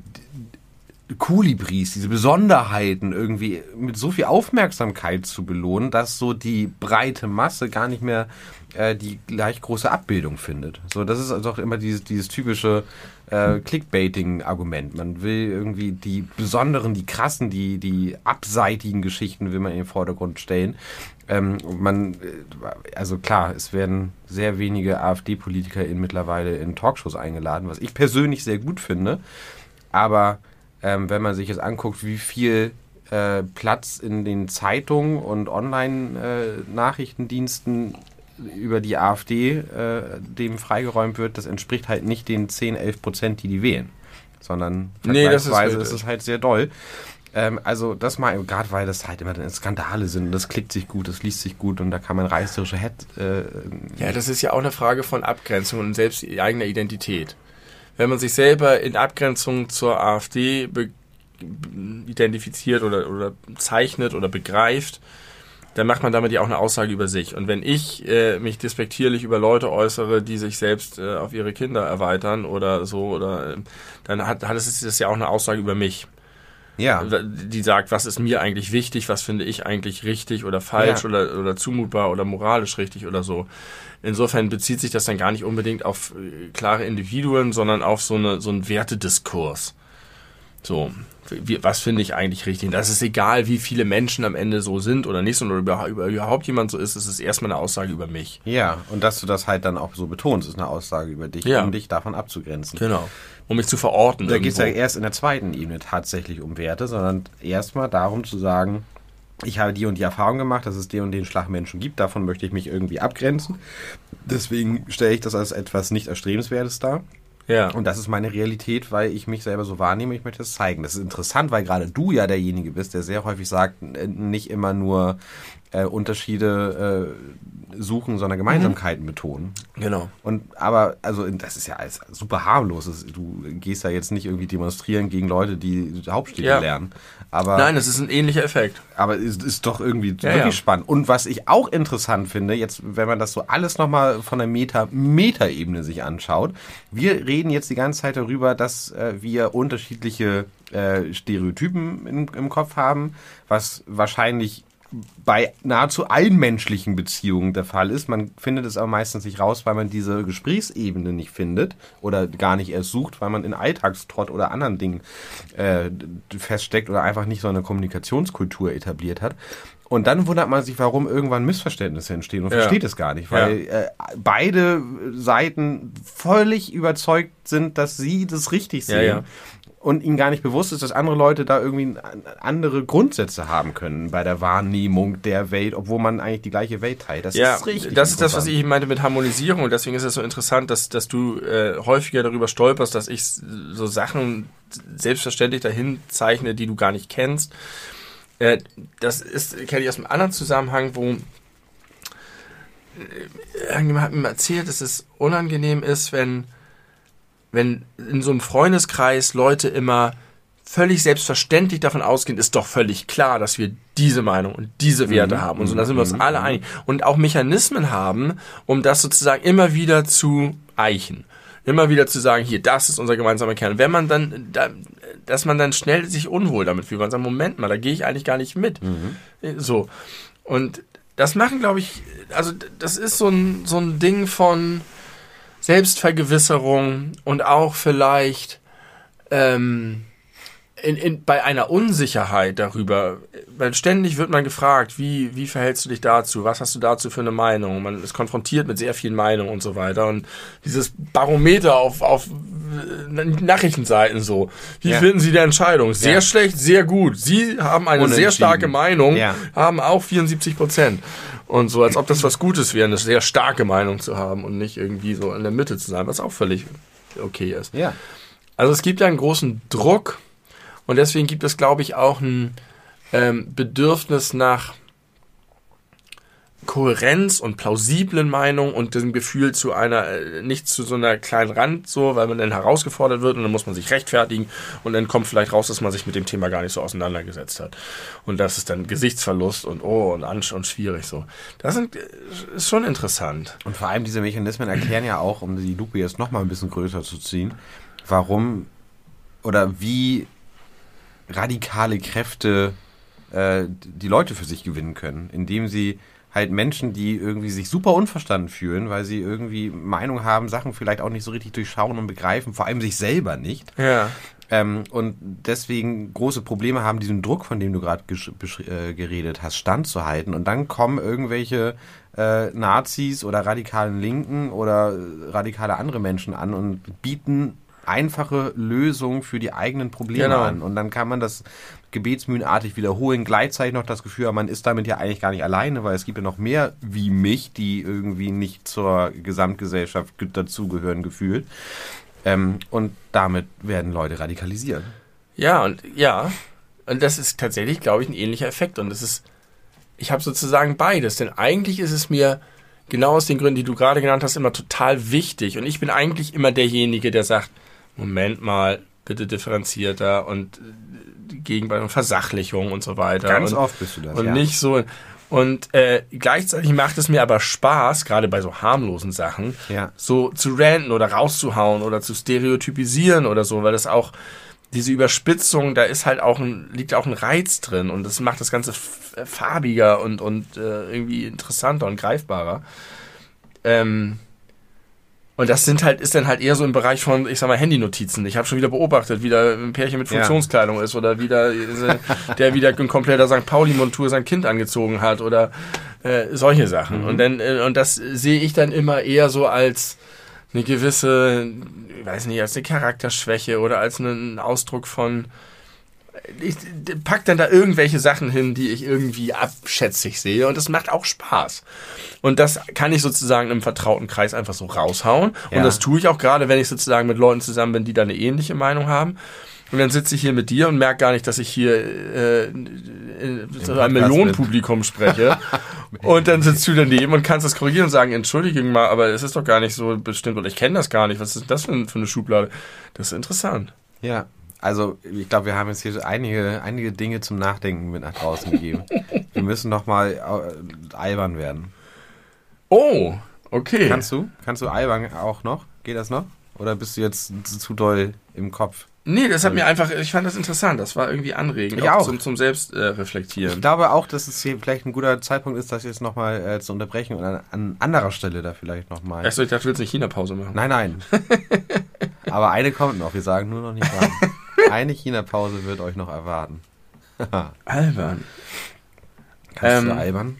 Kolibris, diese Besonderheiten irgendwie mit so viel Aufmerksamkeit zu belohnen, dass so die breite Masse gar nicht mehr äh, die gleich große Abbildung findet. So, das ist also auch immer dieses, dieses typische äh, Clickbaiting-Argument. Man will irgendwie die besonderen, die krassen, die, die abseitigen Geschichten will man in den Vordergrund stellen. Ähm, man, also klar, es werden sehr wenige AfD-PolitikerInnen mittlerweile in Talkshows eingeladen, was ich persönlich sehr gut finde, aber Ähm, wenn man sich jetzt anguckt, wie viel äh, Platz in den Zeitungen und Online-Nachrichtendiensten äh, über die AfD äh, dem freigeräumt wird, das entspricht halt nicht den zehn, elf Prozent, die die wählen, sondern vergleichsweise nee, ist es halt sehr doll. Ähm, also das mal, gerade weil das halt immer dann Skandale sind, das klickt sich gut, das liest sich gut und da kann man reißerische Head... Äh, ja, das ist ja auch eine Frage von Abgrenzung und selbst eigener Identität. Wenn man sich selber in Abgrenzung zur AfD be- identifiziert oder, oder zeichnet oder begreift, dann macht man damit ja auch eine Aussage über sich. Und wenn ich äh, mich despektierlich über Leute äußere, die sich selbst äh, auf ihre Kinder erweitern oder so, oder äh, dann hat, hat es das ja auch eine Aussage über mich. Ja. Die sagt, was ist mir eigentlich wichtig, was finde ich eigentlich richtig oder falsch ja. oder, oder zumutbar oder moralisch richtig oder so. Insofern bezieht sich das dann gar nicht unbedingt auf äh, klare Individuen, sondern auf so, eine, so einen Wertediskurs. So, wie, was finde ich eigentlich richtig? Das ist egal, wie viele Menschen am Ende so sind oder nicht, sondern über, über, überhaupt jemand so ist, es ist erstmal eine Aussage über mich. Ja, und dass du das halt dann auch so betonst, ist eine Aussage über dich, ja. um dich davon abzugrenzen. Genau, um mich zu verorten. Da geht es ja erst in der zweiten Ebene tatsächlich um Werte, sondern erstmal darum zu sagen, ich habe die und die Erfahrung gemacht, dass es den und den Schlagmenschen gibt, davon möchte ich mich irgendwie abgrenzen. Deswegen stelle ich das als etwas nicht Erstrebenswertes dar. Ja. Und das ist meine Realität, weil ich mich selber so wahrnehme, ich möchte das zeigen. Das ist interessant, weil gerade du ja derjenige bist, der sehr häufig sagt, nicht immer nur äh, Unterschiede äh, suchen, sondern Gemeinsamkeiten mhm. betonen. Genau. Und aber, also das ist ja alles super harmlos. Du gehst ja jetzt nicht irgendwie demonstrieren gegen Leute, die Hauptstädte ja. lernen. Aber, nein, das ist ein ähnlicher Effekt. Aber es ist doch irgendwie ja, wirklich ja. spannend. Und was ich auch interessant finde, jetzt, wenn man das so alles nochmal von der Meta, Meta-Ebene sich anschaut, wir reden jetzt die ganze Zeit darüber, dass äh, wir unterschiedliche äh, Stereotypen in, im Kopf haben, was wahrscheinlich bei nahezu einmenschlichen Beziehungen der Fall ist. Man findet es aber meistens nicht raus, weil man diese Gesprächsebene nicht findet oder gar nicht erst sucht, weil man in Alltagstrott oder anderen Dingen äh, feststeckt oder einfach nicht so eine Kommunikationskultur etabliert hat. Und dann wundert man sich, warum irgendwann Missverständnisse entstehen und ja. versteht es gar nicht, weil ja. äh, beide Seiten völlig überzeugt sind, dass sie das richtig sehen. Ja, ja. Und ihnen gar nicht bewusst ist, dass andere Leute da irgendwie andere Grundsätze haben können bei der Wahrnehmung der Welt, obwohl man eigentlich die gleiche Welt teilt. Das ja, ist richtig. Das ist das, was ich meinte mit Harmonisierung. Und deswegen ist es so interessant, dass, dass du äh, häufiger darüber stolperst, dass ich so Sachen selbstverständlich dahin zeichne, die du gar nicht kennst. Äh, das ist, kenne ich aus einem anderen Zusammenhang, wo äh, irgendjemand hat mir erzählt, dass es unangenehm ist, wenn wenn in so einem Freundeskreis Leute immer völlig selbstverständlich davon ausgehen, ist doch völlig klar, dass wir diese Meinung und diese Werte mhm. haben und so, da sind wir uns mhm. alle einig. Und auch Mechanismen haben, um das sozusagen immer wieder zu eichen. Immer wieder zu sagen, hier, das ist unser gemeinsamer Kern. Wenn man dann, da, dass man dann schnell sich unwohl damit fühlt, man sagt, Moment mal, da gehe ich eigentlich gar nicht mit. Mhm. So. Und das machen, glaube ich, also das ist so ein, so ein Ding von Selbstvergewisserung und auch vielleicht ähm, in, in, bei einer Unsicherheit darüber, weil ständig wird man gefragt, wie, wie verhältst du dich dazu, was hast du dazu für eine Meinung, man ist konfrontiert mit sehr vielen Meinungen und so weiter und dieses Barometer auf, auf Nachrichtenseiten so, wie ja. finden Sie die Entscheidung? Sehr ja. schlecht, sehr gut, Sie haben eine sehr starke Meinung, ja. haben auch vierundsiebzig Prozent. Und so, als ob das was Gutes wäre, eine sehr starke Meinung zu haben und nicht irgendwie so in der Mitte zu sein, was auch völlig okay ist. Ja. Also es gibt ja einen großen Druck und deswegen gibt es, glaube ich, auch ein ähm, Bedürfnis nach Kohärenz und plausiblen Meinungen und dem Gefühl zu einer, äh, nicht zu so einer kleinen Rand, so, weil man dann herausgefordert wird und dann muss man sich rechtfertigen und dann kommt vielleicht raus, dass man sich mit dem Thema gar nicht so auseinandergesetzt hat. Und das ist dann Gesichtsverlust und oh und ansch und schwierig so. Das sind, ist schon interessant. Und vor allem diese Mechanismen erklären ja auch, um die Lupe jetzt nochmal ein bisschen größer zu ziehen, warum oder wie radikale Kräfte äh, die Leute für sich gewinnen können, indem sie halt Menschen, die irgendwie sich super unverstanden fühlen, weil sie irgendwie Meinung haben, Sachen vielleicht auch nicht so richtig durchschauen und begreifen, vor allem sich selber nicht. Ja. Ähm, und deswegen große Probleme haben, diesen Druck, von dem du gerade äh, geredet hast, standzuhalten. Und dann kommen irgendwelche äh, Nazis oder radikalen Linken oder radikale andere Menschen an und bieten einfache Lösungen für die eigenen Probleme genau. an. Und dann kann man das gebetsmühlenartig wiederholen, gleichzeitig noch das Gefühl, man ist damit ja eigentlich gar nicht alleine, weil es gibt ja noch mehr wie mich, die irgendwie nicht zur Gesamtgesellschaft dazugehören gefühlt. Ähm, und damit werden Leute radikalisiert. Ja, und ja, und das ist tatsächlich, glaube ich, ein ähnlicher Effekt. Und das ist, ich habe sozusagen beides, denn eigentlich ist es mir genau aus den Gründen, die du gerade genannt hast, immer total wichtig. Und ich bin eigentlich immer derjenige, der sagt, Moment mal, bitte differenzierter und Gegenwart und Versachlichung und so weiter. Ganz und, oft bist du das, Und ja. nicht so. Und äh, gleichzeitig macht es mir aber Spaß, gerade bei so harmlosen Sachen, ja. so zu ranten oder rauszuhauen oder zu stereotypisieren oder so, weil das auch, diese Überspitzung, da ist halt auch ein, liegt auch ein Reiz drin und das macht das Ganze f- farbiger und, und äh, irgendwie interessanter und greifbarer. Ähm, Und das sind halt, ist dann halt eher so im Bereich von, ich sag mal, Handynotizen. Ich habe schon wieder beobachtet, wie da ein Pärchen mit Funktionskleidung ja. ist oder wieder der wieder in kompletter Sankt Pauli-Montur sein Kind angezogen hat oder äh, solche Sachen. Mhm. Und dann äh, und das sehe ich dann immer eher so als eine gewisse, ich weiß nicht, als eine Charakterschwäche oder als einen Ausdruck von, ich pack dann da irgendwelche Sachen hin, die ich irgendwie abschätzig sehe und das macht auch Spaß. Und das kann ich sozusagen im vertrauten Kreis einfach so raushauen. Ja. Und das tue ich auch gerade, wenn ich sozusagen mit Leuten zusammen bin, die da eine ähnliche Meinung haben. Und dann sitze ich hier mit dir und merke gar nicht, dass ich hier äh, in so einem Millionenpublikum spreche. Und dann sitzt du daneben und kannst das korrigieren und sagen, Entschuldigung mal, aber es ist doch gar nicht so bestimmt oder ich kenne das gar nicht. Was ist das für, für eine Schublade? Das ist interessant. Ja. Also, ich glaube, wir haben jetzt hier einige, einige Dinge zum Nachdenken mit nach draußen gegeben. Wir müssen noch mal äh, albern werden. Oh, okay. Kannst du? Kannst du albern auch noch? Geht das noch? Oder bist du jetzt zu, zu doll im Kopf? Nee, das hat mir einfach, ich fand das interessant. Das war irgendwie anregend. Ich auch. Zum, zum Selbstreflektieren. Äh, ich glaube auch, dass es hier vielleicht ein guter Zeitpunkt ist, das jetzt nochmal äh, zu unterbrechen und an, an anderer Stelle da vielleicht nochmal. Achso, ich dachte, du willst eine China-Pause machen. Nein, nein. Aber eine kommt noch. Wir sagen nur noch nicht wann. Eine China-Pause wird euch noch erwarten. Albern. Kannst ähm, du albern?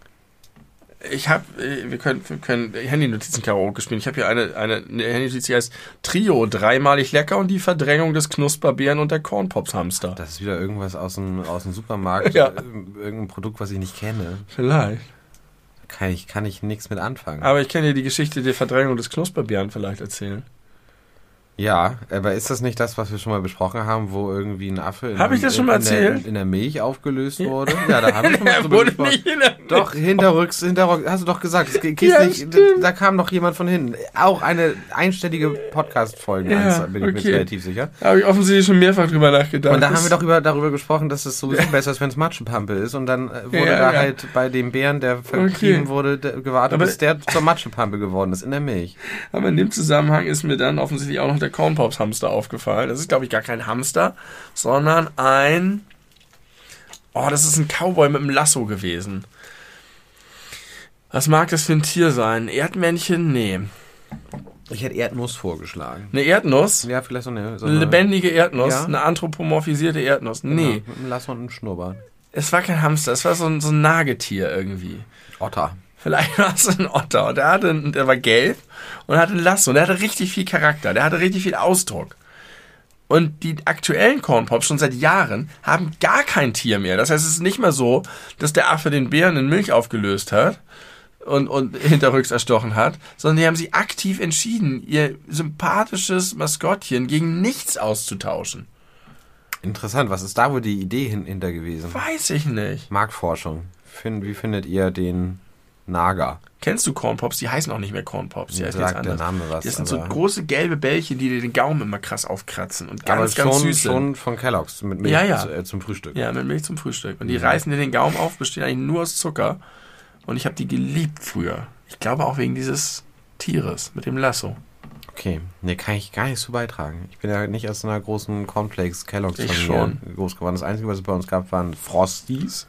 Ich habe, wir können, wir können Handy-Notizen-Karaoke spielen. Ich habe hier eine, eine, eine Handy-Notiz, die heißt Trio, dreimalig lecker und die Verdrängung des Knusperbären und der Cornpops-Hamster. Das ist wieder irgendwas aus dem, aus dem Supermarkt. Ja. Irgendein Produkt, was ich nicht kenne. Vielleicht. Kann ich, kann ich nichts mit anfangen. Aber ich kann dir die Geschichte der Verdrängung des Knusperbären vielleicht erzählen. Ja, aber ist das nicht das, was wir schon mal besprochen haben, wo irgendwie ein Affe in, hab ich das schon mal in, erzählt? Der, in der Milch aufgelöst wurde? Ja, da haben wir schon mal drüber wurde gesprochen. Nicht in der Doch, hinterrücks, hinterrücks, hast du doch gesagt. Es geht ja, nicht, da kam doch jemand von hinten. Auch eine einstellige Podcast-Folge, ja, bin ich okay. mir relativ sicher. Da habe ich offensichtlich schon mehrfach drüber nachgedacht. Und da haben wir doch über, darüber gesprochen, dass es sowieso besser ist, wenn es Matschepampe ist. Und dann wurde ja, da ja. halt bei dem Bären, der vertrieben okay. wurde, der, gewartet, aber bis der zur Matschepampe geworden ist, in der Milch. Aber in dem Zusammenhang ist mir dann offensichtlich auch noch der Cornpops-Hamster aufgefallen. Das ist, glaube ich, gar kein Hamster, sondern ein... Oh, das ist ein Cowboy mit einem Lasso gewesen. Was mag das für ein Tier sein? Erdmännchen? Nee. Ich hätte Erdnuss vorgeschlagen. Eine Erdnuss? Ja, vielleicht so eine... So eine eine lebendige Erdnuss? Ja. Eine anthropomorphisierte Erdnuss? Nee. Genau, mit einem Lasso und einem Schnurrbart. Es war kein Hamster, es war so ein, so ein Nagetier irgendwie. Otter. Vielleicht war es ein Otter. Und der, hatte, der war gelb und hatte ein Lasso. Und der hatte richtig viel Charakter. Der hatte richtig viel Ausdruck. Und die aktuellen Cornpops schon seit Jahren haben gar kein Tier mehr. Das heißt, es ist nicht mehr so, dass der Affe den Bären in Milch aufgelöst hat und, und hinterrücks erstochen hat, sondern die haben sich aktiv entschieden, ihr sympathisches Maskottchen gegen nichts auszutauschen. Interessant, was ist da wohl die Idee hin, hinter gewesen? Weiß ich nicht. Marktforschung. Find, wie findet ihr den Nager? Kennst du Cornpops? Die heißen auch nicht mehr Cornpops. Die heißen jetzt sagt der anders. Name was. Das sind so große gelbe Bällchen, die dir den Gaumen immer krass aufkratzen und ganz, aber ganz schon, süß sind. schon von Kellogg's mit Milch ja, ja. Zu, äh, zum Frühstück. Ja, mit Milch zum Frühstück. Und die mhm. reißen dir den Gaumen auf, bestehen eigentlich nur aus Zucker. Und ich habe die geliebt früher. Ich glaube auch wegen dieses Tieres mit dem Lasso. Okay, ne, kann ich gar nicht zu beitragen. Ich bin ja nicht aus einer großen Cornflakes Kellogg's ich Familie groß geworden. Das Einzige, was es bei uns gab, waren Frosties.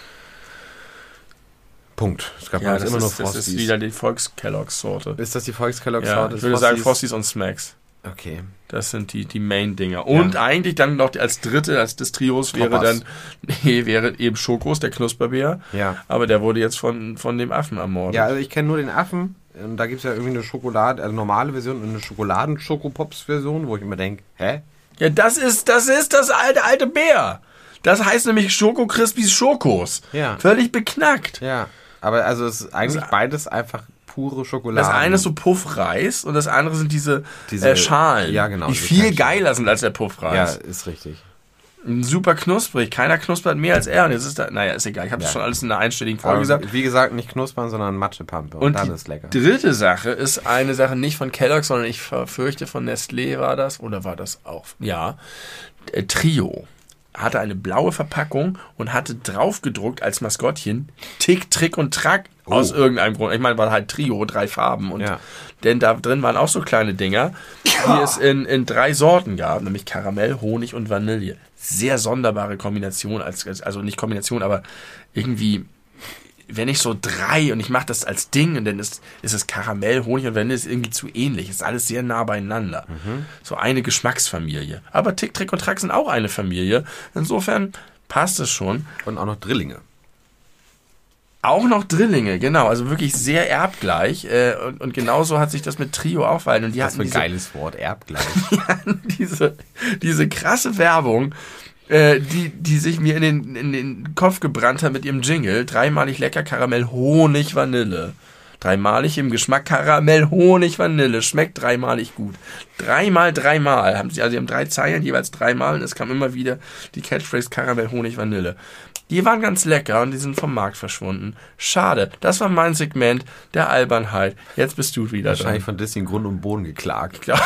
Punkt. Es gab ja, immer ist, nur Frosties. Das ist wieder die Volks-Kelloggs-Sorte. Ist das die Volks-Kelloggs-Sorte? Ja, ich würde Frosties? sagen Frosties und Smacks. Okay. Das sind die, die Main-Dinger. Und ja. eigentlich dann noch als dritte, als des Trios wäre Toppers. dann, nee, wäre eben Schokos, der Knusperbär. Ja. Aber der wurde jetzt von, von dem Affen ermordet. Ja, also ich kenne nur den Affen. Und da gibt es ja irgendwie eine Schokolade, also normale Version und eine Schokoladen-Schokopops-Version, wo ich immer denke, hä? Ja, das ist, das ist das alte, alte Bär. Das heißt nämlich Schoko Crispies Schokos. Ja. Völlig beknackt. Ja. Aber also es ist eigentlich das beides einfach pure Schokolade. Das eine ist so Puffreis und das andere sind diese, diese äh, Schalen, ja, genau, die viel geiler sind als der Puffreis. Ja, ist richtig. Super knusprig. Keiner knuspert mehr als er. Und jetzt ist da, naja, ist egal. Ich habe ja. das schon alles in einer einstelligen Folge Aber gesagt. Wie gesagt, nicht knuspern, sondern Matschepampe. Und, und dann ist lecker. Die dritte Sache ist eine Sache nicht von Kellogg's, sondern ich fürchte von Nestlé war das. Oder war das auch? Ja. Äh, Trio hatte eine blaue Verpackung und hatte draufgedruckt als Maskottchen Tick, Trick und Track oh. aus irgendeinem Grund. Ich meine, war halt Trio, drei Farben. Und ja. denn da drin waren auch so kleine Dinger, die es in, in drei Sorten gab, nämlich Karamell, Honig und Vanille. Sehr sonderbare Kombination, als, also nicht Kombination, aber irgendwie wenn ich so drei und ich mache das als Ding und dann ist, ist es Karamell, Honig und Vanille ist irgendwie zu ähnlich. Ist alles sehr nah beieinander. Mhm. So eine Geschmacksfamilie. Aber Tick, Trick und Track sind auch eine Familie. Insofern passt es schon. Und auch noch Drillinge. Auch noch Drillinge, genau. Also wirklich sehr erbgleich. Äh, und, und genauso hat sich das mit Trio auch verhalten. Und die das ist hatten ein diese, geiles Wort, erbgleich. die hatten diese, diese krasse Werbung, äh, die, die sich mir in den, in den Kopf gebrannt hat mit ihrem Jingle. Dreimalig lecker, Karamell, Honig, Vanille. Dreimalig im Geschmack, Karamell, Honig, Vanille. Schmeckt dreimalig gut. Dreimal, dreimal. Haben sie, also sie haben drei Zeilen, jeweils dreimal. Und es kam immer wieder die Catchphrase Karamell, Honig, Vanille. Die waren ganz lecker und die sind vom Markt verschwunden. Schade. Das war mein Segment der Albernheit. Jetzt bist du wieder Wahrscheinlich dran. von Disney Grund und Boden geklagt. Ja,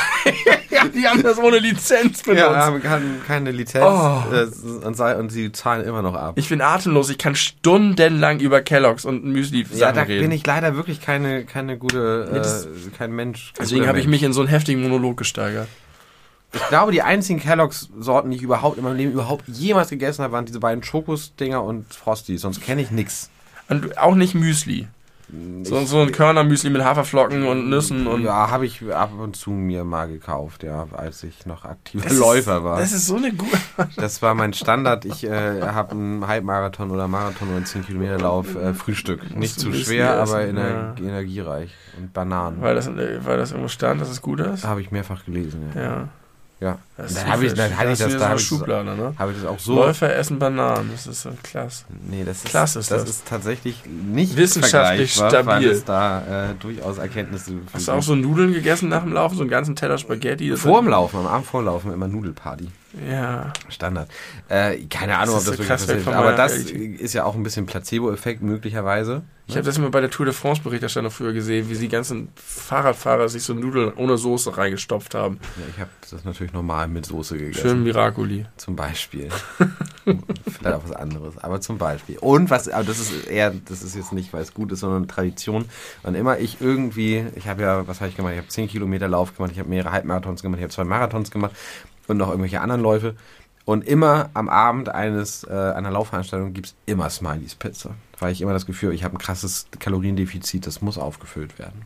die haben das ohne Lizenz benutzt. Ja, haben keine, keine Lizenz Oh. äh, und, sei- und sie zahlen immer noch ab. Ich bin atemlos. Ich kann stundenlang über Kellogg's und Müsli Ja, da reden. bin ich leider wirklich keine, keine gute, Nee, das- äh, kein Mensch. Kein Deswegen guter habe ich Mensch. mich in so einen heftigen Monolog gesteigert. Ich glaube, die einzigen Kellogg's-Sorten, die ich überhaupt in meinem Leben überhaupt jemals gegessen habe, waren diese beiden Schokos-Dinger und Frosty. Sonst kenne ich nix. Und auch nicht Müsli. So, so ein Körnermüsli mit Haferflocken und Nüssen und. Ja, habe ich ab und zu mir mal gekauft, ja, als ich noch aktiver Das ist- Läufer war. Das ist so eine gute. Das war mein Standard. Ich äh, habe einen Halbmarathon oder Marathon oder einen zehn Kilometer Lauf äh, Frühstück. Nicht zu Müsli schwer, essen, aber ener ja. energiereich. Und Bananen. Weil das, weil das irgendwo stand, dass es gut ist? Habe ich mehrfach gelesen, ja. Ja. Ja. Das ist Dann habe ich, typisch. dann hatte ich Da hast das, du da wieder so habe eine ich, Schublade, ne? habe ich das auch so. Läufer essen Bananen, das ist so klasse. Nee, das ist, Klasse ist das, das. ist tatsächlich nicht Wissenschaftlich vergleichbar, weil stabil. es da äh, durchaus Erkenntnisse für Hast du auch so Nudeln gegessen nach dem Laufen? So einen ganzen Teller Spaghetti? Das Vor dem Laufen, am Abend vorlaufen immer Nudelparty. Ja. Standard. Äh, keine Ahnung, Das ob ist das so wirklich krass was weg ist. von Aber meiner das Realität. ist ja auch ein bisschen Placebo-Effekt möglicherweise. Ich habe das immer bei der Tour de France Berichterstattung früher gesehen, wie die ganzen Fahrradfahrer sich so Nudeln ohne Soße reingestopft haben. Ja, ich habe das natürlich normal mit Soße gegessen. Schön Miracoli. Zum Beispiel. Vielleicht auch was anderes, aber zum Beispiel. Und was, aber das ist eher, das ist jetzt nicht, weil es gut ist, sondern eine Tradition. Wann immer ich irgendwie, ich habe ja, was habe ich gemacht? Ich habe zehn Kilometer Lauf gemacht, ich habe mehrere Halbmarathons gemacht, ich habe zwei Marathons gemacht und noch irgendwelche anderen Läufe. Und immer am Abend eines äh, einer Laufveranstaltung gibt es immer Smileys Pizza. Weil ich immer das Gefühl habe, ich habe ein krasses Kaloriendefizit, das muss aufgefüllt werden.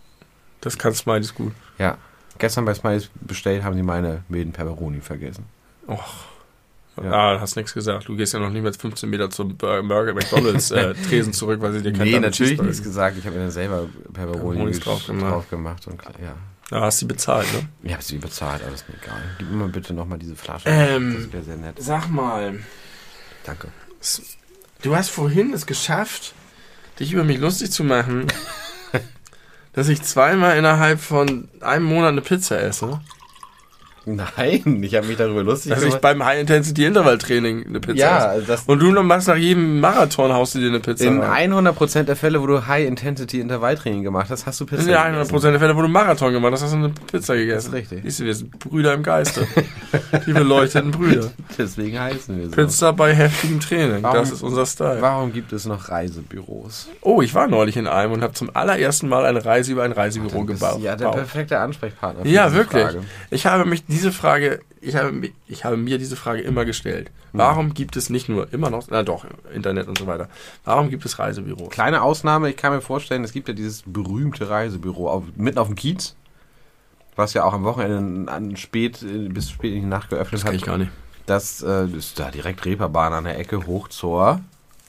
Das kann Smileys gut. Ja. Gestern bei Smileys bestellt, haben sie meine milden Pepperoni vergessen. Och. Ja. Ah, hast nichts gesagt. Du gehst ja noch nicht mehr fünfzehn Meter zum Burger McDonalds äh, Tresen zurück, weil sie dir keinen Nee, Double natürlich Cheeseburger nichts gesagt. Ich habe mir dann selber Pepperoni Pepperonis gesch- drauf gemacht. drauf gemacht. Und, ja. Da hast du sie bezahlt, ne? Ich habe sie bezahlt, aber ist mir egal. Gib mir mal bitte nochmal diese Flasche. Ähm, das wäre sehr nett. Sag mal, Danke. du hast vorhin es geschafft, dich über mich lustig zu machen, dass ich zweimal innerhalb von einem Monat eine Pizza esse. Nein, ich habe mich darüber lustig Dass ich beim High-Intensity-Intervall-Training eine Pizza Ja, esse. das Und du noch machst nach jedem Marathon haust du dir eine Pizza in rein. hundert Prozent der Fälle, wo du High-Intensity-Intervalltraining gemacht hast, hast du Pizza In hundert Prozent der Fälle, wo du Marathon gemacht hast, hast du eine Pizza gegessen. Das ist richtig. Siehst du, wir sind Brüder im Geiste. Die beleuchteten Brüder. Deswegen heißen wir so. Pizza bei heftigem Training. Warum- Das ist unser Style. Warum gibt es noch Reisebüros? Oh, ich war neulich in einem und habe zum allerersten Mal eine Reise über ein Reisebüro Du bist gebaut. ja der Wow. perfekte Ansprechpartner für Ja, diese wirklich. Frage. Ich habe mich diese Frage, ich habe, mi- ich habe mir diese Frage immer gestellt. Warum gibt es nicht nur immer noch, na doch, Internet und so weiter. Warum gibt es Reisebüros? Kleine Ausnahme, ich kann mir vorstellen, es gibt ja dieses berühmte Reisebüro auf, mitten auf dem Kiez, was ja auch am Wochenende an spät, bis spät in die Nacht geöffnet Das hat. kann ich gar nicht. Das äh, ist da direkt Reeperbahn an der Ecke hoch zur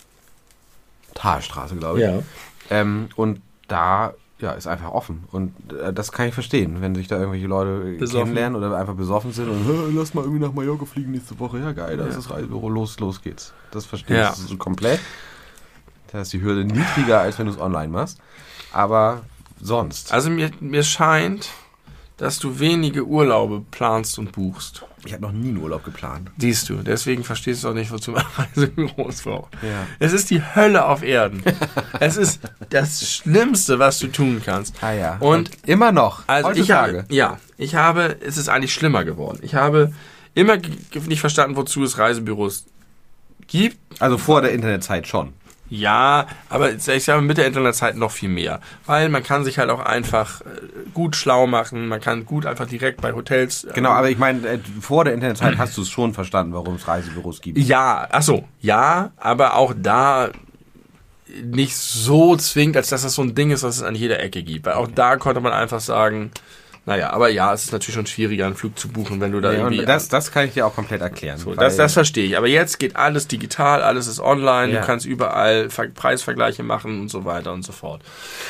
Talstraße, glaube ich. Ja. Ähm, und da ja, ist einfach offen. Und äh, das kann ich verstehen, wenn sich da irgendwelche Leute Besoffen. kennenlernen oder einfach besoffen sind und "Hä, lass mal irgendwie nach Mallorca fliegen nächste Woche. Ja, geil, da Ja. ist das Reisebüro, los, los geht's. Das verstehe Ja. ich so komplett. Da ist die Hürde niedriger, als wenn du es online machst. Aber sonst. Also mir, mir scheint, dass du wenige Urlaube planst und buchst. Ich habe noch nie einen Urlaub geplant. Siehst du, deswegen verstehst du auch nicht, wozu man Reisebüros braucht. Ja. Es ist die Hölle auf Erden. Es ist das Schlimmste, was du tun kannst. Ah ja. Und immer noch. Also ich heutzutage. habe, ja, ich habe, es ist eigentlich schlimmer geworden. Ich habe immer g- nicht verstanden, wozu es Reisebüros gibt. Also vor der Internetzeit schon. Ja, aber ich sage mit der Internetzeit noch viel mehr. Weil man kann sich halt auch einfach äh, gut schlau machen, man kann gut einfach direkt bei Hotels... äh, Genau, aber ich meine, äh, vor der Internetzeit hast du es schon verstanden, warum es Reisebüros gibt. Ja, ach so, ja, aber auch da nicht so zwingend, als dass das so ein Ding ist, was es an jeder Ecke gibt. Weil auch da konnte man einfach sagen, naja, aber ja, es ist natürlich schon schwieriger, einen Flug zu buchen, wenn du da ja, irgendwie... Das, das kann ich dir auch komplett erklären. So, das, das verstehe ich. Aber jetzt geht alles digital, alles ist online, ja. Du kannst überall Ver- Preisvergleiche machen und so weiter und so fort.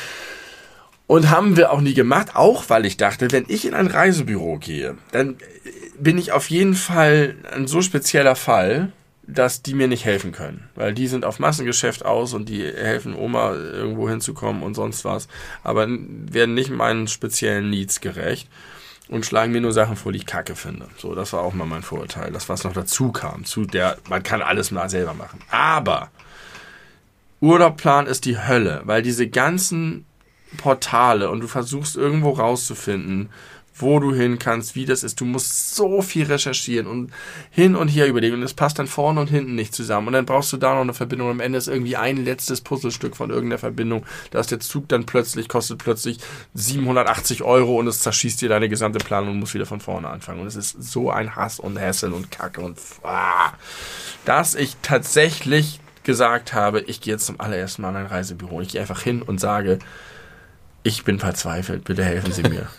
Und haben wir auch nie gemacht, auch weil ich dachte, wenn ich in ein Reisebüro gehe, dann bin ich auf jeden Fall ein so spezieller Fall, dass die mir nicht helfen können. Weil die sind auf Massengeschäft aus und die helfen Oma irgendwo hinzukommen und sonst was. Aber werden nicht meinen speziellen Needs gerecht und schlagen mir nur Sachen vor, die ich kacke finde. So, das war auch mal mein Vorurteil. Das, was noch dazu kam. Zu der, man kann alles mal selber machen. Aber Urlaubplan ist die Hölle, weil diese ganzen Portale und du versuchst irgendwo rauszufinden, wo du hin kannst, wie das ist. Du musst so viel recherchieren und hin und her überlegen und es passt dann vorne und hinten nicht zusammen und dann brauchst du da noch eine Verbindung. Am Ende ist irgendwie ein letztes Puzzlestück von irgendeiner Verbindung. Da ist der Zug dann plötzlich, kostet plötzlich siebenhundertachtzig Euro und es zerschießt dir deine gesamte Planung und musst wieder von vorne anfangen. Und es ist so ein Hass und Hässel und Kacke und ah, dass ich tatsächlich gesagt habe, ich gehe jetzt zum allerersten Mal in ein Reisebüro. Ich gehe einfach hin und sage, ich bin verzweifelt, bitte helfen Sie mir.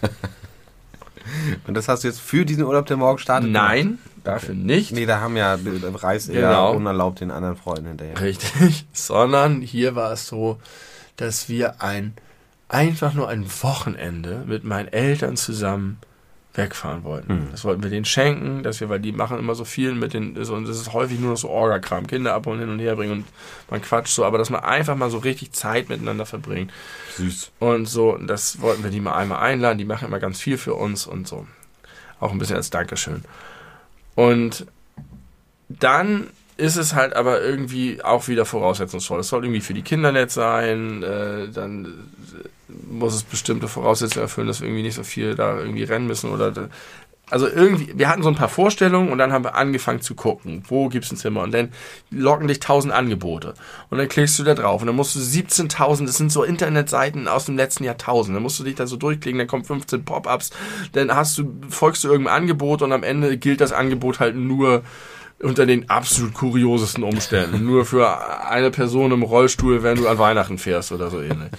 Und das hast du jetzt für diesen Urlaub, der morgen startet? Nein, dafür nicht. Nee, da haben ja, reist genau. ja unerlaubt den anderen Freunden hinterher. Richtig, sondern hier war es so, dass wir ein einfach nur ein Wochenende mit meinen Eltern zusammen wegfahren wollten. Hm. Das wollten wir denen schenken, dass wir, weil die machen immer so viel mit den, so, und das ist häufig nur noch so Orga-Kram, Kinder abholen, hin und her bringen und man quatscht so, aber dass man einfach mal so richtig Zeit miteinander verbringt. Süß. Und so, das wollten wir die mal einmal einladen, die machen immer ganz viel für uns und so. Auch ein bisschen als Dankeschön. Und dann ist es halt aber irgendwie auch wieder voraussetzungsvoll. Es soll irgendwie für die Kinder nett sein, äh, dann muss es bestimmte Voraussetzungen erfüllen, dass wir irgendwie nicht so viel da irgendwie rennen müssen oder da, also irgendwie, wir hatten so ein paar Vorstellungen und dann haben wir angefangen zu gucken, wo gibt's ein Zimmer und dann locken dich tausend Angebote und dann klickst du da drauf und dann musst du siebzehntausend, das sind so Internetseiten aus dem letzten Jahrtausend, dann musst du dich da so durchklicken, dann kommen fünfzehn Pop-ups, dann hast du, folgst du irgendeinem Angebot und am Ende gilt das Angebot halt nur unter den absolut kuriosesten Umständen, nur für eine Person im Rollstuhl, wenn du an Weihnachten fährst oder so ähnlich.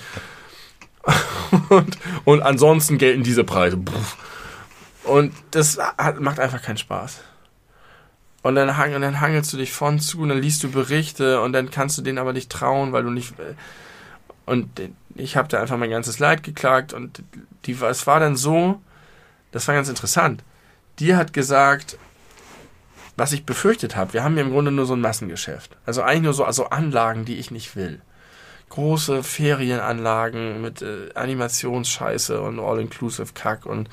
Und, und ansonsten gelten diese Preise. Und das hat, macht einfach keinen Spaß. Und dann, hang, und dann hangelst du dich von zu und dann liest du Berichte und dann kannst du denen aber nicht trauen, weil du nicht... Und ich habe da einfach mein ganzes Leid geklagt und die, es war dann so, das war ganz interessant. Die hat gesagt, was ich befürchtet habe, wir haben hier im Grunde nur so ein Massengeschäft. Also eigentlich nur so also Anlagen, die ich nicht will. Große Ferienanlagen mit äh, Animationsscheiße und All-Inclusive-Kack und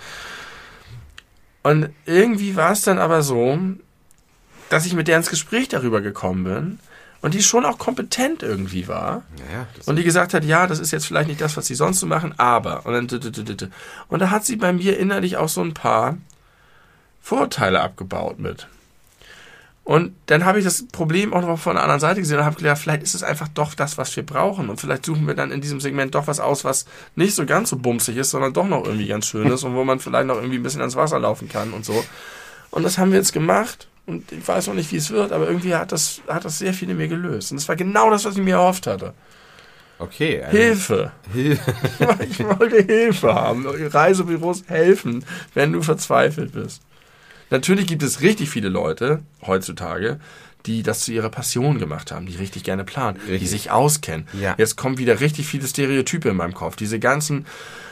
und irgendwie war es dann aber so, dass ich mit der ins Gespräch darüber gekommen bin und die schon auch kompetent irgendwie war ja, und die gesagt hat, ja, das ist jetzt vielleicht nicht das, was sie sonst so machen, aber und dann und da hat sie bei mir innerlich auch so ein paar Vorurteile abgebaut mit. Und dann habe ich das Problem auch noch von der anderen Seite gesehen und habe gedacht, vielleicht ist es einfach doch das, was wir brauchen. Und vielleicht suchen wir dann in diesem Segment doch was aus, was nicht so ganz so bumsig ist, sondern doch noch irgendwie ganz schön ist und wo man vielleicht noch irgendwie ein bisschen ans Wasser laufen kann und so. Und das haben wir jetzt gemacht. Und ich weiß noch nicht, wie es wird, aber irgendwie hat das, hat das sehr viel in mir gelöst. Und das war genau das, was ich mir erhofft hatte. Okay. Also Hilfe. Hilfe. Ich wollte Hilfe haben. Reisebüros helfen, wenn du verzweifelt bist. Natürlich gibt es richtig viele Leute heutzutage, die das zu ihrer Passion gemacht haben, die richtig gerne planen, richtig. Die sich auskennen. Ja. Jetzt kommen wieder richtig viele Stereotype in meinem Kopf. Diese ganzen...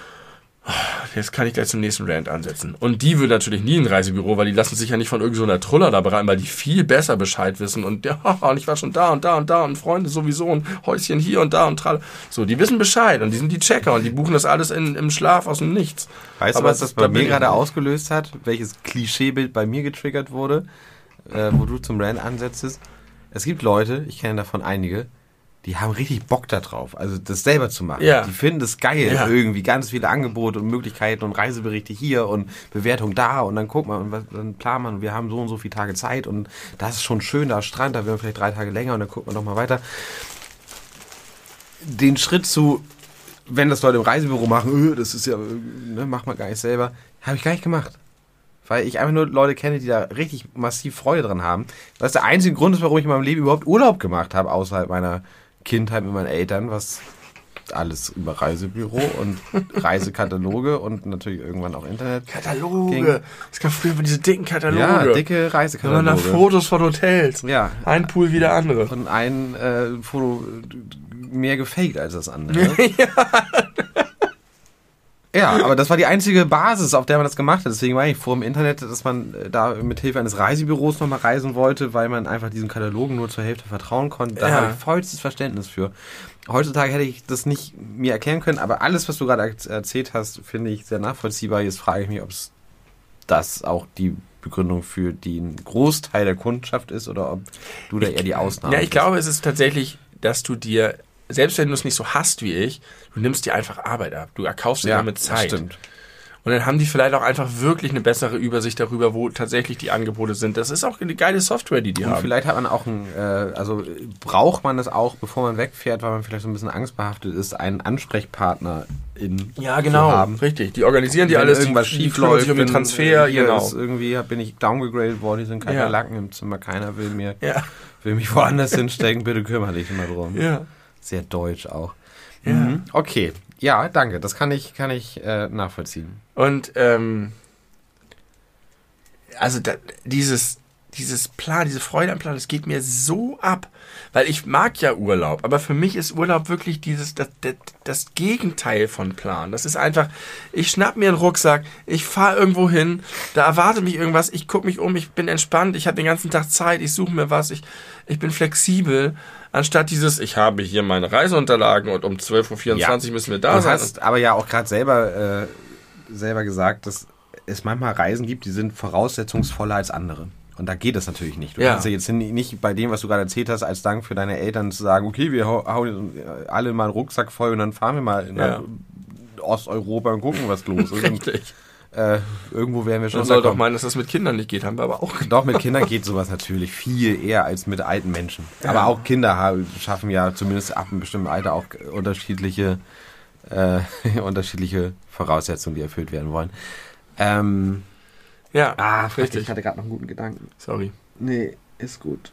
Jetzt kann ich gleich zum nächsten Rant ansetzen. Und die will natürlich nie ein Reisebüro, weil die lassen sich ja nicht von irgendeiner so Truller da beraten, weil die viel besser Bescheid wissen. Und ja, und ich war schon da und da und da und Freunde sowieso und Häuschen hier und da und trall. So, die wissen Bescheid und die sind die Checker und die buchen das alles in, im Schlaf aus dem Nichts. Weißt Aber du, was das bei mir gerade ausgelöst hat? Welches Klischeebild bei mir getriggert wurde, äh, wo du zum Rant ansetztest? Es gibt Leute, ich kenne davon einige, die haben richtig Bock da drauf, also das selber zu machen. Ja. Die finden es geil, ja. irgendwie ganz viele Angebote und Möglichkeiten und Reiseberichte hier und Bewertung da und dann guckt man und was, dann plant man, wir haben so und so viele Tage Zeit und das ist schon schön, da ist Strand, da werden wir vielleicht drei Tage länger und dann guckt man noch mal weiter. Den Schritt zu, wenn das Leute im Reisebüro machen, das ist ja, ne, macht man gar nicht selber, habe ich gar nicht gemacht. Weil ich einfach nur Leute kenne, die da richtig massiv Freude dran haben. Was der einzige Grund ist, warum ich in meinem Leben überhaupt Urlaub gemacht habe, außerhalb meiner Kindheit mit meinen Eltern, was alles über Reisebüro und Reisekataloge und natürlich irgendwann auch Internet. Kataloge. ging. Es gab früher diese dicken Kataloge. Ja, dicke Da Reisekataloge. waren da Fotos von Hotels. Ja. Ein Pool wie der andere. Und ein äh, Foto mehr gefaked als das andere. ja. Ja, aber das war die einzige Basis, auf der man das gemacht hat. Deswegen war ich vor im Internet, dass man da mit Hilfe eines Reisebüros nochmal reisen wollte, weil man einfach diesen Katalogen nur zur Hälfte vertrauen konnte. Da Ja. habe ich vollstes Verständnis für. Heutzutage hätte ich das nicht mir erklären können, aber alles, was du gerade erzählt hast, finde ich sehr nachvollziehbar. Jetzt frage ich mich, ob es das auch die Begründung für den Großteil der Kundschaft ist oder ob du da eher die Ausnahme Ja, ich bist. glaube, es ist tatsächlich, dass du dir, selbst wenn du es nicht so hast wie ich, du nimmst dir einfach Arbeit ab. Du erkaufst dir damit Zeit. Das stimmt. Und dann haben die vielleicht auch einfach wirklich eine bessere Übersicht darüber, wo tatsächlich die Angebote sind. Das ist auch eine geile Software, die die Und haben. vielleicht hat man auch ein, äh, also braucht man das auch, bevor man wegfährt, weil man vielleicht so ein bisschen angstbehaftet ist, einen Ansprechpartner in Ja, genau. zu haben. Richtig. Die organisieren die Wenn alles, irgendwas die, die schief kümmern läuft, sich um den wenn, Transfer, äh, hier genau. ist irgendwie bin ich downgegradet worden, hier sind keine Ja. Lacken im Zimmer, keiner will mir, Ja. will mich woanders hinstecken, bitte kümmere dich mal drum. Ja. Sehr deutsch auch. Ja. Mhm. Okay, ja, danke, das kann ich, kann ich äh, nachvollziehen. Und ähm, also da, dieses, dieses Plan, diese Freude am Plan, das geht mir so ab. Weil ich mag ja Urlaub, aber für mich ist Urlaub wirklich dieses, das, das, das Gegenteil von Plan. Das ist einfach, ich schnapp mir einen Rucksack, ich fahre irgendwo hin, da erwartet mich irgendwas, ich gucke mich um, ich bin entspannt, ich habe den ganzen Tag Zeit, ich suche mir was, ich, ich bin flexibel. Anstatt dieses, ich habe hier meine Reiseunterlagen und um zwölf Uhr vierundzwanzig Ja. müssen wir da Du sein. hast aber ja auch gerade selber, äh, selber gesagt, dass es manchmal Reisen gibt, die sind voraussetzungsvoller als andere. Und da geht es natürlich nicht. Du Ja. kannst ja jetzt nicht bei dem, was du gerade erzählt hast, als Dank für deine Eltern zu sagen, okay, wir hau- hauen alle mal einen Rucksack voll und dann fahren wir mal in Ja. Osteuropa und gucken, was los ist. Und, Richtig. äh, irgendwo werden wir schon Man soll doch kommen. meinen, dass das mit Kindern nicht geht, haben wir aber auch. Doch, mit Kindern geht sowas natürlich viel eher als mit alten Menschen. Ja. Aber auch Kinder haben, schaffen ja zumindest ab einem bestimmten Alter auch unterschiedliche, äh, unterschiedliche Voraussetzungen, die erfüllt werden wollen. Ähm, Ja, ah, fuck, richtig. ich hatte gerade noch einen guten Gedanken. Sorry. Nee, ist gut.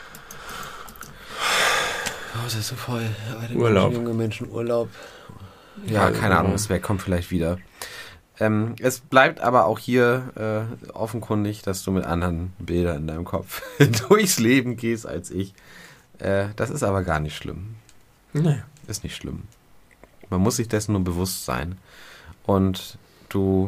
Oh, es ist so voll. Alte Urlaub. Menschen, junge Menschen, Urlaub. Ja, keine Ahnung, es wär- kommt vielleicht wieder. Ähm, es bleibt aber auch hier äh, offenkundig, dass du mit anderen Bildern in deinem Kopf durchs Leben gehst als ich. Äh, das ist aber gar nicht schlimm. Nee. Ist nicht schlimm. Man muss sich dessen nur bewusst sein. Und du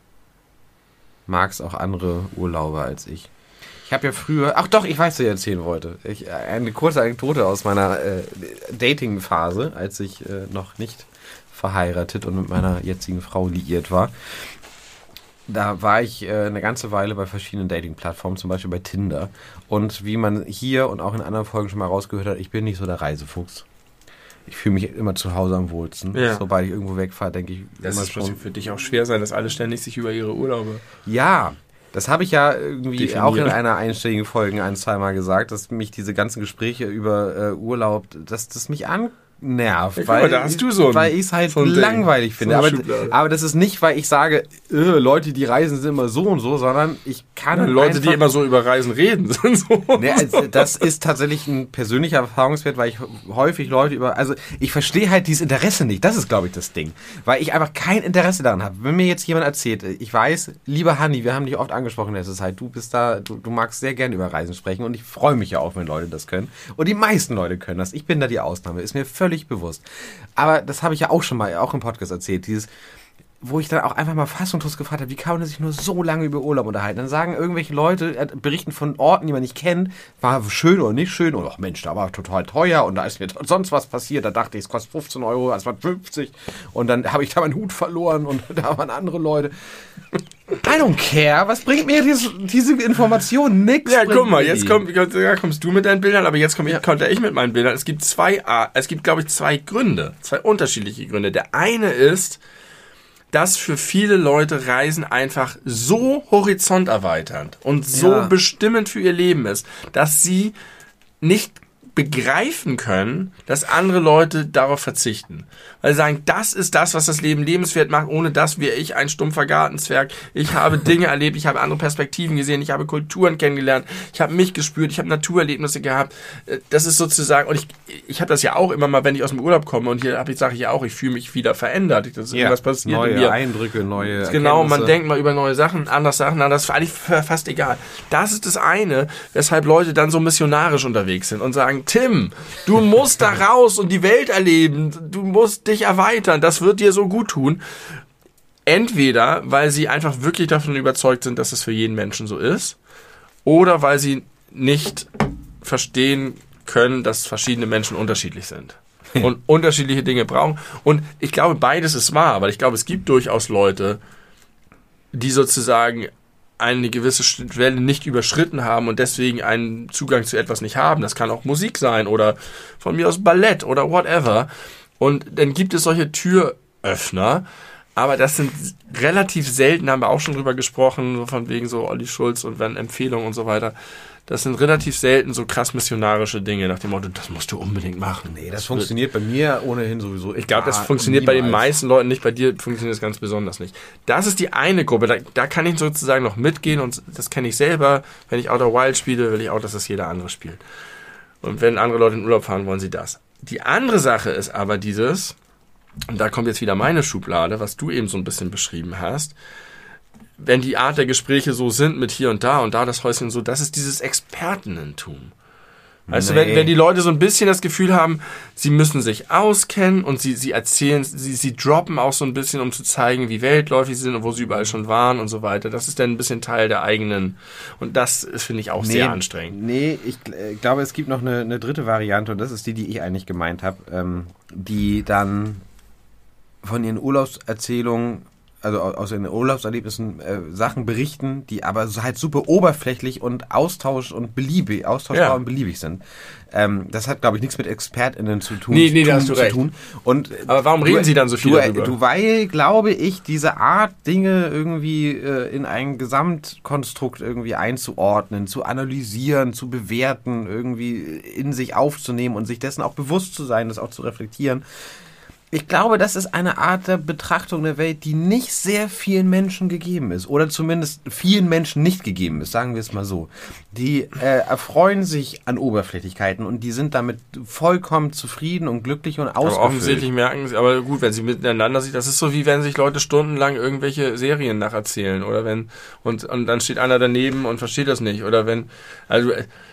magst auch andere Urlaube als ich. Ich habe ja früher... Ach doch, ich weiß, was ich erzählen wollte. Ich, eine kurze Anekdote aus meiner äh, Dating-Phase, als ich äh, noch nicht verheiratet und mit meiner jetzigen Frau liiert war. Da war ich äh, eine ganze Weile bei verschiedenen Dating-Plattformen, zum Beispiel bei Tinder. Und wie man hier und auch in anderen Folgen schon mal rausgehört hat, ich bin nicht so der Reisefuchs. Ich fühle mich immer zu Hause am wohlsten. Ja. Sobald ich irgendwo wegfahre, denke ich Das immer ist schon... für dich auch schwer sein, dass alle ständig sich über ihre Urlaube... Ja, das habe ich ja irgendwie Definieren. auch in einer einstelligen Folge ein, zweimal gesagt, dass mich diese ganzen Gespräche über äh, Urlaub, dass das mich an nervt, Ja, guck weil, mal, da hast du so ein- weil ich es halt so ein Ding. langweilig So finde. eine aber, Schublade. aber das ist nicht, weil ich sage, äh, Leute, die reisen, sind immer so und so, sondern ich kann Leute, die einfach- immer so über Reisen reden, sind so... Nee, also das ist tatsächlich ein persönlicher Erfahrungswert, weil ich häufig Leute über... Also ich verstehe halt dieses Interesse nicht. Das ist, glaube ich, das Ding. Weil ich einfach kein Interesse daran habe. Wenn mir jetzt jemand erzählt, ich weiß, lieber Hanni, wir haben dich oft angesprochen in letzter Zeit, du bist da, du, du magst sehr gerne über Reisen sprechen und ich freue mich ja auch, wenn Leute das können. Und die meisten Leute können das. Ich bin da die Ausnahme, ist mir völlig bewusst. Aber das habe ich ja auch schon mal, auch im Podcast erzählt, dieses... wo ich dann auch einfach mal fassungslos gefragt habe, wie kann man sich nur so lange über Urlaub unterhalten? Dann sagen irgendwelche Leute, äh, berichten von Orten, die man nicht kennt, war schön oder nicht schön, und ach Mensch, da war total teuer und da ist mir sonst was passiert, da dachte ich, es kostet fünfzehn Euro, es waren fünfzig und dann habe ich da meinen Hut verloren und da waren andere Leute. I don't care, was bringt mir diese, diese Information? Nix. Ja, bringt guck mal, mir jetzt die. komm, ja, kommst du mit deinen Bildern, aber jetzt komm ich, konnte ich mit meinen Bildern. Es gibt zwei, Ar- es gibt, glaube ich, zwei Gründe, zwei unterschiedliche Gründe. Der eine ist, dass für viele Leute Reisen einfach so horizonterweiternd und so Ja. bestimmend für ihr Leben ist, dass sie nicht begreifen können, dass andere Leute darauf verzichten. Weil sie sagen, das ist das, was das Leben lebenswert macht. Ohne das wäre ich ein stumpfer Gartenzwerg. Ich habe Dinge erlebt, ich habe andere Perspektiven gesehen, ich habe Kulturen kennengelernt, ich habe mich gespürt, ich habe Naturerlebnisse gehabt. Das ist sozusagen, und ich, ich habe das ja auch immer mal, wenn ich aus dem Urlaub komme, und hier habe ich, sage ich ja auch, ich fühle mich wieder verändert. Das ist ja, irgendwas passiert neue in mir. Eindrücke, neue Genau, Erkenntnisse. man denkt mal über neue Sachen, anders Sachen, das ist eigentlich fast egal. Das ist das eine, weshalb Leute dann so missionarisch unterwegs sind und sagen, Tim, du musst da raus und die Welt erleben, du musst dich erweitern, das wird dir so gut tun. Entweder, weil sie einfach wirklich davon überzeugt sind, dass es für jeden Menschen so ist, oder weil sie nicht verstehen können, dass verschiedene Menschen unterschiedlich sind und unterschiedliche Dinge brauchen. Und ich glaube, beides ist wahr, weil ich glaube, es gibt durchaus Leute, die sozusagen eine gewisse Schwelle nicht überschritten haben und deswegen einen Zugang zu etwas nicht haben. Das kann auch Musik sein oder von mir aus Ballett oder whatever. Und dann gibt es solche Türöffner, aber das sind relativ selten, haben wir auch schon drüber gesprochen, so von wegen so Olli Schulz und wenn Empfehlungen und so weiter. Das sind relativ selten so krass missionarische Dinge, nach dem Motto, das musst du unbedingt machen. Nee, das, das funktioniert bei mir ohnehin sowieso. Ich glaube, das funktioniert niemals. Bei den meisten Leuten nicht, bei dir funktioniert es ganz besonders nicht. Das ist die eine Gruppe, da, da kann ich sozusagen noch mitgehen und das kenne ich selber. Wenn ich Outer Wild spiele, will ich auch, dass das jeder andere spielt. Und wenn andere Leute in den Urlaub fahren, wollen sie das. Die andere Sache ist aber dieses, und da kommt jetzt wieder meine Schublade, was du eben so ein bisschen beschrieben hast, wenn die Art der Gespräche so sind mit hier und da und da das Häuschen so, das ist dieses Expertenentum. Weißt nee. du, wenn, wenn die Leute so ein bisschen das Gefühl haben, sie müssen sich auskennen und sie, sie erzählen, sie, sie droppen auch so ein bisschen, um zu zeigen, wie weltläufig sie sind und wo sie überall schon waren und so weiter. Das ist dann ein bisschen Teil der eigenen, und das finde ich auch nee, sehr anstrengend. Nee, ich äh, glaube, es gibt noch eine, eine dritte Variante und das ist die, die ich eigentlich gemeint habe, ähm, die dann von ihren Urlaubserzählungen, also aus den Urlaubserlebnissen äh, Sachen berichten, die aber halt super oberflächlich und austausch und beliebig, austauschbar ja. und beliebig sind. Ähm, das hat, glaube ich, nichts mit ExpertInnen zu tun. Nee, nee, tun, da hast du recht. Tun. Und, aber warum du, reden sie dann so viel du, darüber? Du, weil, glaube ich, diese Art, Dinge irgendwie äh, in ein Gesamtkonstrukt irgendwie einzuordnen, zu analysieren, zu bewerten, irgendwie in sich aufzunehmen und sich dessen auch bewusst zu sein, das auch zu reflektieren. Ich glaube, das ist eine Art der Betrachtung der Welt, die nicht sehr vielen Menschen gegeben ist. Oder zumindest vielen Menschen nicht gegeben ist, sagen wir es mal so. Die äh, erfreuen sich an Oberflächlichkeiten und die sind damit vollkommen zufrieden und glücklich und ausgefüllt. Aber offensichtlich merken sie, aber gut, wenn sie miteinander sich, das ist so wie wenn sich Leute stundenlang irgendwelche Serien nacherzählen. Oder wenn, und, und dann steht einer daneben und versteht das nicht. Oder wenn, also,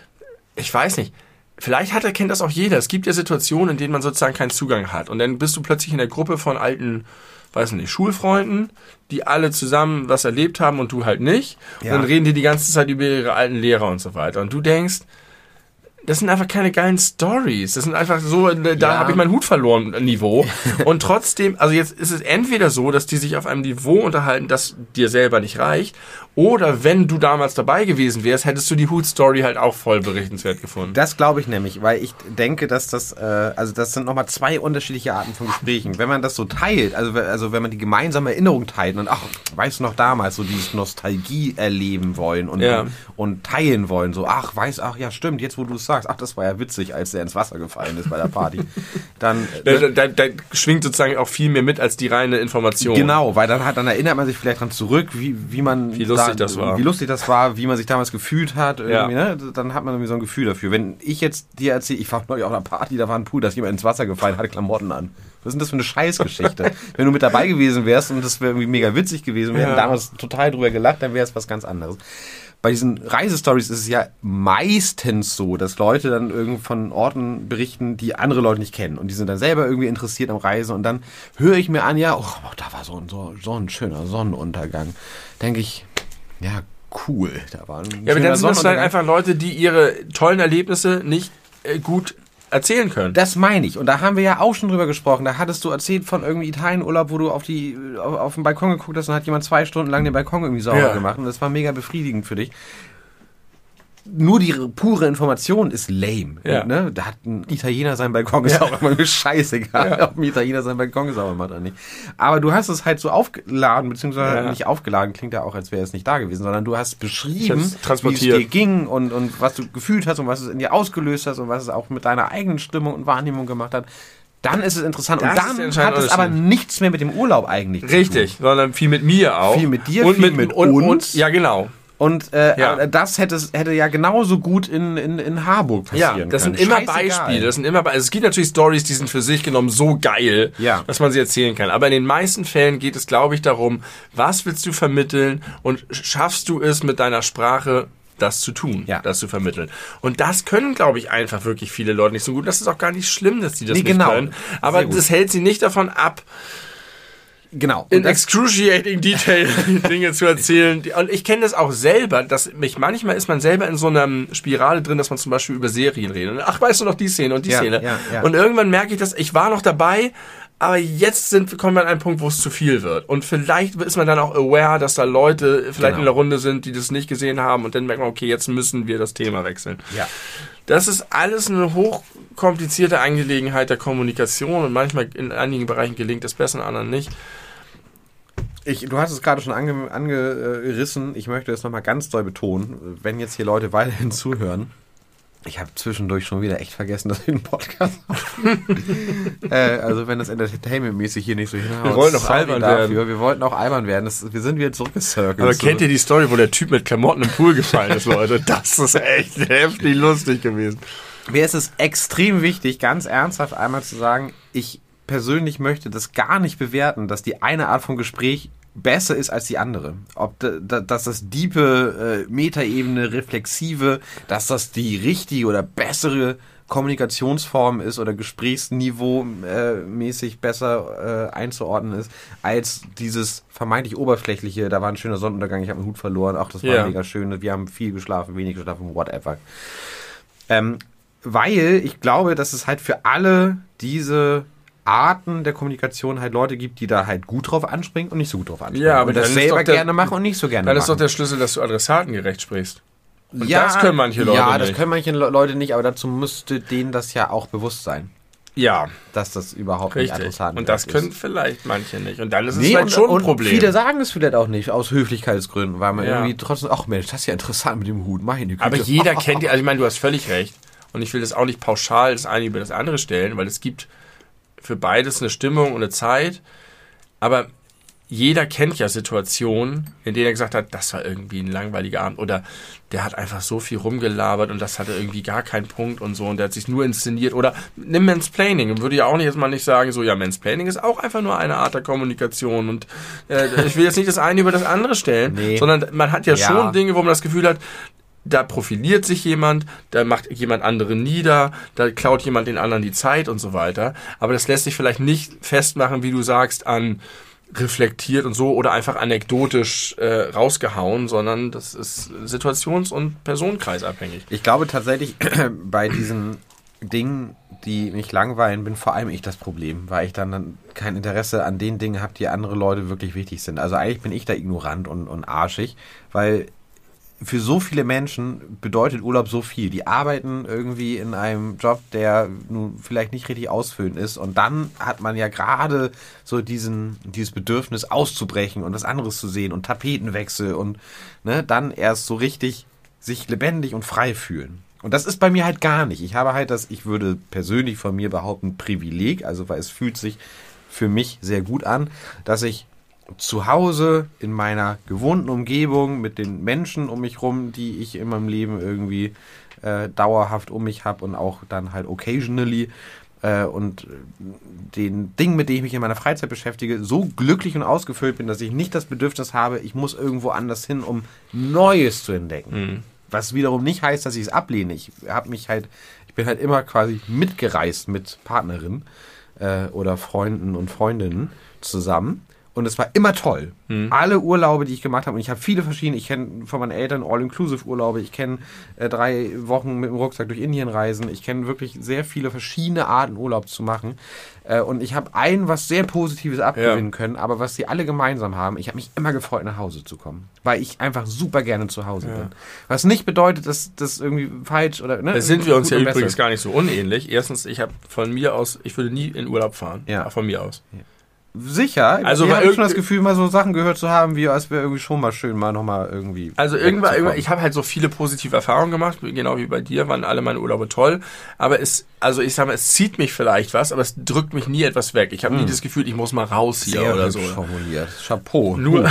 ich weiß nicht. Vielleicht hat, kennt das auch jeder. Es gibt ja Situationen, in denen man sozusagen keinen Zugang hat. Und dann bist du plötzlich in der Gruppe von alten, weiß nicht, Schulfreunden, die alle zusammen was erlebt haben und du halt nicht. Ja. Und dann reden die die ganze Zeit über ihre alten Lehrer und so weiter. Und du denkst, das sind einfach keine geilen Stories. Das sind einfach so, da ja. habe ich meinen Hut verloren, Niveau. Und trotzdem, also jetzt ist es entweder so, dass die sich auf einem Niveau unterhalten, das dir selber nicht reicht, oder wenn du damals dabei gewesen wärst, hättest du die Hut-Story halt auch voll berichtenswert gefunden. Das glaube ich nämlich, weil ich denke, dass das, äh, also das sind nochmal zwei unterschiedliche Arten von Gesprächen. Wenn man das so teilt, also, also wenn man die gemeinsame Erinnerung teilt und ach, weißt du noch damals, so dieses Nostalgie erleben wollen und, ja. und teilen wollen, so ach, weiß, ach ja stimmt, jetzt wo du es sagst, ach, das war ja witzig, als der ins Wasser gefallen ist bei der Party. Dann da, da, da schwingt sozusagen auch viel mehr mit als die reine Information. Genau, weil dann hat, dann erinnert man sich vielleicht dran zurück, wie, wie man wie lustig da, das war. Wie lustig das war, wie man sich damals gefühlt hat. Ja. Ne? Dann hat man irgendwie so ein Gefühl dafür. Wenn ich jetzt dir erzähle, ich war neulich auf einer Party, da war ein Pool, da ist jemand ins Wasser gefallen, hatte Klamotten an. Was ist denn das für eine Scheißgeschichte? Wenn du mit dabei gewesen wärst und das wäre irgendwie mega witzig gewesen, wir ja. hätten damals total drüber gelacht, dann wäre es was ganz anderes. Bei diesen Reisestories ist es ja meistens so, dass Leute dann irgend von Orten berichten, die andere Leute nicht kennen. Und die sind dann selber irgendwie interessiert am Reisen. Und dann höre ich mir an, ja, oh, da war so ein, so, so ein schöner Sonnenuntergang. Denke ich, ja, cool. Da war ein ja, aber dann sind das halt einfach Leute, die ihre tollen Erlebnisse nicht äh, gut erzählen können. Das meine ich. Und da haben wir ja auch schon drüber gesprochen. Da hattest du erzählt von irgendwie Italienurlaub, wo du auf die auf, auf den Balkon geguckt hast und hat jemand zwei Stunden lang den Balkon irgendwie sauber ja. gemacht. Und das war mega befriedigend für dich. nur die pure Information ist lame. Ja. Und, ne, da hat ein Italiener sein Balkon gesaugt, ja. Mir scheißegal, ja. ob ein Italiener sein Balkon gesaugt macht oder nicht. Aber du hast es halt so aufgeladen, beziehungsweise ja. nicht aufgeladen, klingt ja auch, als wäre es nicht da gewesen, sondern du hast beschrieben, wie es dir ging und, und was du gefühlt hast und was es in dir ausgelöst hast und was es auch mit deiner eigenen Stimmung und Wahrnehmung gemacht hat. Dann ist es interessant. Das und dann hat es aber nichts mehr mit dem Urlaub eigentlich Richtig, zu tun. Richtig, sondern viel mit mir auch. Viel mit dir, und viel mit, mit und, uns. Und, ja, genau. Und äh, ja. das hätte, hätte ja genauso gut in, in, in Harburg passieren Ja, das können. sind immer Scheißegal. Beispiele. Das sind immer Be- also es gibt natürlich Stories, die sind für sich genommen so geil, ja. dass man sie erzählen kann. Aber in den meisten Fällen geht es, glaube ich, darum, was willst du vermitteln und schaffst du es mit deiner Sprache, das zu tun, ja. das zu vermitteln. Und das können, glaube ich, einfach wirklich viele Leute nicht so gut. Das ist auch gar nicht schlimm, dass die das nee, nicht genau. können. Aber das hält sie nicht davon ab, Genau. in excruciating Detail Dinge zu erzählen. Und ich kenne das auch selber, dass mich manchmal ist man selber in so einer Spirale drin, dass man zum Beispiel über Serien redet. Ach, weißt du noch die Szene und die ja, Szene. Ja, ja. Und irgendwann merke ich, dass ich war noch dabei, aber jetzt sind, kommen wir an einen Punkt, wo es zu viel wird. Und vielleicht ist man dann auch aware, dass da Leute vielleicht genau. in der Runde sind, die das nicht gesehen haben und dann merkt man, okay, jetzt müssen wir das Thema wechseln. Ja. Das ist alles eine hochkomplizierte Angelegenheit der Kommunikation und manchmal in einigen Bereichen gelingt es besser, in anderen nicht. Ich, du hast es gerade schon ange, angerissen. Ich möchte es nochmal ganz doll betonen, wenn jetzt hier Leute weiterhin zuhören. Ich habe zwischendurch schon wieder echt vergessen, dass wir einen Podcast haben. äh, also wenn das entertainmentmäßig hier nicht so hinhaut. Wir wollen auch albern dafür. werden. Wir wollten auch albern werden. Das, wir sind wieder zurückgecircelt. Aber kennt ihr die Story, wo der Typ mit Klamotten im Pool gefallen ist, Leute? Das ist echt heftig lustig gewesen. Mir ist es extrem wichtig, ganz ernsthaft einmal zu sagen, ich persönlich möchte das gar nicht bewerten, dass die eine Art von Gespräch besser ist als die andere. Ob da, da, dass das diepe, äh, Metaebene, reflexive, dass das die richtige oder bessere Kommunikationsform ist oder Gesprächsniveau äh, mäßig besser äh, einzuordnen ist, als dieses vermeintlich oberflächliche, da war ein schöner Sonnenuntergang, ich habe meinen Hut verloren, ach, das war ja. mega schön, wir haben viel geschlafen, wenig geschlafen, whatever. Ähm, weil ich glaube, dass es halt für alle diese Arten der Kommunikation halt Leute gibt, die da halt gut drauf anspringen und nicht so gut drauf anspringen. Ja, aber und das selber der, gerne machen und nicht so gerne dann machen. Das ist doch der Schlüssel, dass du adressatengerecht sprichst. Und ja, das können manche Leute ja, nicht. Ja, das können manche Leute nicht, aber dazu müsste denen das ja auch bewusst sein. Ja. Dass das überhaupt richtig. nicht adressatengerecht Und das können ist. vielleicht manche nicht. Und dann ist nee, es vielleicht und, schon ein und Problem. Viele sagen es vielleicht auch nicht, aus Höflichkeitsgründen, weil man ja. irgendwie trotzdem, ach Mensch, das ist ja interessant mit dem Hut, meine Güte. Aber jeder kennt die, also ich meine, du hast völlig recht. Und ich will das auch nicht pauschal das eine über das andere stellen, weil es gibt für beides eine Stimmung und eine Zeit. Aber jeder kennt ja Situationen, in denen er gesagt hat, das war irgendwie ein langweiliger Abend oder der hat einfach so viel rumgelabert und das hatte irgendwie gar keinen Punkt und so und der hat sich nur inszeniert. Oder nimm Mansplaining. Würde ja auch nicht jetzt mal nicht sagen, so ja, Mansplaining ist auch einfach nur eine Art der Kommunikation und äh, ich will jetzt nicht das eine über das andere stellen, nee. sondern man hat ja, ja schon Dinge, wo man das Gefühl hat, da profiliert sich jemand, da macht jemand anderen nieder, da klaut jemand den anderen die Zeit und so weiter. Aber das lässt sich vielleicht nicht festmachen, wie du sagst, an reflektiert und so oder einfach anekdotisch äh, rausgehauen, sondern das ist situations- und personenkreisabhängig. Ich glaube tatsächlich, bei diesen Dingen, die mich langweilen, bin vor allem ich das Problem, weil ich dann, dann kein Interesse an den Dingen habe, die andere Leute wirklich wichtig sind. Also eigentlich bin ich da ignorant und, und arschig, weil für so viele Menschen bedeutet Urlaub so viel. Die arbeiten irgendwie in einem Job, der nun vielleicht nicht richtig ausfüllend ist und dann hat man ja gerade so diesen, dieses Bedürfnis auszubrechen und was anderes zu sehen und Tapetenwechsel und ne, dann erst so richtig sich lebendig und frei fühlen. Und das ist bei mir halt gar nicht. Ich habe halt das, ich würde persönlich von mir behaupten, Privileg, also weil es fühlt sich für mich sehr gut an, dass ich zu Hause in meiner gewohnten Umgebung mit den Menschen um mich rum, die ich in meinem Leben irgendwie äh, dauerhaft um mich habe und auch dann halt occasionally äh, und den Dingen, mit denen ich mich in meiner Freizeit beschäftige, so glücklich und ausgefüllt bin, dass ich nicht das Bedürfnis habe, ich muss irgendwo anders hin, um Neues zu entdecken. Mhm. Was wiederum nicht heißt, dass ich es ablehne. Ich habe mich halt, ich bin halt immer quasi mitgereist mit Partnerinnen äh, oder Freunden und Freundinnen zusammen. Und es war immer toll. Mhm. Alle Urlaube, die ich gemacht habe, und ich habe viele verschiedene, ich kenne von meinen Eltern All-Inclusive-Urlaube, ich kenne äh, drei Wochen mit dem Rucksack durch Indien reisen, ich kenne wirklich sehr viele verschiedene Arten, Urlaub zu machen. Äh, und ich habe ein was sehr Positives abgewinnen ja. können, aber was sie alle gemeinsam haben, ich habe mich immer gefreut, nach Hause zu kommen. Weil ich einfach super gerne zu Hause ja. bin. Was nicht bedeutet, dass das irgendwie falsch oder... Ne, da sind wir uns ja übrigens besser. Gar nicht so unähnlich. Erstens, ich habe von mir aus, ich würde nie in Urlaub fahren. Ja. Von mir aus. Ja. Sicher, also ich habe schon das Gefühl, mal so Sachen gehört zu haben, wie als wäre irgendwie schon mal schön, mal nochmal irgendwie. Also irgendwann, irgendwann ich habe halt so viele positive Erfahrungen gemacht, genau wie bei dir, waren alle meine Urlaube toll, aber es, also ich sag mal, es zieht mich vielleicht was, aber es drückt mich nie etwas weg. Ich habe hm. nie das Gefühl, ich muss mal raus hier Sehr oder so. Formuliert. Chapeau. Nur,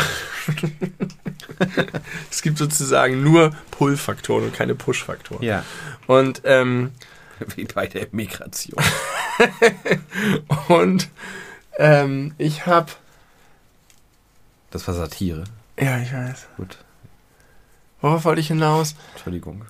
es gibt sozusagen nur Pull-Faktoren und keine Push-Faktoren. Ja. Und, ähm, wie bei der Migration. und, Ähm, ich hab... Das war Satire. Ja, ich weiß. Gut. Worauf wollte ich hinaus? Entschuldigung.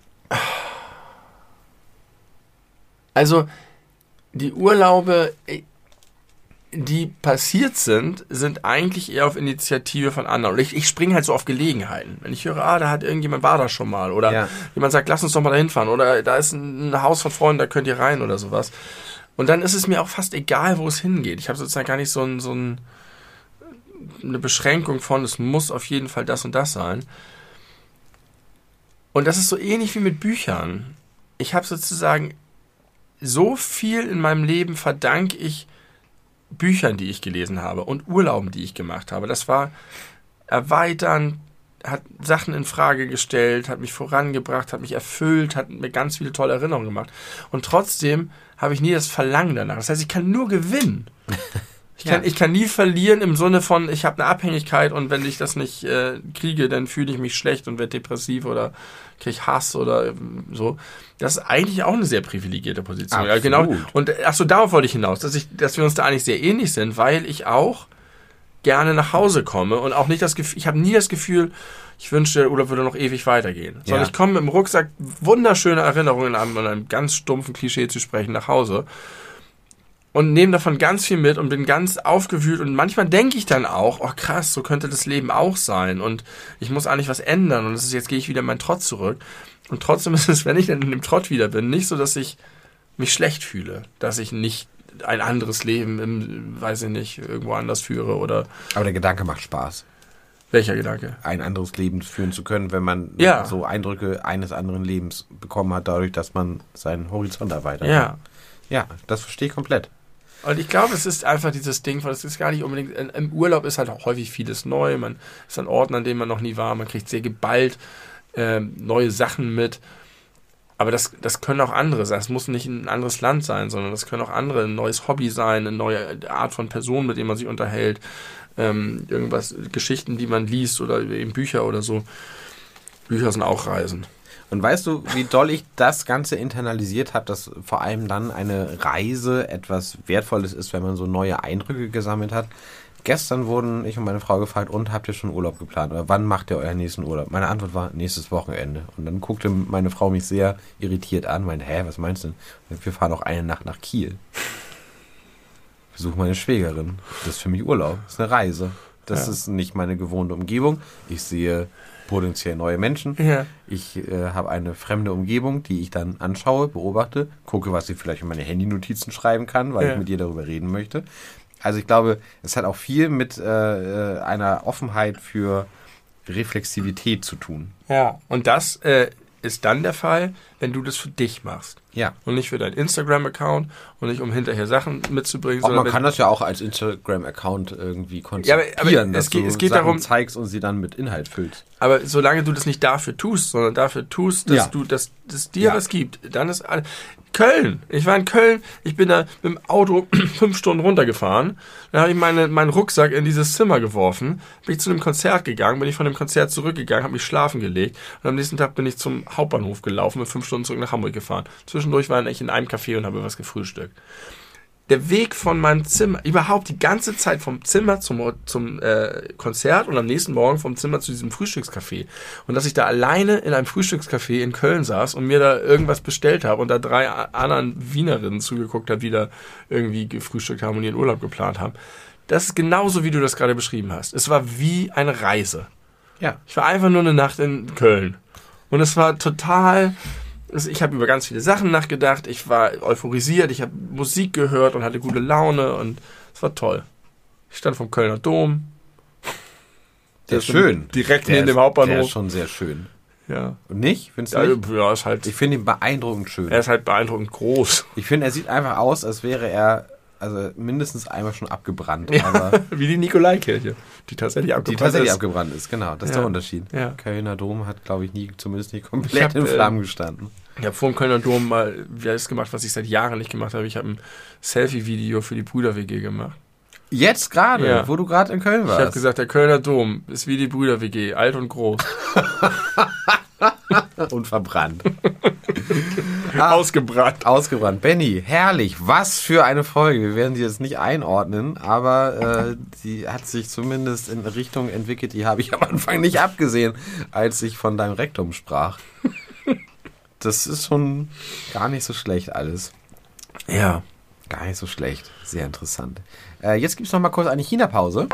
Also, die Urlaube, die passiert sind, sind eigentlich eher auf Initiative von anderen. Und ich, ich springe halt so auf Gelegenheiten. Wenn ich höre, ah, da hat irgendjemand, war da schon mal. Oder ja. jemand sagt, lass uns doch mal dahin fahren. Oder da ist ein, ein Haus von Freunden, da könnt ihr rein oder sowas. Und dann ist es mir auch fast egal, wo es hingeht. Ich habe sozusagen gar nicht so ein, so ein, eine Beschränkung von, es muss auf jeden Fall das und das sein. Und das ist so ähnlich wie mit Büchern. Ich habe sozusagen so viel in meinem Leben verdanke ich Büchern, die ich gelesen habe und Urlauben, die ich gemacht habe. Das war erweitern, hat Sachen in Frage gestellt, hat mich vorangebracht, hat mich erfüllt, hat mir ganz viele tolle Erinnerungen gemacht. Und trotzdem habe ich nie das Verlangen danach. Das heißt, ich kann nur gewinnen. Ich kann, ja. ich kann nie verlieren im Sinne von, ich habe eine Abhängigkeit und wenn ich das nicht äh, kriege, dann fühle ich mich schlecht und werde depressiv oder kriege Hass oder so. Das ist eigentlich auch eine sehr privilegierte Position. Ja, genau. Und achso, darauf wollte ich hinaus, dass, ich, dass wir uns da eigentlich sehr ähnlich sind, weil ich auch gerne nach Hause komme und auch nicht das Gefühl, ich habe nie das Gefühl, ich wünschte, oder würde noch ewig weitergehen. Sondern ja. ich komme mit dem Rucksack, wunderschöne Erinnerungen, in einem, in einem ganz stumpfen Klischee zu sprechen, nach Hause und nehme davon ganz viel mit und bin ganz aufgewühlt und manchmal denke ich dann auch, oh krass, so könnte das Leben auch sein und ich muss eigentlich was ändern und das ist, jetzt gehe ich wieder in meinen Trott zurück und trotzdem ist es, wenn ich dann in dem Trott wieder bin, nicht so, dass ich mich schlecht fühle, dass ich nicht ein anderes Leben im, weiß ich nicht, irgendwo anders führe oder... Aber der Gedanke macht Spaß. Welcher Gedanke? Ein anderes Leben führen zu können, wenn man ja. so Eindrücke eines anderen Lebens bekommen hat, dadurch, dass man seinen Horizont erweitert. Ja. Ja, das verstehe ich komplett. Und ich glaube, es ist einfach dieses Ding, von es ist gar nicht unbedingt, im Urlaub ist halt auch häufig vieles neu, man ist an Orten, an denen man noch nie war, man kriegt sehr geballt äh, neue Sachen mit. Aber das, das können auch andere sein. Es muss nicht ein anderes Land sein, sondern das können auch andere, ein neues Hobby sein, eine neue Art von Person, mit dem man sich unterhält, ähm, irgendwas, Geschichten, die man liest oder eben Bücher oder so. Bücher sind auch Reisen. Und weißt du, wie doll ich das Ganze internalisiert habe, dass vor allem dann eine Reise etwas Wertvolles ist, wenn man so neue Eindrücke gesammelt hat? Gestern wurden ich und meine Frau gefragt, und habt ihr schon Urlaub geplant? Oder wann macht ihr euren nächsten Urlaub? Meine Antwort war, nächstes Wochenende. Und dann guckte meine Frau mich sehr irritiert an, meinte, hä, was meinst du denn? Wir fahren auch eine Nacht nach Kiel. Besuche meine Schwägerin. Das ist für mich Urlaub. Das ist eine Reise. Das ja. ist nicht meine gewohnte Umgebung. Ich sehe potenziell neue Menschen. Ja. Ich äh, habe eine fremde Umgebung, die ich dann anschaue, beobachte, gucke, was ich vielleicht in meine Handynotizen schreiben kann, weil ja. ich mit ihr darüber reden möchte. Also ich glaube, es hat auch viel mit äh, einer Offenheit für Reflexivität zu tun. Ja, und das äh, ist dann der Fall, wenn du das für dich machst. Ja. Und nicht für deinen Instagram-Account und nicht um hinterher Sachen mitzubringen. Auch man kann das ja auch als Instagram-Account irgendwie konzipieren, ja, aber, aber dass es geht, du es geht Sachen darum, zeigst und sie dann mit Inhalt füllst. Aber solange du das nicht dafür tust, sondern dafür tust, dass ja. du, dass es dir ja. was gibt, dann ist alles. Köln. Ich war in Köln, ich bin da mit dem Auto fünf Stunden runtergefahren. Dann habe ich meine, meinen Rucksack in dieses Zimmer geworfen, bin ich zu einem Konzert gegangen, bin ich von dem Konzert zurückgegangen, habe mich schlafen gelegt und am nächsten Tag bin ich zum Hauptbahnhof gelaufen, mit fünf Stunden zurück nach Hamburg gefahren. Zwischendurch war ich in einem Café und habe was gefrühstückt. Der Weg von meinem Zimmer, überhaupt die ganze Zeit vom Zimmer zum, zum äh, Konzert und am nächsten Morgen vom Zimmer zu diesem Frühstückscafé. Und dass ich da alleine in einem Frühstückscafé in Köln saß und mir da irgendwas bestellt habe und da drei anderen Wienerinnen zugeguckt habe, die da irgendwie gefrühstückt haben und ihren Urlaub geplant haben. das ist genauso, wie du das gerade beschrieben hast. Es war wie eine Reise. Ja. Ich war einfach nur eine Nacht in Köln. Und es war total... Ich habe über ganz viele Sachen nachgedacht. Ich war euphorisiert. Ich habe Musik gehört und hatte gute Laune. Und es war toll. Ich stand vom Kölner Dom. Der ist schön. Direkt der neben ist, dem Hauptbahnhof. Der ist schon sehr schön. Ja. Und nicht? Findest du Ja, nicht? ja, ist halt... Ich finde ihn beeindruckend schön. Er ist halt beeindruckend groß. Ich finde, er sieht einfach aus, als wäre er also mindestens einmal schon abgebrannt. Ja, aber wie die Nikolaikirche, die tatsächlich abgebrannt die tatsächlich ist. abgebrannt ist, genau. Das ist Ja. der Unterschied. Ja. Kölner Dom hat, glaube ich, nie, zumindest nicht komplett Ich hab, in Flammen äh, gestanden. Ich habe vor dem Kölner Dom mal das gemacht, was ich seit Jahren nicht gemacht habe. Ich habe ein Selfie-Video für die Brüder-W G gemacht. Jetzt gerade, Ja. wo du gerade in Köln warst. Ich habe gesagt, der Kölner Dom ist wie die Brüder-W G, alt und groß. Und verbrannt. Ausgebrannt. Ausgebrannt. Benny, herrlich. Was für eine Folge. Wir werden sie jetzt nicht einordnen, aber äh, die hat sich zumindest in eine Richtung entwickelt, die habe ich am Anfang nicht abgesehen, als ich von deinem Rektum sprach. Das ist schon gar nicht so schlecht alles. Ja. Gar nicht so schlecht. Sehr interessant. Äh, jetzt gibt es noch mal kurz eine China-Pause.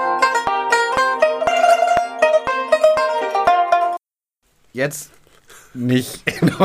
Jetzt nicht.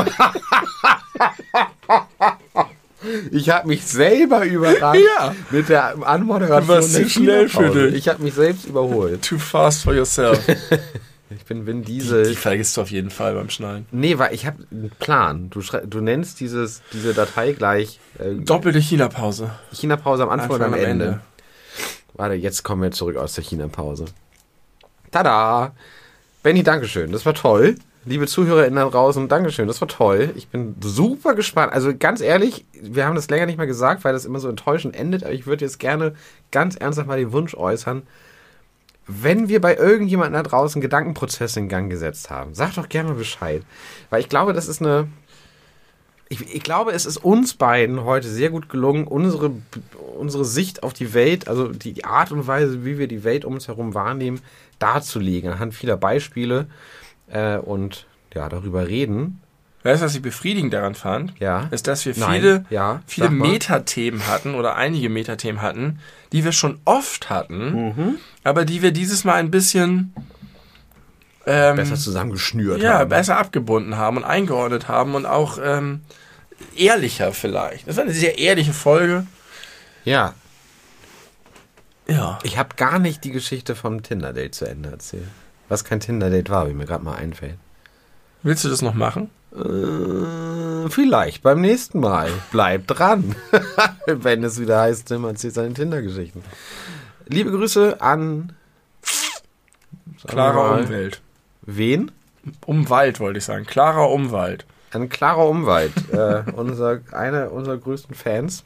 Ich habe mich selber überrascht Ja. mit der Anmoderation. Du warst der zu schnell für China-Pause. dich. Ich habe mich selbst überholt. Too fast for yourself. Ich bin Vin Die, Diesel. die vergisst du auf jeden Fall beim Schneiden. Nee, weil ich habe einen Plan. Du, schrei- du nennst dieses, diese Datei gleich äh, Doppelte China-Pause. China-Pause am Anfang und am Anfang und am Ende. Ende. Warte, jetzt kommen wir zurück aus der China-Pause. Tada! Benni, Dankeschön. Das war toll. Liebe ZuhörerInnen da draußen, Dankeschön. Das war toll. Ich bin super gespannt. Also ganz ehrlich, wir haben das länger nicht mehr gesagt, weil das immer so enttäuschend endet. Aber ich würde jetzt gerne ganz ernsthaft mal den Wunsch äußern, wenn wir bei irgendjemandem da draußen Gedankenprozesse in Gang gesetzt haben, sag doch gerne mal Bescheid. Weil ich glaube, das ist eine... Ich, ich glaube, es ist uns beiden heute sehr gut gelungen, unsere, unsere Sicht auf die Welt, also die Art und Weise, wie wir die Welt um uns herum wahrnehmen, darzulegen, anhand vieler Beispiele äh, und ja, darüber reden. Weißt du, was ich befriedigend daran fand? Ja. Ist, dass wir Nein. viele, Ja, viele sag mal. Metathemen hatten oder einige Metathemen hatten, die wir schon oft hatten, aber die wir dieses Mal ein bisschen ähm, Besser zusammengeschnürt ja, haben. besser abgebunden haben und eingeordnet haben und auch ähm, ehrlicher vielleicht. Das war eine sehr ehrliche Folge. Ja. Ja. Ich habe gar nicht die Geschichte vom Tinder-Date zu Ende erzählt. Was kein Tinder-Date war, wie mir gerade mal einfällt. Willst du das noch machen? Äh, vielleicht beim nächsten Mal. Bleib dran. Wenn es wieder heißt, Tim erzählt seine Tinder-Geschichten. Liebe Grüße an... Klarer Umwelt. Wen? Umwald wollte ich sagen. Klarer Umwald. An Clara Umwald, äh, unser, eine unserer größten Fans.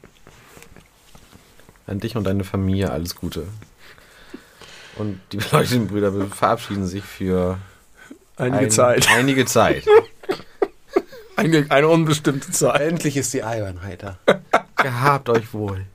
An dich und deine Familie alles Gute. Und die beleuchteten Brüder verabschieden sich für Einige ein, Zeit. Einige Zeit. Eine, eine unbestimmte Zeit. Endlich ist die Albernheit da. Gehabt euch wohl.